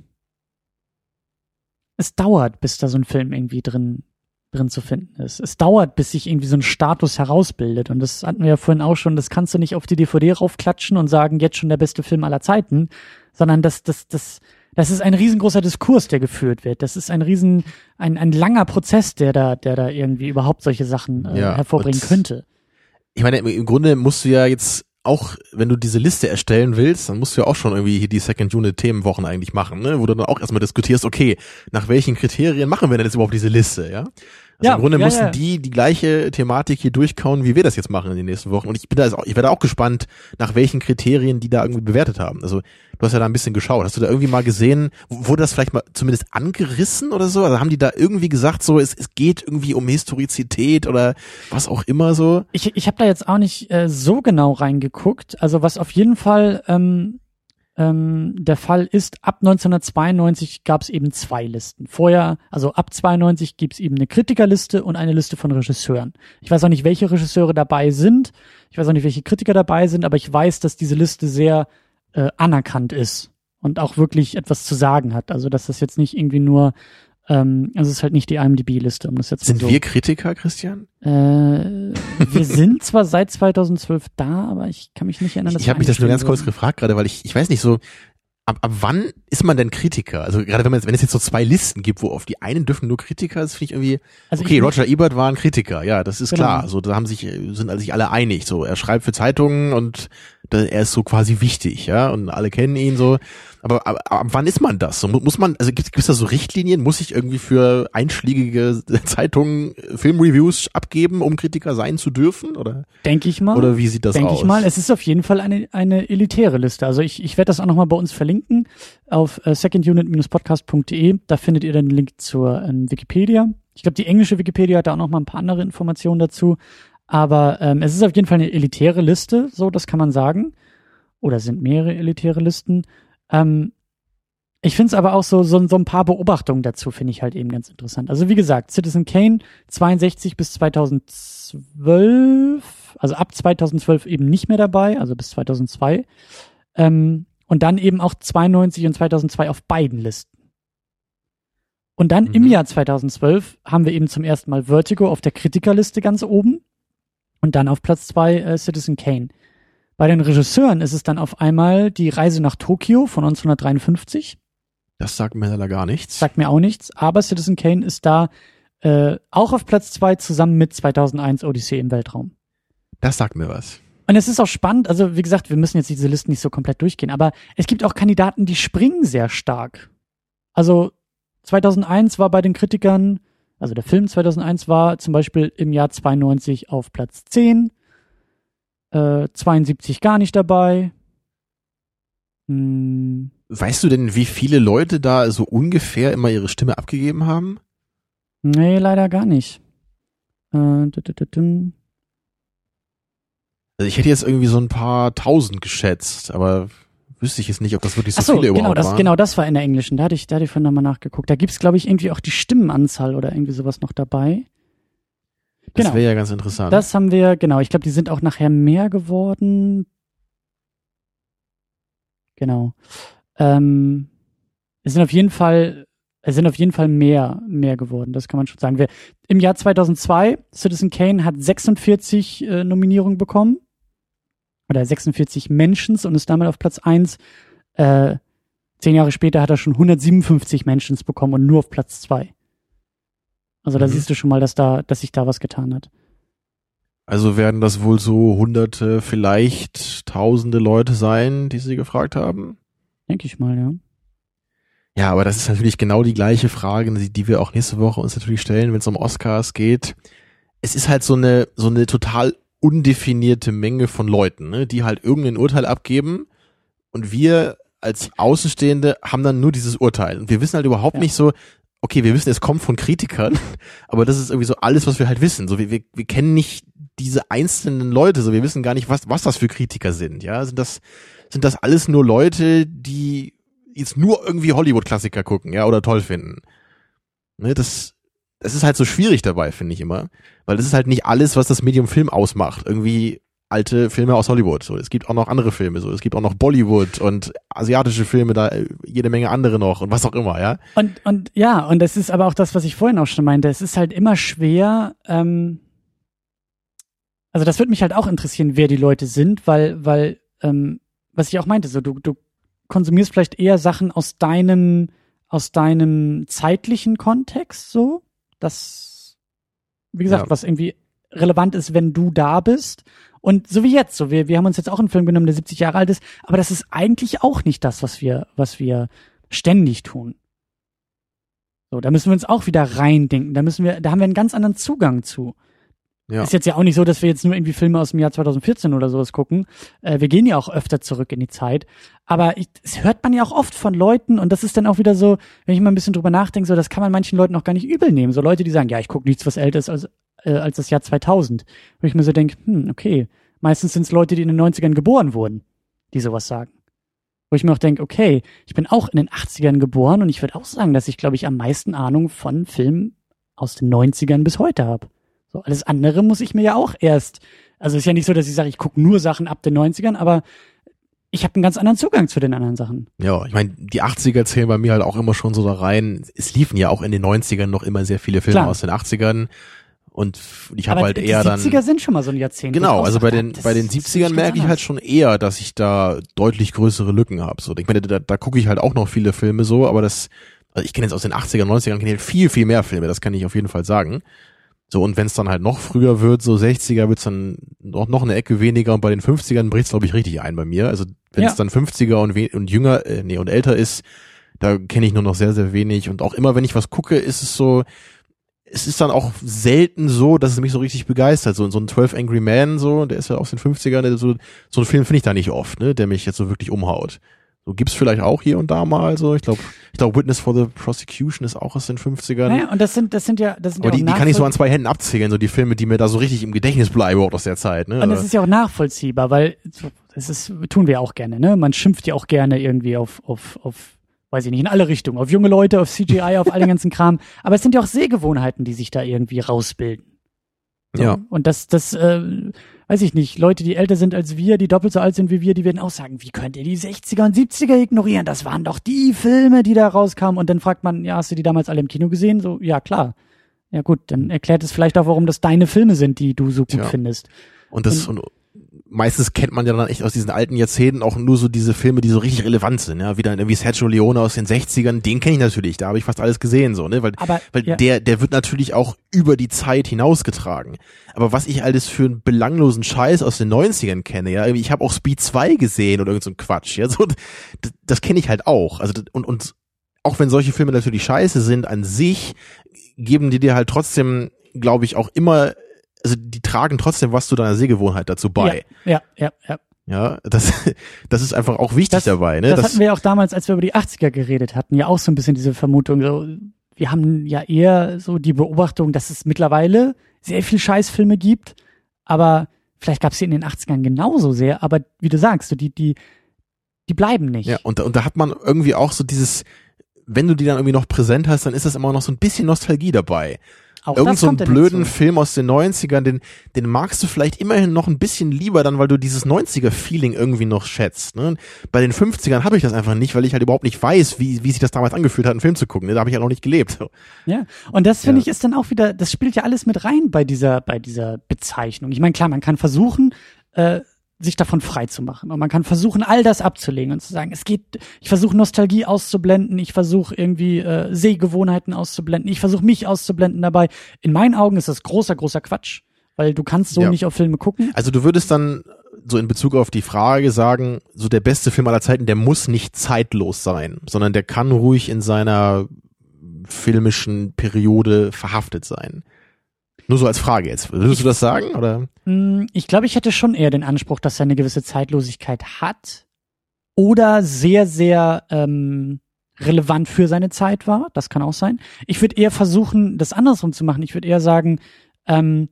es dauert, bis da so ein Film irgendwie drin, drin zu finden ist. Es dauert, bis sich irgendwie so ein Status herausbildet. Und das hatten wir ja vorhin auch schon, das kannst du nicht auf die D V D raufklatschen und sagen, jetzt schon der beste Film aller Zeiten, sondern das, das, das, das ist ein riesengroßer Diskurs, der geführt wird. Das ist ein riesen, ein, ein langer Prozess, der da, der da irgendwie überhaupt solche Sachen äh, ja, hervorbringen könnte. Ich meine, im Grunde musst du ja jetzt auch, wenn du diese Liste erstellen willst, dann musst du ja auch schon irgendwie hier die Second Unit Themenwochen eigentlich machen, ne? Wo du dann auch erstmal diskutierst, okay, nach welchen Kriterien machen wir denn jetzt überhaupt diese Liste, ja? Also ja, im Grunde ja, mussten ja. die die gleiche Thematik hier durchkauen, wie wir das jetzt machen in den nächsten Wochen. Und ich bin da jetzt auch, ich werde auch gespannt, nach welchen Kriterien die da irgendwie bewertet haben. Also du hast ja da ein bisschen geschaut. Hast du da irgendwie mal gesehen, wurde das vielleicht mal zumindest angerissen oder so? Also haben die da irgendwie gesagt, so es, es geht irgendwie um Historizität oder was auch immer so? Ich, ich habe da jetzt auch nicht äh, so genau reingeguckt. Also was auf jeden Fall ähm, ähm, der Fall ist, ab neunzehnhundertzweiundneunzig gab es eben zwei Listen. Vorher, also ab zweiundneunzig gibt es eben eine Kritikerliste und eine Liste von Regisseuren. Ich weiß auch nicht, welche Regisseure dabei sind. Ich weiß auch nicht, welche Kritiker dabei sind, aber ich weiß, dass diese Liste sehr äh, anerkannt ist und auch wirklich etwas zu sagen hat. Also dass das jetzt nicht irgendwie nur, ähm, also es ist halt nicht die I M D B-Liste, um das jetzt Sind so. wir Kritiker, Christian? Äh, wir sind zwar seit zweitausendzwölf da, aber ich kann mich nicht erinnern, dass Ich, ich habe mich das nur ganz kurz wurden. gefragt gerade, weil ich, ich weiß nicht so, ab, ab wann ist man denn Kritiker? Also gerade wenn man wenn es jetzt so zwei Listen gibt, wo auf die einen dürfen nur Kritiker, das finde ich irgendwie, also okay, ich, Roger Ebert war ein Kritiker, ja, das ist genau. klar. So, da haben sich, sind sich alle einig. So, er schreibt für Zeitungen und da, er ist so quasi wichtig, ja, und alle kennen ihn so. Aber ab, ab wann ist man das? So, muss man, also gibt es da so Richtlinien? Muss ich irgendwie für einschlägige Zeitungen Filmreviews abgeben, um Kritiker sein zu dürfen? Oder? Denke ich mal. Oder wie sieht das Denke aus? Denke ich mal. Es ist auf jeden Fall eine, eine elitäre Liste. Also ich, ich werde das auch nochmal bei uns verlinken auf äh, second unit dash podcast punkt de. Da findet ihr dann den Link zur ähm, Wikipedia. Ich glaube, die englische Wikipedia hat da auch noch mal ein paar andere Informationen dazu. Aber ähm, es ist auf jeden Fall eine elitäre Liste, so das kann man sagen. Oder sind mehrere elitäre Listen. Ähm, ich finde es aber auch so, so, so ein paar Beobachtungen dazu finde ich halt eben ganz interessant. Also wie gesagt, Citizen Kane zweiundsechzig bis zweitausendzwölf, also ab zweitausendzwölf eben nicht mehr dabei, also bis zweitausendzwei. Ähm, und dann eben auch zweiundneunzig und zweitausendzwei auf beiden Listen. Und dann mhm. im Jahr zweitausendzwölf haben wir eben zum ersten Mal Vertigo auf der Kritikerliste ganz oben und dann auf Platz zwei äh, Citizen Kane. Bei den Regisseuren ist es dann auf einmal Die Reise nach Tokio von neunzehnhundertdreiundfünfzig. Das sagt mir leider gar nichts. Sagt mir auch nichts, aber Citizen Kane ist da äh, auch auf Platz zwei zusammen mit zweitausendeins Odyssee im Weltraum. Das sagt mir was. Und es ist auch spannend, also wie gesagt, wir müssen jetzt diese Listen nicht so komplett durchgehen, aber es gibt auch Kandidaten, die springen sehr stark. Also zweitausendeins war bei den Kritikern, also der Film zweitausendeins war zum Beispiel im Jahr zweiundneunzig auf Platz zehn, äh, zweiundsiebzig gar nicht dabei. Hm. Weißt du denn, wie viele Leute da so ungefähr immer ihre Stimme abgegeben haben? Nee, leider gar nicht. Äh, also ich hätte jetzt irgendwie so ein paar tausend geschätzt, aber wüsste ich jetzt nicht, ob das wirklich so, so viele genau, überhaupt das, waren. Genau, das war in der englischen. Da hatte ich, da hatte ich vorhin nochmal nachgeguckt. Da gibt's, glaube ich, irgendwie auch die Stimmenanzahl oder irgendwie sowas noch dabei. Das genau. wäre ja ganz interessant. Das haben wir, genau. Ich glaube, die sind auch nachher mehr geworden. Genau. Ähm, es sind auf jeden Fall, es sind auf jeden Fall mehr, mehr geworden. Das kann man schon sagen. Wir, im Jahr zweitausendzwei, Citizen Kane hat sechsundvierzig äh, Nominierungen bekommen. Oder sechsundvierzig Mentions und ist damit auf Platz eins. Äh, zehn Jahre später hat er schon hundertsiebenundfünfzig Mentions bekommen und nur auf Platz zwei. Also da mhm. siehst du schon mal, dass da, dass sich da was getan hat. Also werden das wohl so hunderte, vielleicht tausende Leute sein, die sie gefragt haben? Denke ich mal, ja. Ja, aber das ist natürlich genau die gleiche Frage, die wir auch nächste Woche uns natürlich stellen, wenn es um Oscars geht. Es ist halt so eine, so eine total undefinierte Menge von Leuten, ne, die halt irgendein Urteil abgeben und wir als Außenstehende haben dann nur dieses Urteil und wir wissen halt überhaupt ja. nicht so, okay, wir wissen, es kommt von Kritikern, aber das ist irgendwie so alles, was wir halt wissen. So, wir, wir, wir kennen nicht diese einzelnen Leute, so, wir wissen gar nicht, was, was das für Kritiker sind, ja. Sind das, sind das alles nur Leute, die jetzt nur irgendwie Hollywood-Klassiker gucken, ja, oder toll finden? Ne, das, das ist halt so schwierig dabei, finde ich immer. Weil das ist halt nicht alles, was das Medium Film ausmacht. Irgendwie alte Filme aus Hollywood. So, es gibt auch noch andere Filme, so. Es gibt auch noch Bollywood und asiatische Filme, da jede Menge andere noch und was auch immer, ja. Und, und, ja, und das ist aber auch das, was ich vorhin auch schon meinte. Es ist halt immer schwer, ähm, also das würde mich halt auch interessieren, wer die Leute sind, weil, weil, ähm, was ich auch meinte, so, du, du konsumierst vielleicht eher Sachen aus deinem, aus deinem zeitlichen Kontext, so, das, wie gesagt, ja. was irgendwie relevant ist, wenn du da bist. Und so wie jetzt, so, wir, wir haben uns jetzt auch einen Film genommen, der siebzig Jahre alt ist, aber das ist eigentlich auch nicht das, was wir, was wir ständig tun. So, da müssen wir uns auch wieder reindenken, da müssen wir, da haben wir einen ganz anderen Zugang zu. Ja. Ist jetzt ja auch nicht so, dass wir jetzt nur irgendwie Filme aus dem Jahr zweitausendvierzehn oder sowas gucken. Äh, wir gehen ja auch öfter zurück in die Zeit. Aber ich, das hört man ja auch oft von Leuten und das ist dann auch wieder so, wenn ich mal ein bisschen drüber nachdenke, so, das kann man manchen Leuten auch gar nicht übel nehmen. So Leute, die sagen, ja, ich gucke nichts, was älter ist als, äh, als das Jahr zweitausend. Wo ich mir so denke, hm, okay, meistens sind es Leute, die in den neunzigern geboren wurden, die sowas sagen. Wo ich mir auch denke, okay, ich bin auch in den achtzigern geboren und ich würde auch sagen, dass ich, glaube ich, am meisten Ahnung von Filmen aus den neunzigern bis heute habe. So, alles andere muss ich mir ja auch erst, also ist ja nicht so, dass ich sage, ich gucke nur Sachen ab den neunzigern, aber ich habe einen ganz anderen Zugang zu den anderen Sachen. Ja, ich meine, die achtziger zählen bei mir halt auch immer schon so da rein. Es liefen ja auch in den neunzigern noch immer sehr viele Filme Klar. aus den achtzigern Und ich habe halt die eher dann. Die siebziger sind schon mal so ein Jahrzehnt. Genau, also bei sage, den bei den siebzigern merke ich halt schon eher, dass ich da deutlich größere Lücken habe. So, ich meine, da, da gucke ich halt auch noch viele Filme so, aber das, also ich kenne jetzt aus den achtzigern, neunzigern kenne ich halt viel viel mehr Filme. Das kann ich auf jeden Fall sagen. So, und wenn es dann halt noch früher wird, so sechziger, wird's dann noch noch eine Ecke weniger und bei den fünfzigern bricht's glaube ich richtig ein bei mir. Also wenn es ja. dann fünfziger und we- und jünger, äh, nee und älter ist, da kenne ich nur noch sehr sehr wenig und auch immer wenn ich was gucke, ist es so. Es ist dann auch selten so, dass es mich so richtig begeistert. So, so ein zwölf Angry Men, so, der ist ja aus den fünfzigern, der so, so einen Film finde ich da nicht oft, ne, der mich jetzt so wirklich umhaut. So gibt's vielleicht auch hier und da mal so. Ich glaube, ich glaube Witness for the Prosecution ist auch aus den fünfzigern. Naja, und das sind, das sind ja, das sind Aber ja die, die kann ich so an zwei Händen abzählen, so die Filme, die mir da so richtig im Gedächtnis bleiben, auch aus der Zeit, ne. Und das ist ja auch nachvollziehbar, weil, das ist, tun wir auch gerne, ne. Man schimpft ja auch gerne irgendwie auf, auf, auf, weiß ich nicht, in alle Richtungen, auf junge Leute, auf C G I, auf all den ganzen Kram. Aber es sind ja auch Sehgewohnheiten, die sich da irgendwie rausbilden. So. Ja. Und das, das, äh, weiß ich nicht, Leute, die älter sind als wir, die doppelt so alt sind wie wir, die werden auch sagen, wie könnt ihr die sechziger und siebziger ignorieren? Das waren doch die Filme, die da rauskamen. Und dann fragt man, ja, hast du die damals alle im Kino gesehen? So, ja, klar. Ja gut, dann erklärt es vielleicht auch, warum das deine Filme sind, die du so gut Tja. findest. Und das, und, und meistens kennt man ja dann echt aus diesen alten Jahrzehnten auch nur so diese Filme, die so richtig relevant sind, ja, wie dann irgendwie Sergio Leone aus den sechzigern, den kenne ich natürlich, da habe ich fast alles gesehen, so, ne, weil, Aber, weil ja. der, der wird natürlich auch über die Zeit hinausgetragen. Aber was ich alles für einen belanglosen Scheiß aus den neunzigern kenne, ja, ich habe auch Speed zwei gesehen oder irgend so ein Quatsch, ja, so, das, das kenne ich halt auch, also, und, und auch wenn solche Filme natürlich scheiße sind an sich, geben die dir halt trotzdem, glaube ich, auch immer, also die tragen trotzdem was zu deiner Sehgewohnheit dazu bei. Ja, ja, ja. Ja, das, das ist einfach auch wichtig das, dabei, ne? Das, das hatten wir ja auch damals, als wir über die achtziger geredet hatten, ja auch so ein bisschen diese Vermutung, so, wir haben ja eher so die Beobachtung, dass es mittlerweile sehr viel Scheißfilme gibt, aber vielleicht gab es sie in den achtzigern genauso sehr, aber wie du sagst, so die, die, die bleiben nicht. Ja, und, und da hat man irgendwie auch so dieses, wenn du die dann irgendwie noch präsent hast, dann ist das immer noch so ein bisschen Nostalgie dabei. Auch Irgend so einen blöden hinzu. Film aus den neunzigern, den, den magst du vielleicht immerhin noch ein bisschen lieber dann, weil du dieses neunziger-Feeling irgendwie noch schätzt. Ne? Bei den fünfzigern habe ich das einfach nicht, weil ich halt überhaupt nicht weiß, wie, wie sich das damals angefühlt hat, einen Film zu gucken. Ne? Da habe ich ja noch nicht gelebt. Ja, und das finde Ja. ich ist dann auch wieder, das spielt ja alles mit rein bei dieser, bei dieser Bezeichnung. Ich meine, klar, man kann versuchen, äh, sich davon frei zu machen. Und man kann versuchen, all das abzulegen und zu sagen, es geht, ich versuche Nostalgie auszublenden, ich versuche irgendwie äh, Sehgewohnheiten auszublenden, ich versuche mich auszublenden dabei. In meinen Augen ist das großer, großer Quatsch, weil du kannst so Ja. nicht auf Filme gucken. Also du würdest dann so in Bezug auf die Frage sagen, so der beste Film aller Zeiten, der muss nicht zeitlos sein, sondern der kann ruhig in seiner filmischen Periode verhaftet sein. Nur so als Frage jetzt. Würdest du das sagen, oder? Ich glaube, ich hätte schon eher den Anspruch, dass er eine gewisse Zeitlosigkeit hat oder sehr, sehr ähm, relevant für seine Zeit war. Das kann auch sein. Ich würde eher versuchen, das andersrum zu machen. Ich würde eher sagen, ähm,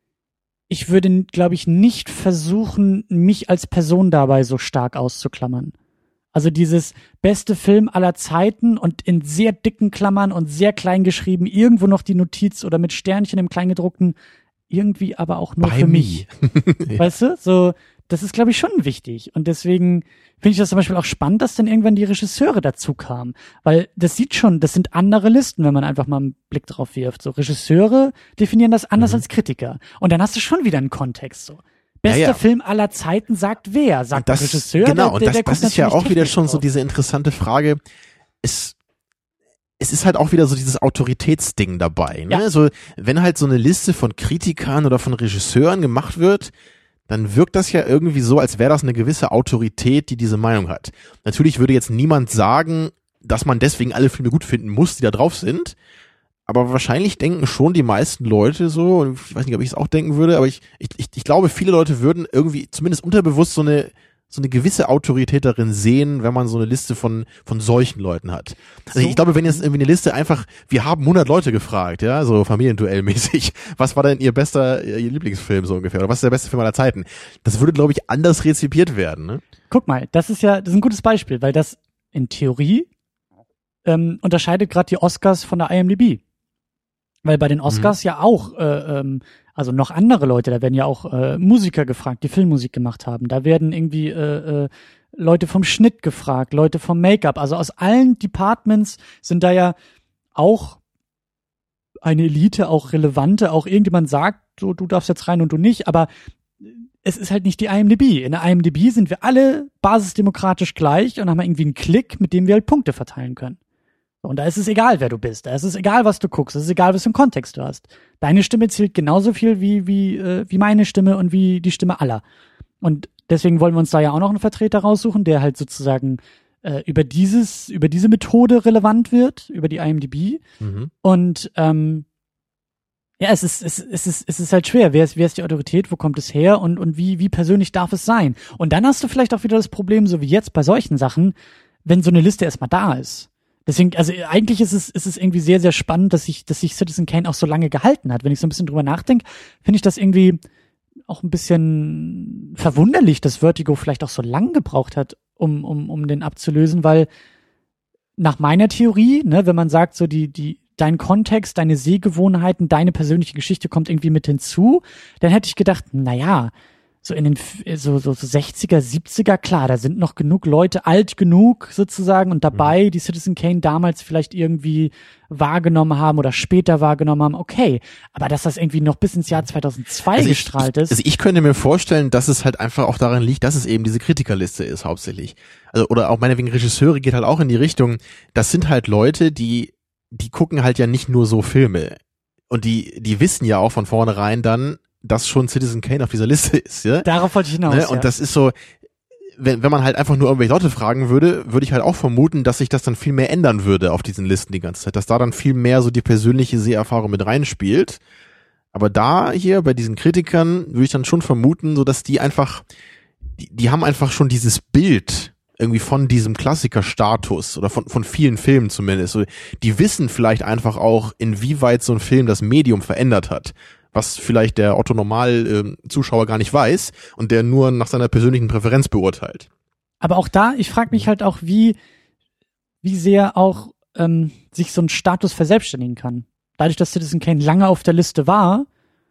ich würde, glaube ich, nicht versuchen, mich als Person dabei so stark auszuklammern. Also dieses beste Film aller Zeiten und in sehr dicken Klammern und sehr klein geschrieben, irgendwo noch die Notiz oder mit Sternchen im Kleingedruckten, irgendwie aber auch nur By für me. mich. Weißt du? So, das ist, glaube ich, schon wichtig. Und deswegen finde ich das zum Beispiel auch spannend, dass dann irgendwann die Regisseure dazu kamen. Weil das sieht schon, das sind andere Listen, wenn man einfach mal einen Blick drauf wirft. So, Regisseure definieren das anders Mhm. als Kritiker. Und dann hast du schon wieder einen Kontext, so. Bester Ja, ja. Film aller Zeiten sagt wer? Sagt das, der Regisseur? Genau, der, und der, das, der das guckt ist ja natürlich auch wieder technisch schon so drauf. diese interessante Frage. Es, es ist halt auch wieder so dieses Autoritätsding dabei. Ne? Ja. So, wenn halt so eine Liste von Kritikern oder von Regisseuren gemacht wird, dann wirkt das ja irgendwie so, als wäre das eine gewisse Autorität, die diese Meinung hat. Natürlich würde jetzt niemand sagen, dass man deswegen alle Filme gut finden muss, die da drauf sind. Aber wahrscheinlich denken schon die meisten Leute so, und ich weiß nicht, ob ich es auch denken würde, aber ich, ich, ich, ich glaube, viele Leute würden irgendwie zumindest unterbewusst so eine, so eine gewisse Autorität darin sehen, wenn man so eine Liste von, von solchen Leuten hat. Also So. ich glaube, wenn jetzt irgendwie eine Liste einfach, wir haben hundert Leute gefragt, ja, so Familienduell-mäßig, was war denn ihr bester, ihr Lieblingsfilm so ungefähr, oder was ist der beste Film aller Zeiten? Das würde, glaube ich, anders rezipiert werden, ne? Guck mal, das ist ja, das ist ein gutes Beispiel, weil das in Theorie ähm, unterscheidet gerade die Oscars von der I M D B. Weil bei den Oscars mhm. ja auch, äh, ähm, also noch andere Leute, da werden ja auch äh, Musiker gefragt, die Filmmusik gemacht haben. Da werden irgendwie äh, äh, Leute vom Schnitt gefragt, Leute vom Make-up. Also aus allen Departments sind da ja auch eine Elite, auch relevante, auch irgendjemand sagt, so, du darfst jetzt rein und du nicht, aber es ist halt nicht die I M D B. In der I M D B sind wir alle basisdemokratisch gleich und haben irgendwie einen Klick, mit dem wir halt Punkte verteilen können. Und da ist es egal, wer du bist. Da ist es egal, was du guckst. Es ist egal, was für einen Kontext du hast. Deine Stimme zählt genauso viel wie, wie, äh, wie meine Stimme und wie die Stimme aller. Und deswegen wollen wir uns da ja auch noch einen Vertreter raussuchen, der halt sozusagen äh, über dieses, über diese Methode relevant wird, über die I M D B. Mhm. Und ähm, ja, es ist, es, es ist, es ist halt schwer. Wer ist, wer ist die Autorität? Wo kommt es her? Und, und wie, wie persönlich darf es sein? Und dann hast du vielleicht auch wieder das Problem, so wie jetzt bei solchen Sachen, wenn so eine Liste erstmal da ist. Deswegen, also eigentlich ist es, ist es irgendwie sehr, sehr spannend, dass sich, dass sich Citizen Kane auch so lange gehalten hat. Wenn ich so ein bisschen drüber nachdenke, finde ich das irgendwie auch ein bisschen verwunderlich, dass Vertigo vielleicht auch so lang gebraucht hat, um, um, um den abzulösen, weil nach meiner Theorie, ne, wenn man sagt, so die, die, dein Kontext, deine Sehgewohnheiten, deine persönliche Geschichte kommt irgendwie mit hinzu, dann hätte ich gedacht, na ja, so in den so, so, so sechziger, siebziger, klar, da sind noch genug Leute alt genug sozusagen und dabei, die Citizen Kane damals vielleicht irgendwie wahrgenommen haben oder später wahrgenommen haben, okay, aber dass das irgendwie noch bis ins Jahr zweitausendzwei also gestrahlt ich, ist. Also ich könnte mir vorstellen, dass es halt einfach auch daran liegt, dass es eben diese Kritikerliste ist hauptsächlich. Also oder auch meinetwegen Regisseure geht halt auch in die Richtung, das sind halt Leute, die die gucken halt ja nicht nur so Filme und die die wissen ja auch von vornherein dann, dass schon Citizen Kane auf dieser Liste ist, ja? Darauf wollte ich hinaus, ne? ja. Und das ist so, wenn wenn man halt einfach nur irgendwelche Leute fragen würde, würde ich halt auch vermuten, dass sich das dann viel mehr ändern würde auf diesen Listen die ganze Zeit, dass da dann viel mehr so die persönliche Seherfahrung mit reinspielt. Aber da hier bei diesen Kritikern würde ich dann schon vermuten, so dass die einfach, die, die haben einfach schon dieses Bild irgendwie von diesem Klassikerstatus oder von von vielen Filmen zumindest. So, die wissen vielleicht einfach auch, inwieweit so ein Film das Medium verändert hat, was vielleicht der Otto-Normal-Zuschauer gar nicht weiß und der nur nach seiner persönlichen Präferenz beurteilt. Aber auch da, ich frage mich halt auch, wie wie sehr auch ähm, sich so ein Status verselbstständigen kann. Dadurch, dass Citizen Kane lange auf der Liste war,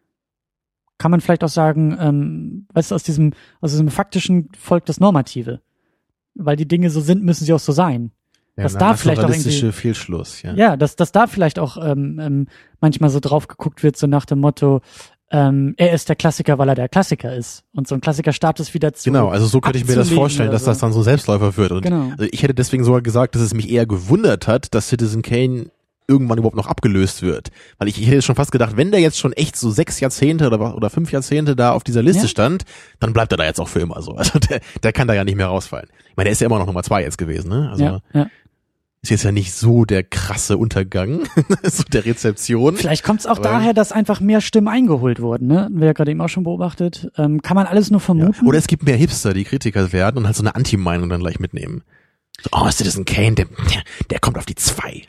kann man vielleicht auch sagen, ähm, weißt du, aus diesem aus diesem faktischen folgt das Normative. Weil die Dinge so sind, müssen sie auch so sein. Ja, dass da vielleicht auch irgendwie Fehlschluss, ja. Ja, dass, dass da vielleicht auch ähm, ähm, manchmal so drauf geguckt wird, so nach dem Motto, ähm, er ist der Klassiker, weil er der Klassiker ist. Und so ein Klassikerstatus wieder zu Genau, also so könnte ich mir das vorstellen, dass so. das dann so Selbstläufer wird. Und genau. Also ich hätte deswegen sogar gesagt, dass es mich eher gewundert hat, dass Citizen Kane irgendwann überhaupt noch abgelöst wird. Weil ich, ich hätte schon fast gedacht, wenn der jetzt schon echt so sechs Jahrzehnte oder, oder fünf Jahrzehnte da auf dieser Liste ja. stand, dann bleibt er da jetzt auch für immer so. Also der, der kann da ja nicht mehr rausfallen. Ich meine, der ist ja immer noch Nummer zwei jetzt gewesen, ne? Also ja, ja. ist jetzt ja nicht so der krasse Untergang, so der Rezeption. Vielleicht kommt es auch aber daher, dass einfach mehr Stimmen eingeholt wurden, ne? Haben wir ja gerade eben auch schon beobachtet. Ähm, kann man alles nur vermuten. Ja. Oder es gibt mehr Hipster, die Kritiker werden und halt so eine Anti-Meinung dann gleich mitnehmen. So, oh, Citizen Kane, der, der, der kommt auf die zwei.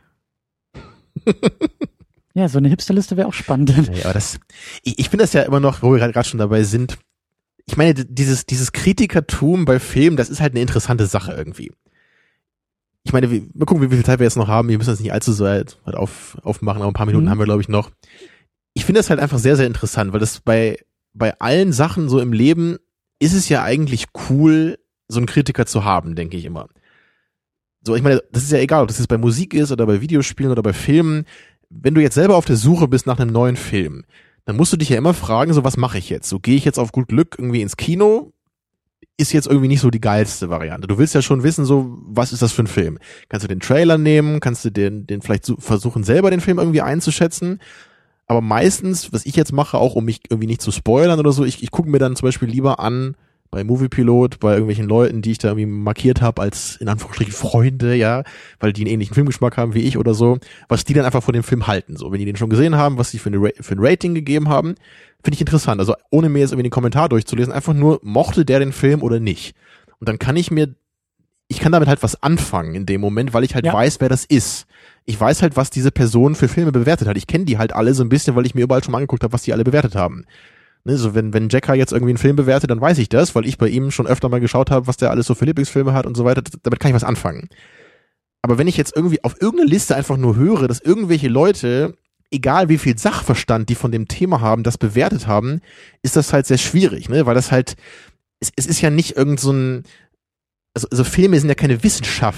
Ja, so eine Hipsterliste wäre auch spannend. Ja, aber das, ich, ich finde das ja immer noch, wo wir gerade schon dabei sind. Ich meine, dieses, dieses Kritikertum bei Filmen, das ist halt eine interessante Sache irgendwie. Ich meine, wir, mal gucken, wie viel Zeit wir jetzt noch haben. Wir müssen das nicht allzu so halt auf, aufmachen, aber ein paar Minuten mhm. haben wir, glaube ich, noch. Ich finde das halt einfach sehr, sehr interessant, weil das bei, bei allen Sachen so im Leben ist es ja eigentlich cool, so einen Kritiker zu haben, denke ich immer. So, ich meine, das ist ja egal, ob das jetzt bei Musik ist oder bei Videospielen oder bei Filmen. Wenn du jetzt selber auf der Suche bist nach einem neuen Film, dann musst du dich ja immer fragen, so was mache ich jetzt? So, gehe ich jetzt auf gut Glück irgendwie ins Kino? Ist jetzt irgendwie nicht so die geilste Variante. Du willst ja schon wissen, so, was ist das für ein Film? Kannst du den Trailer nehmen? Kannst du den, den vielleicht so versuchen, selber den Film irgendwie einzuschätzen? Aber meistens, was ich jetzt mache, auch um mich irgendwie nicht zu spoilern oder so, ich, ich gucke mir dann zum Beispiel lieber an, bei Moviepilot, bei irgendwelchen Leuten, die ich da irgendwie markiert habe als, in Anführungsstrichen, Freunde, ja, weil die einen ähnlichen Filmgeschmack haben wie ich oder so, was die dann einfach von dem Film halten. So, wenn die den schon gesehen haben, was sie für, eine, für ein Rating gegeben haben, finde ich interessant. Also ohne mir jetzt irgendwie den Kommentar durchzulesen, einfach nur, mochte der den Film oder nicht. Und dann kann ich mir, ich kann damit halt was anfangen in dem Moment, weil ich halt ja. weiß, wer das ist. Ich weiß halt, was diese Person für Filme bewertet hat. Ich kenne die halt alle so ein bisschen, weil ich mir überall schon mal angeguckt habe, was die alle bewertet haben. Ne, so wenn, wenn Jacker jetzt irgendwie einen Film bewertet, dann weiß ich das, weil ich bei ihm schon öfter mal geschaut habe, was der alles so für Lieblingsfilme hat und so weiter. Damit kann ich was anfangen. Aber wenn ich jetzt irgendwie auf irgendeine Liste einfach nur höre, dass irgendwelche Leute, egal wie viel Sachverstand die von dem Thema haben, das bewertet haben, ist das halt sehr schwierig, ne, weil das halt, es, es ist ja nicht irgend so ein, also, also Filme sind ja keine Wissenschaft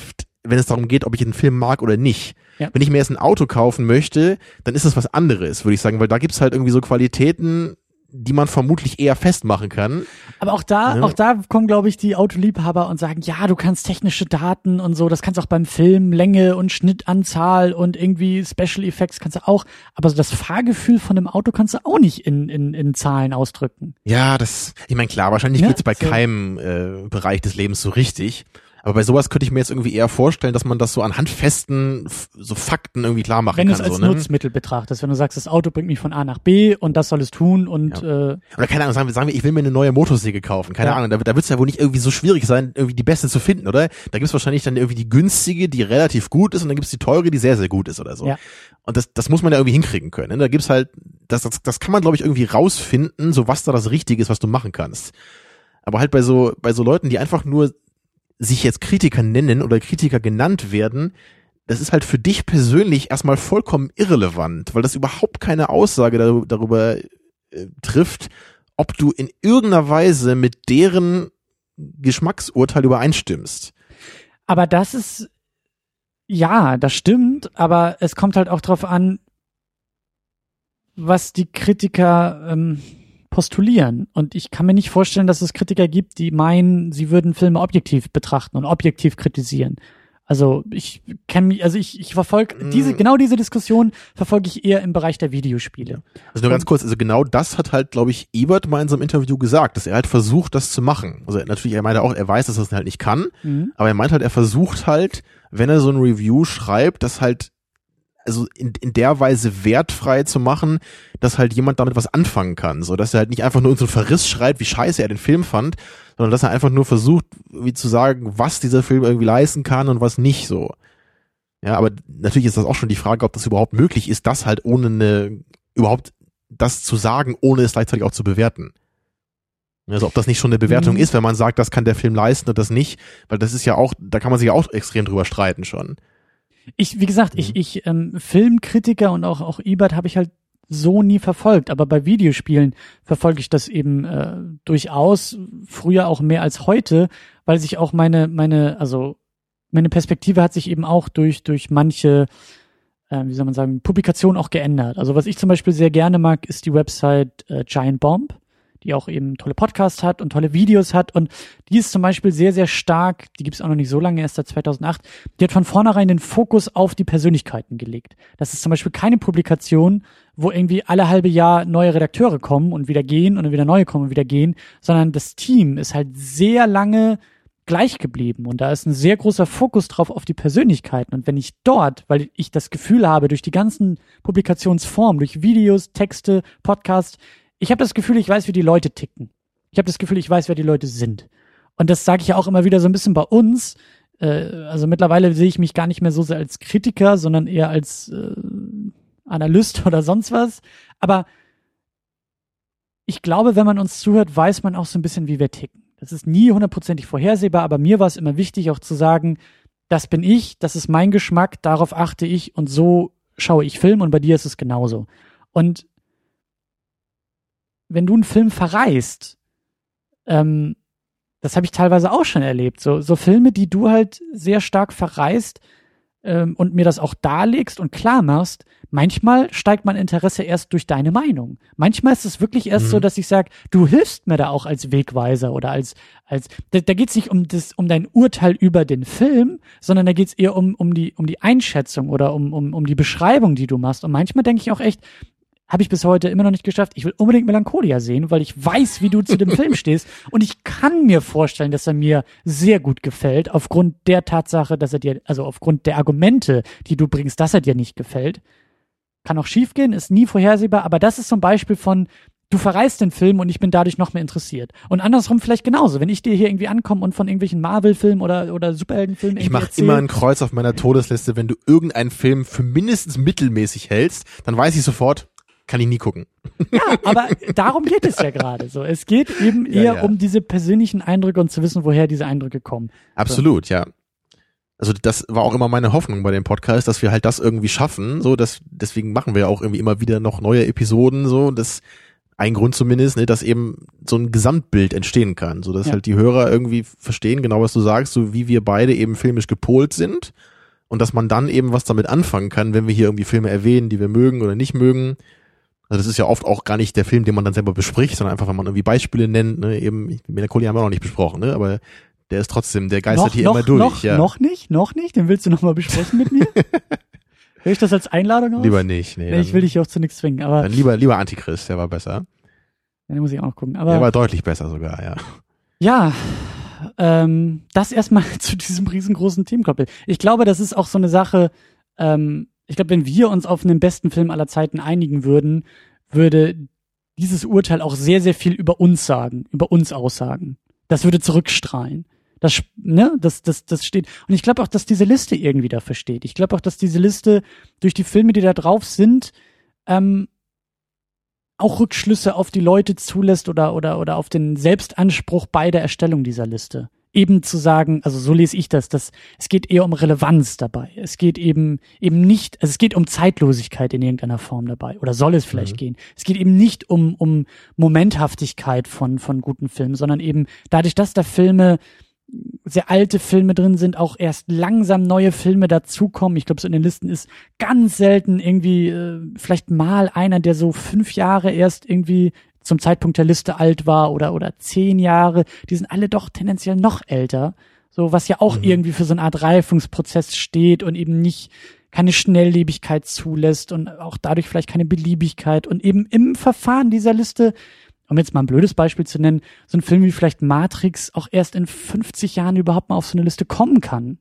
wenn es darum geht, ob ich einen Film mag oder nicht. Ja. Wenn ich mir jetzt ein Auto kaufen möchte, dann ist das was anderes, würde ich sagen, weil da gibt's halt irgendwie so Qualitäten, die man vermutlich eher festmachen kann. Aber auch da, ja. auch da kommen, glaube ich, die Autoliebhaber und sagen, ja, du kannst technische Daten und so, das kannst du auch beim Film, Länge und Schnittanzahl und irgendwie Special Effects kannst du auch, aber so das Fahrgefühl von einem Auto kannst du auch nicht in, in, in Zahlen ausdrücken. Ja, das, ich meine, klar, wahrscheinlich ja, geht's bei so. keinem äh, Bereich des Lebens so richtig. Aber bei sowas könnte ich mir jetzt irgendwie eher vorstellen, dass man das so anhand festen, so Fakten irgendwie klar machen wenn kann. Wenn du es als so, ne? Nutzmittel betrachtest, wenn du sagst, das Auto bringt mich von A nach B und das soll es tun und ja. äh, Oder keine Ahnung, sagen wir, sagen wir, ich will mir eine neue Motorsäge kaufen. Keine ja. Ahnung, da, da wird es ja wohl nicht irgendwie so schwierig sein, irgendwie die beste zu finden, oder? Da gibt's wahrscheinlich dann irgendwie die günstige, die relativ gut ist und dann gibt's die teure, die sehr, sehr gut ist oder so. Ja. Und das, das muss man ja irgendwie hinkriegen können. Ne? Da gibt's halt, das, das, das kann man, glaube ich, irgendwie rausfinden, so was da das Richtige ist, was du machen kannst. Aber halt bei so, bei so Leuten, die einfach nur sich jetzt Kritiker nennen oder Kritiker genannt werden, das ist halt für dich persönlich erstmal vollkommen irrelevant, weil das überhaupt keine Aussage darüber, darüber äh, trifft, ob du in irgendeiner Weise mit deren Geschmacksurteil übereinstimmst. Aber das ist, ja, das stimmt, aber es kommt halt auch drauf an, was die Kritiker ähm, postulieren. Und ich kann mir nicht vorstellen, dass es Kritiker gibt, die meinen, sie würden Filme objektiv betrachten und objektiv kritisieren. Also ich kenne mich, also ich, ich verfolge mm. diese, genau diese Diskussion verfolge ich eher im Bereich der Videospiele. Also nur ganz kurz, also genau das hat halt, glaube ich, Ebert mal in so einem Interview gesagt, dass er halt versucht, das zu machen. Also natürlich, er meinte auch, er weiß, dass er es halt nicht kann, mhm. aber er meint halt, er versucht halt, wenn er so ein Review schreibt, das halt also in, in der Weise wertfrei zu machen, dass halt jemand damit was anfangen kann, so dass er halt nicht einfach nur in so einen Verriss schreibt, wie scheiße er den Film fand, sondern dass er einfach nur versucht, wie zu sagen, was dieser Film irgendwie leisten kann und was nicht so. Ja, aber natürlich ist das auch schon die Frage, ob das überhaupt möglich ist, das halt ohne eine, überhaupt das zu sagen, ohne es gleichzeitig auch zu bewerten. Also ob das nicht schon eine Bewertung mhm. ist, wenn man sagt, das kann der Film leisten und das nicht, weil das ist ja auch, da kann man sich ja auch extrem drüber streiten schon. Ich, wie gesagt, mhm. ich, ich, ähm, Filmkritiker und auch, auch Ebert habe ich halt so nie verfolgt, aber bei Videospielen verfolge ich das eben äh, durchaus, früher auch mehr als heute, weil sich auch meine, meine, also meine Perspektive hat sich eben auch durch, durch manche, äh, wie soll man sagen, Publikationen auch geändert. Also was ich zum Beispiel sehr gerne mag, ist die Website äh, Giant Bomb, die auch eben tolle Podcasts hat und tolle Videos hat und die ist zum Beispiel sehr, sehr stark, die gibt es auch noch nicht so lange, erst seit zweitausendacht, die hat von vornherein den Fokus auf die Persönlichkeiten gelegt. Das ist zum Beispiel keine Publikation, wo irgendwie alle halbe Jahr neue Redakteure kommen und wieder gehen und dann wieder neue kommen und wieder gehen, sondern das Team ist halt sehr lange gleich geblieben und da ist ein sehr großer Fokus drauf auf die Persönlichkeiten und wenn ich dort, weil ich das Gefühl habe, durch die ganzen Publikationsformen, durch Videos, Texte, Podcasts, ich habe das Gefühl, ich weiß, wie die Leute ticken. Ich habe das Gefühl, ich weiß, wer die Leute sind. Und das sage ich ja auch immer wieder so ein bisschen bei uns. Äh, also mittlerweile sehe ich mich gar nicht mehr so sehr als Kritiker, sondern eher als äh, Analyst oder sonst was. Aber ich glaube, wenn man uns zuhört, weiß man auch so ein bisschen, wie wir ticken. Das ist nie hundertprozentig vorhersehbar, aber mir war es immer wichtig, auch zu sagen, das bin ich, das ist mein Geschmack, darauf achte ich und so schaue ich Film und bei dir ist es genauso. Und wenn du einen Film verreist, ähm, das habe ich teilweise auch schon erlebt, so, so Filme, die du halt sehr stark verreist ähm, und mir das auch darlegst und klar machst, manchmal steigt mein Interesse erst durch deine Meinung. Manchmal ist es wirklich erst mhm. so, dass ich sage, du hilfst mir da auch als Wegweiser oder als, als da, da geht es nicht um das, um dein Urteil über den Film, sondern da geht es eher um, um die, um die Einschätzung oder um, um, um die Beschreibung, die du machst. Und manchmal denke ich auch echt, habe ich bis heute immer noch nicht geschafft. Ich will unbedingt Melancholia sehen, weil ich weiß, wie du zu dem Film stehst. Und ich kann mir vorstellen, dass er mir sehr gut gefällt, aufgrund der Tatsache, dass er dir, also aufgrund der Argumente, die du bringst, dass er dir nicht gefällt. Kann auch schiefgehen, ist nie vorhersehbar, aber das ist so ein Beispiel von, du verreist den Film und ich bin dadurch noch mehr interessiert. Und andersrum vielleicht genauso, wenn ich dir hier irgendwie ankomme und von irgendwelchen Marvel-Filmen oder, oder Superheldenfilmen Ich mache immer ein Kreuz auf meiner Todesliste, wenn du irgendeinen Film für mindestens mittelmäßig hältst, dann weiß ich sofort, kann ich nie gucken. Ja, aber darum geht es ja gerade so. Es geht eben eher ja, ja. um diese persönlichen Eindrücke und zu wissen, woher diese Eindrücke kommen. Absolut, so. Ja. Also das war auch immer meine Hoffnung bei dem Podcast, dass wir halt das irgendwie schaffen. So, dass deswegen machen wir auch irgendwie immer wieder noch neue Episoden. So, das ein Grund zumindest, ne, dass eben so ein Gesamtbild entstehen kann, so dass ja. halt die Hörer irgendwie verstehen, genau was du sagst, so wie wir beide eben filmisch gepolt sind und dass man dann eben was damit anfangen kann, wenn wir hier irgendwie Filme erwähnen, die wir mögen oder nicht mögen. Also das ist ja oft auch gar nicht der Film, den man dann selber bespricht, sondern einfach, wenn man irgendwie Beispiele nennt, ne, eben, Melancholia haben wir noch nicht besprochen, ne, aber der ist trotzdem, der geistert noch, hier noch, immer durch. Noch, ja. noch nicht, noch nicht, den willst du noch mal besprechen mit mir? Höre ich das als Einladung aus? Lieber nicht, nee. nee ich will dich auch zu nichts zwingen, aber. Dann lieber, lieber Antichrist, der war besser. Den muss ich auch noch gucken, aber. Der war deutlich besser sogar, ja. Ja, ähm, das erstmal zu diesem riesengroßen Themenkoppel. Ich glaube, das ist auch so eine Sache, ähm, ich glaube, wenn wir uns auf einen besten Film aller Zeiten einigen würden, würde dieses Urteil auch sehr, sehr viel über uns sagen, über uns aussagen. Das würde zurückstrahlen. Das, ne, das, das, das steht. Und ich glaube auch, dass diese Liste irgendwie dafür steht. Ich glaube auch, dass diese Liste durch die Filme, die da drauf sind, ähm, auch Rückschlüsse auf die Leute zulässt oder, oder, oder auf den Selbstanspruch bei der Erstellung dieser Liste. Eben zu sagen, also so lese ich das, dass es geht eher um Relevanz dabei. Es geht eben, eben nicht, also es geht um Zeitlosigkeit in irgendeiner Form dabei. Oder soll es vielleicht mhm. gehen. Es geht eben nicht um, um Momenthaftigkeit von, von guten Filmen, sondern eben dadurch, dass da Filme, sehr alte Filme drin sind, auch erst langsam neue Filme dazukommen. Ich glaube, so in den Listen ist ganz selten irgendwie äh, vielleicht mal einer, der so fünf Jahre erst irgendwie zum Zeitpunkt der Liste alt war oder oder zehn Jahre. Die sind alle doch tendenziell noch älter. So, was ja auch mhm. irgendwie für so eine Art Reifungsprozess steht und eben nicht keine Schnelllebigkeit zulässt und auch dadurch vielleicht keine Beliebigkeit und eben im Verfahren dieser Liste, um jetzt mal ein blödes Beispiel zu nennen, so ein Film wie vielleicht Matrix auch erst in fünfzig Jahren überhaupt mal auf so eine Liste kommen kann.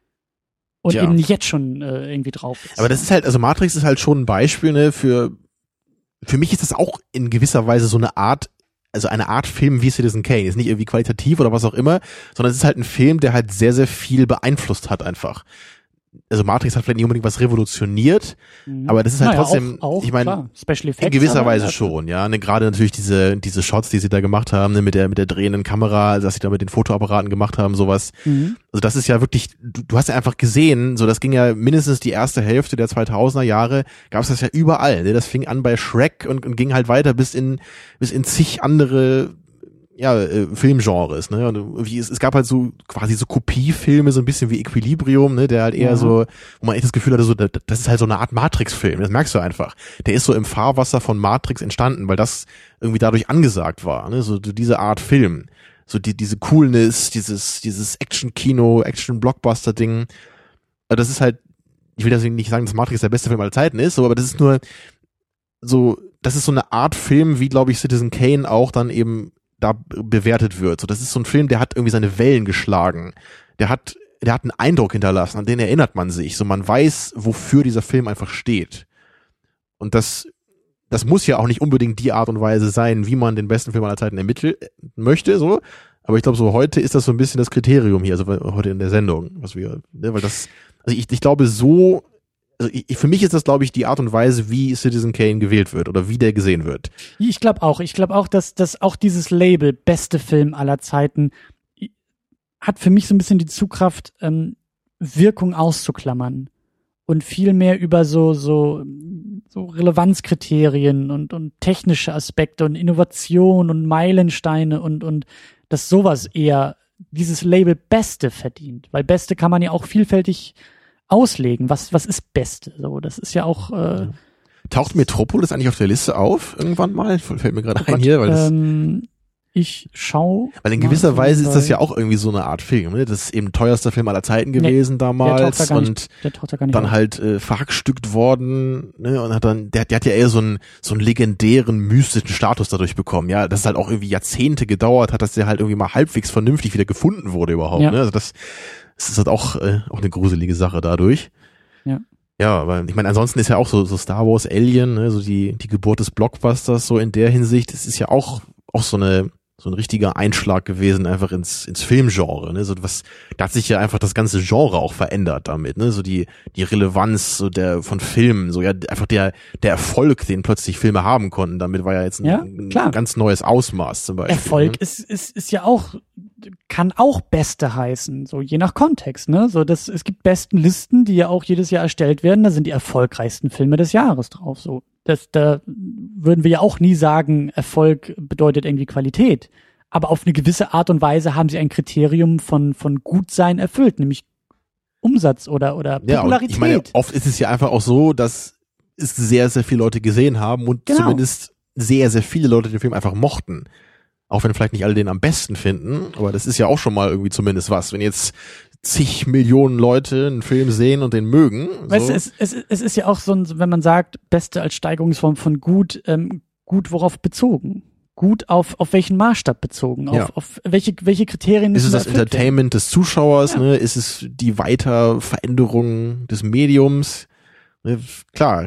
Und ja. eben jetzt schon äh, irgendwie drauf ist. Aber das ist halt, also Matrix ist halt schon ein Beispiel, ne, für, für mich ist das auch in gewisser Weise so eine Art, also eine Art Film wie Citizen Kane. Ist nicht irgendwie qualitativ oder was auch immer, sondern es ist halt ein Film, der halt sehr, sehr viel beeinflusst hat einfach. Also Matrix hat vielleicht nicht unbedingt was revolutioniert, mhm. aber das ist halt naja, trotzdem, auch, auch, ich meine, in gewisser Weise schon, ja, ne, gerade natürlich diese diese Shots, die sie da gemacht haben, ne, mit der mit der drehenden Kamera, dass sie da mit den Fotoapparaten gemacht haben, sowas. Mhm. Also das ist ja wirklich, du, du hast ja einfach gesehen, so das ging ja mindestens die erste Hälfte der zweitausender Jahre, gab es das ja überall, ne? Das fing an bei Shrek und, und ging halt weiter bis in bis in zig andere ja, äh, Filmgenres, ne? Und wie es, es gab halt so quasi so Kopiefilme, so ein bisschen wie Equilibrium, ne, der halt eher ja. so, wo man echt das Gefühl hatte, so, das ist halt so eine Art Matrix-Film, das merkst du einfach. Der ist so im Fahrwasser von Matrix entstanden, weil das irgendwie dadurch angesagt war, ne, so diese Art Film. So die, diese Coolness, dieses, dieses Action-Kino, Action-Blockbuster-Ding. Das ist halt, ich will deswegen nicht sagen, dass Matrix der beste Film aller Zeiten ist, so, aber das ist nur so, das ist so eine Art Film, wie, glaube ich, Citizen Kane auch dann eben da bewertet wird. So, das ist so ein Film, der hat irgendwie seine Wellen geschlagen. Der hat, der hat einen Eindruck hinterlassen, an den erinnert man sich. So, man weiß, wofür dieser Film einfach steht. Und das, das muss ja auch nicht unbedingt die Art und Weise sein, wie man den besten Film aller Zeiten ermitteln möchte, so. Aber ich glaube, so heute ist das so ein bisschen das Kriterium hier, also heute in der Sendung, was wir, ne, weil das, also ich, ich glaube so, also ich, für mich ist das, glaube ich, die Art und Weise, wie Citizen Kane gewählt wird oder wie der gesehen wird. Ich glaube auch. Ich glaube auch, dass, dass auch dieses Label beste Film aller Zeiten hat für mich so ein bisschen die Zugkraft, ähm, Wirkung auszuklammern und viel mehr über so so so Relevanzkriterien und und technische Aspekte und Innovation und Meilensteine und und dass sowas eher dieses Label Beste verdient, weil Beste kann man ja auch vielfältig auslegen. Was, was ist Beste? So, das ist ja auch. Äh, Taucht Metropolis eigentlich auf der Liste auf irgendwann mal? Fällt mir gerade oh ein Gott, hier, weil das. Ähm, ich schau. Weil in gewisser Weise ist das ja auch irgendwie so eine Art Film. Ne? Das ist eben teuerster Film aller Zeiten gewesen nee, damals der da und nicht, der da gar nicht dann auf. halt äh, verhackstückt worden. Ne? Und hat dann, der, der hat ja eher so einen so einen legendären mystischen Status dadurch bekommen. Ja, das ist halt auch irgendwie Jahrzehnte gedauert hat, dass der halt irgendwie mal halbwegs vernünftig wieder gefunden wurde überhaupt. Ja. Ne? Also das Das ist halt auch, äh, auch eine gruselige Sache dadurch. Ja. Ja, aber ich meine, ansonsten ist ja auch so, so Star Wars, Alien, ne, so die, die Geburt des Blockbusters, so in der Hinsicht, das ist ja auch, auch so eine, so ein richtiger Einschlag gewesen, einfach ins, ins Filmgenre, ne, so was, da hat sich ja einfach das ganze Genre auch verändert damit, ne, so die, die Relevanz, so der, von Filmen, so ja, einfach der, der Erfolg, den plötzlich Filme haben konnten, damit war ja jetzt ein, ja, ein ganz neues Ausmaß zum Beispiel. Erfolg ne? ist, ist, ist ja auch, kann auch Beste heißen, so je nach Kontext, ne, so das, es gibt Bestenlisten, die ja auch jedes Jahr erstellt werden, da sind die erfolgreichsten Filme des Jahres drauf, so. das, da würden wir ja auch nie sagen, Erfolg bedeutet irgendwie Qualität. Aber auf eine gewisse Art und Weise haben sie ein Kriterium von, von Gutsein erfüllt, nämlich Umsatz oder, oder Popularität. Ja, und ich meine, oft ist es ja einfach auch so, dass es sehr, sehr viele Leute gesehen haben und genau. zumindest sehr, sehr viele Leute den Film einfach mochten. Auch wenn vielleicht nicht alle den am besten finden, aber das ist ja auch schon mal irgendwie zumindest was. Wenn jetzt zig Millionen Leute einen Film sehen und den mögen. Weißt so. du, es, es, es ist ja auch so, ein, wenn man sagt, beste als Steigerungsform von gut, ähm, gut worauf bezogen? Gut auf auf welchen Maßstab bezogen? Auf, ja. auf welche welche Kriterien ist es das Entertainment werden? Des Zuschauers? Ja. Ne? Ist es die Weiterveränderung des Mediums? Ne? Klar,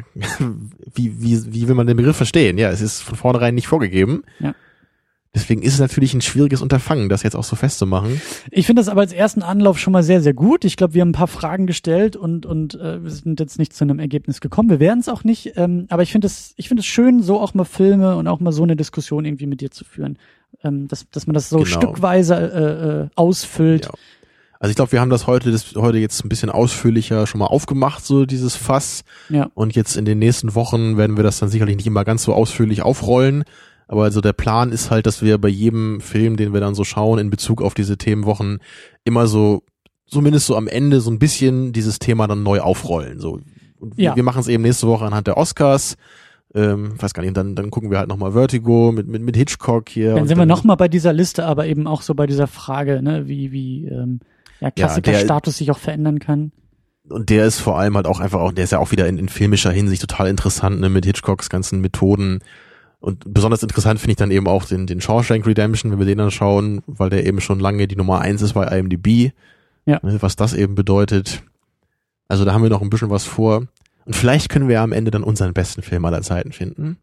wie wie wie will man den Begriff verstehen? Ja, es ist von vornherein nicht vorgegeben. Ja. Deswegen ist es natürlich ein schwieriges Unterfangen, das jetzt auch so festzumachen. Ich finde das aber als ersten Anlauf schon mal sehr, sehr gut. Ich glaube, wir haben ein paar Fragen gestellt und und äh, wir sind jetzt nicht zu einem Ergebnis gekommen. Wir werden es auch nicht. Ähm, aber ich finde es, ich finde es schön, so auch mal Filme und auch mal so eine Diskussion irgendwie mit dir zu führen, ähm, dass dass man das so genau. stückweise äh, äh, ausfüllt. Ja. Also ich glaube, wir haben das heute, das heute jetzt ein bisschen ausführlicher schon mal aufgemacht, so dieses Fass. Ja. Und jetzt in den nächsten Wochen werden wir das dann sicherlich nicht immer ganz so ausführlich aufrollen. Aber also der Plan ist halt, dass wir bei jedem Film, den wir dann so schauen, in Bezug auf diese Themenwochen, immer so, zumindest so am Ende so ein bisschen dieses Thema dann neu aufrollen. So, und ja. wir machen es eben nächste Woche anhand der Oscars. Ähm, weiß gar nicht, dann, dann gucken wir halt nochmal Vertigo mit, mit, mit Hitchcock hier. Dann sind wir nochmal bei dieser Liste, aber eben auch so bei dieser Frage, ne, wie, wie, ähm, ja, Klassikerstatus ja, sich auch verändern kann. Und der ist vor allem halt auch einfach auch, der ist ja auch wieder in, in filmischer Hinsicht total interessant, ne, mit Hitchcocks ganzen Methoden. Und besonders interessant finde ich dann eben auch den, den Shawshank Redemption, wenn wir den dann schauen, weil der eben schon lange die Nummer eins ist bei I M D B. Ja. Was das eben bedeutet. Also da haben wir noch ein bisschen was vor. Und vielleicht können wir ja am Ende dann unseren besten Film aller Zeiten finden.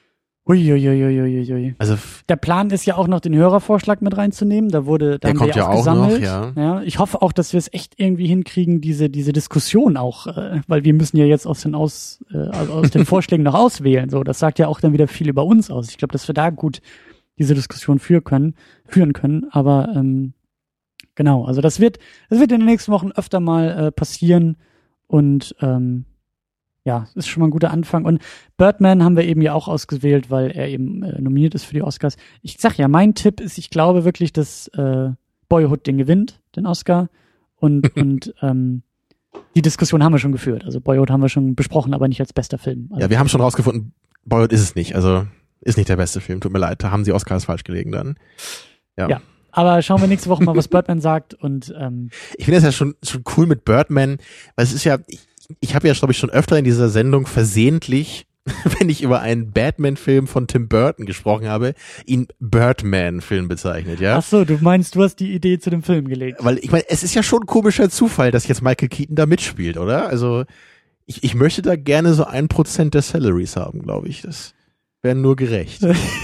Uiuiuiuiui. Also der Plan ist ja auch noch den Hörervorschlag mit reinzunehmen. Da wurde, da der haben kommt wir ja auch, auch gesammelt. Noch, ja. ja. Ich hoffe auch, dass wir es echt irgendwie hinkriegen, diese diese Diskussion auch, äh, weil wir müssen ja jetzt aus den aus äh, also aus den Vorschlägen noch auswählen. So, das sagt ja auch dann wieder viel über uns aus. Ich glaube, dass wir da gut diese Diskussion führen können, führen können. Aber ähm, genau, also das wird das wird in den nächsten Wochen öfter mal äh, passieren und ähm, ja, ist schon mal ein guter Anfang. Und Birdman haben wir eben ja auch ausgewählt, weil er eben äh, nominiert ist für die Oscars. Ich sag ja, mein Tipp ist, ich glaube wirklich, dass äh, Boyhood den gewinnt, den Oscar. Und und ähm, die Diskussion haben wir schon geführt. Also Boyhood haben wir schon besprochen, aber nicht als bester Film. Also, ja, wir haben schon rausgefunden, Boyhood ist es nicht. Also ist nicht der beste Film. Tut mir leid, da haben die Oscars falsch gelegen dann. Ja. ja. Aber schauen wir nächste Woche mal, was Birdman sagt. Und ähm, ich finde das ja schon schon cool mit Birdman, weil es ist ja, ich, ich habe ja, glaube ich, schon öfter in dieser Sendung versehentlich, wenn ich über einen Batman-Film von Tim Burton gesprochen habe, ihn Birdman-Film bezeichnet, ja? Ach so, du meinst, du hast die Idee zu dem Film gelegt. Weil ich meine, es ist ja schon ein komischer Zufall, dass jetzt Michael Keaton da mitspielt, oder? Also ich, ich möchte da gerne so ein Prozent der Salaries haben, glaube ich. Das wäre nur gerecht.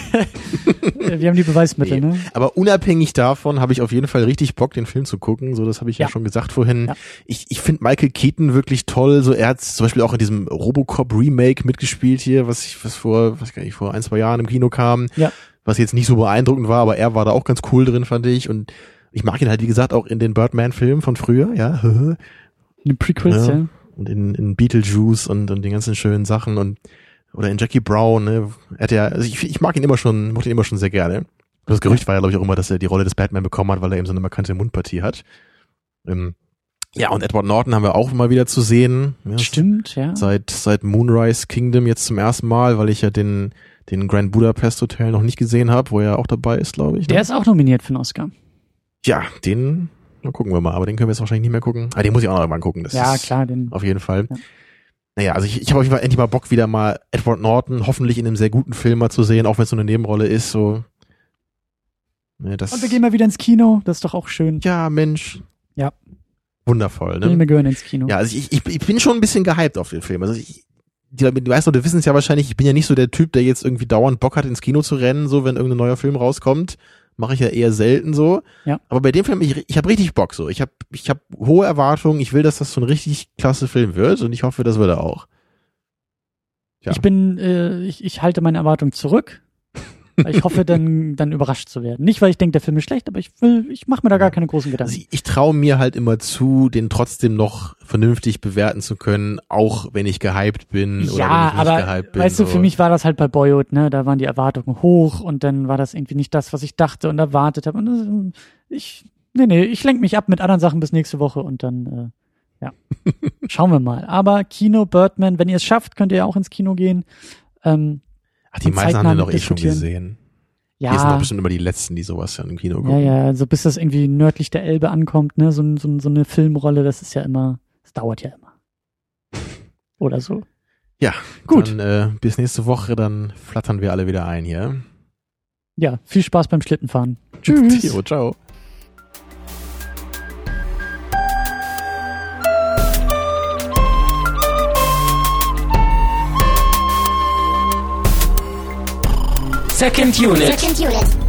Wir haben die Beweismittel, nee. ne? Aber unabhängig davon habe ich auf jeden Fall richtig Bock, den Film zu gucken. So, das habe ich ja. ja schon gesagt vorhin. Ja. Ich, ich finde Michael Keaton wirklich toll. So, er hat zum Beispiel auch in diesem Robocop Remake mitgespielt hier, was ich, was vor, was gar nicht, vor ein, zwei Jahren im Kino kam. Ja. Was jetzt nicht so beeindruckend war, aber er war da auch ganz cool drin, fand ich. Und ich mag ihn halt, wie gesagt, auch in den Birdman-Filmen von früher, ja. In den Prequels, ja. ja. Und in, in Beetlejuice und, und den ganzen schönen Sachen und oder in Jackie Brown, ne, er hat ja, also ich, ich mag ihn immer schon, mochte ihn immer schon sehr gerne. Das Gerücht ja. war ja, glaube ich, auch immer, dass er die Rolle des Batman bekommen hat, weil er eben so eine markante Mundpartie hat. Ähm, ja, und Edward Norton haben wir auch mal wieder zu sehen. Ja, Stimmt, ja. Seit, seit Moonrise Kingdom jetzt zum ersten Mal, weil ich ja den, den Grand Budapest Hotel noch nicht gesehen habe, wo er auch dabei ist, glaube ich. Der ne? ist auch nominiert für einen Oscar. Ja, den, na, gucken wir mal, aber den können wir jetzt wahrscheinlich nicht mehr gucken. Aber den muss ich auch noch irgendwann gucken. Das ja, ist klar, den. Auf jeden Fall. Ja. Naja, also ich, ich habe auf jeden Fall endlich mal Bock, wieder mal Edward Norton hoffentlich in einem sehr guten Film mal zu sehen, auch wenn es so eine Nebenrolle ist, so. Ne, das Und wir gehen mal wieder ins Kino, das ist doch auch schön. Ja, Mensch. Ja. Wundervoll, ne? Filme gehören ins Kino. Ja, also ich, ich, ich bin schon ein bisschen gehypt auf den Film. Also ich, die, die weißt du, du wissen es ja wahrscheinlich, ich bin ja nicht so der Typ, der jetzt irgendwie dauernd Bock hat, ins Kino zu rennen, so wenn irgendein neuer Film rauskommt. Mache ich ja eher selten so. Ja. Aber bei dem Film, ich, ich habe richtig Bock so. Ich habe ich hab hohe Erwartungen. Ich will, dass das so ein richtig klasse Film wird und ich hoffe, das wird er auch. Ja. Ich bin, äh, ich, ich halte meine Erwartungen zurück. Weil ich hoffe, dann, dann überrascht zu werden. Nicht, weil ich denke, der Film ist schlecht, aber ich will, ich mache mir da gar keine großen Gedanken. Also ich, ich traue mir halt immer zu, den trotzdem noch vernünftig bewerten zu können, auch wenn ich gehypt bin oder ja, wenn ich nicht aber, gehypt bin. Weißt du, so. für mich war das halt bei Boyhood, ne, da waren die Erwartungen hoch und dann war das irgendwie nicht das, was ich dachte und erwartet habe. Und das, ich, nee, nee, ich lenke mich ab mit anderen Sachen bis nächste Woche und dann, äh, ja, schauen wir mal. Aber Kino, Birdman, wenn ihr es schafft, könnt ihr ja auch ins Kino gehen. Ähm, Ach, die meisten haben wir doch eh schon gesehen. Ja. Wir sind doch bestimmt immer die Letzten, die sowas ja im Kino gucken. Ja, ja, so also bis das irgendwie nördlich der Elbe ankommt, ne, so, so, so eine Filmrolle, das ist ja immer, das dauert ja immer. Oder so. Ja, gut. Dann äh, bis nächste Woche, dann flattern wir alle wieder ein hier. Ja, viel Spaß beim Schlittenfahren. Tschüss. Jo, ciao. Second Unit. Second Unit.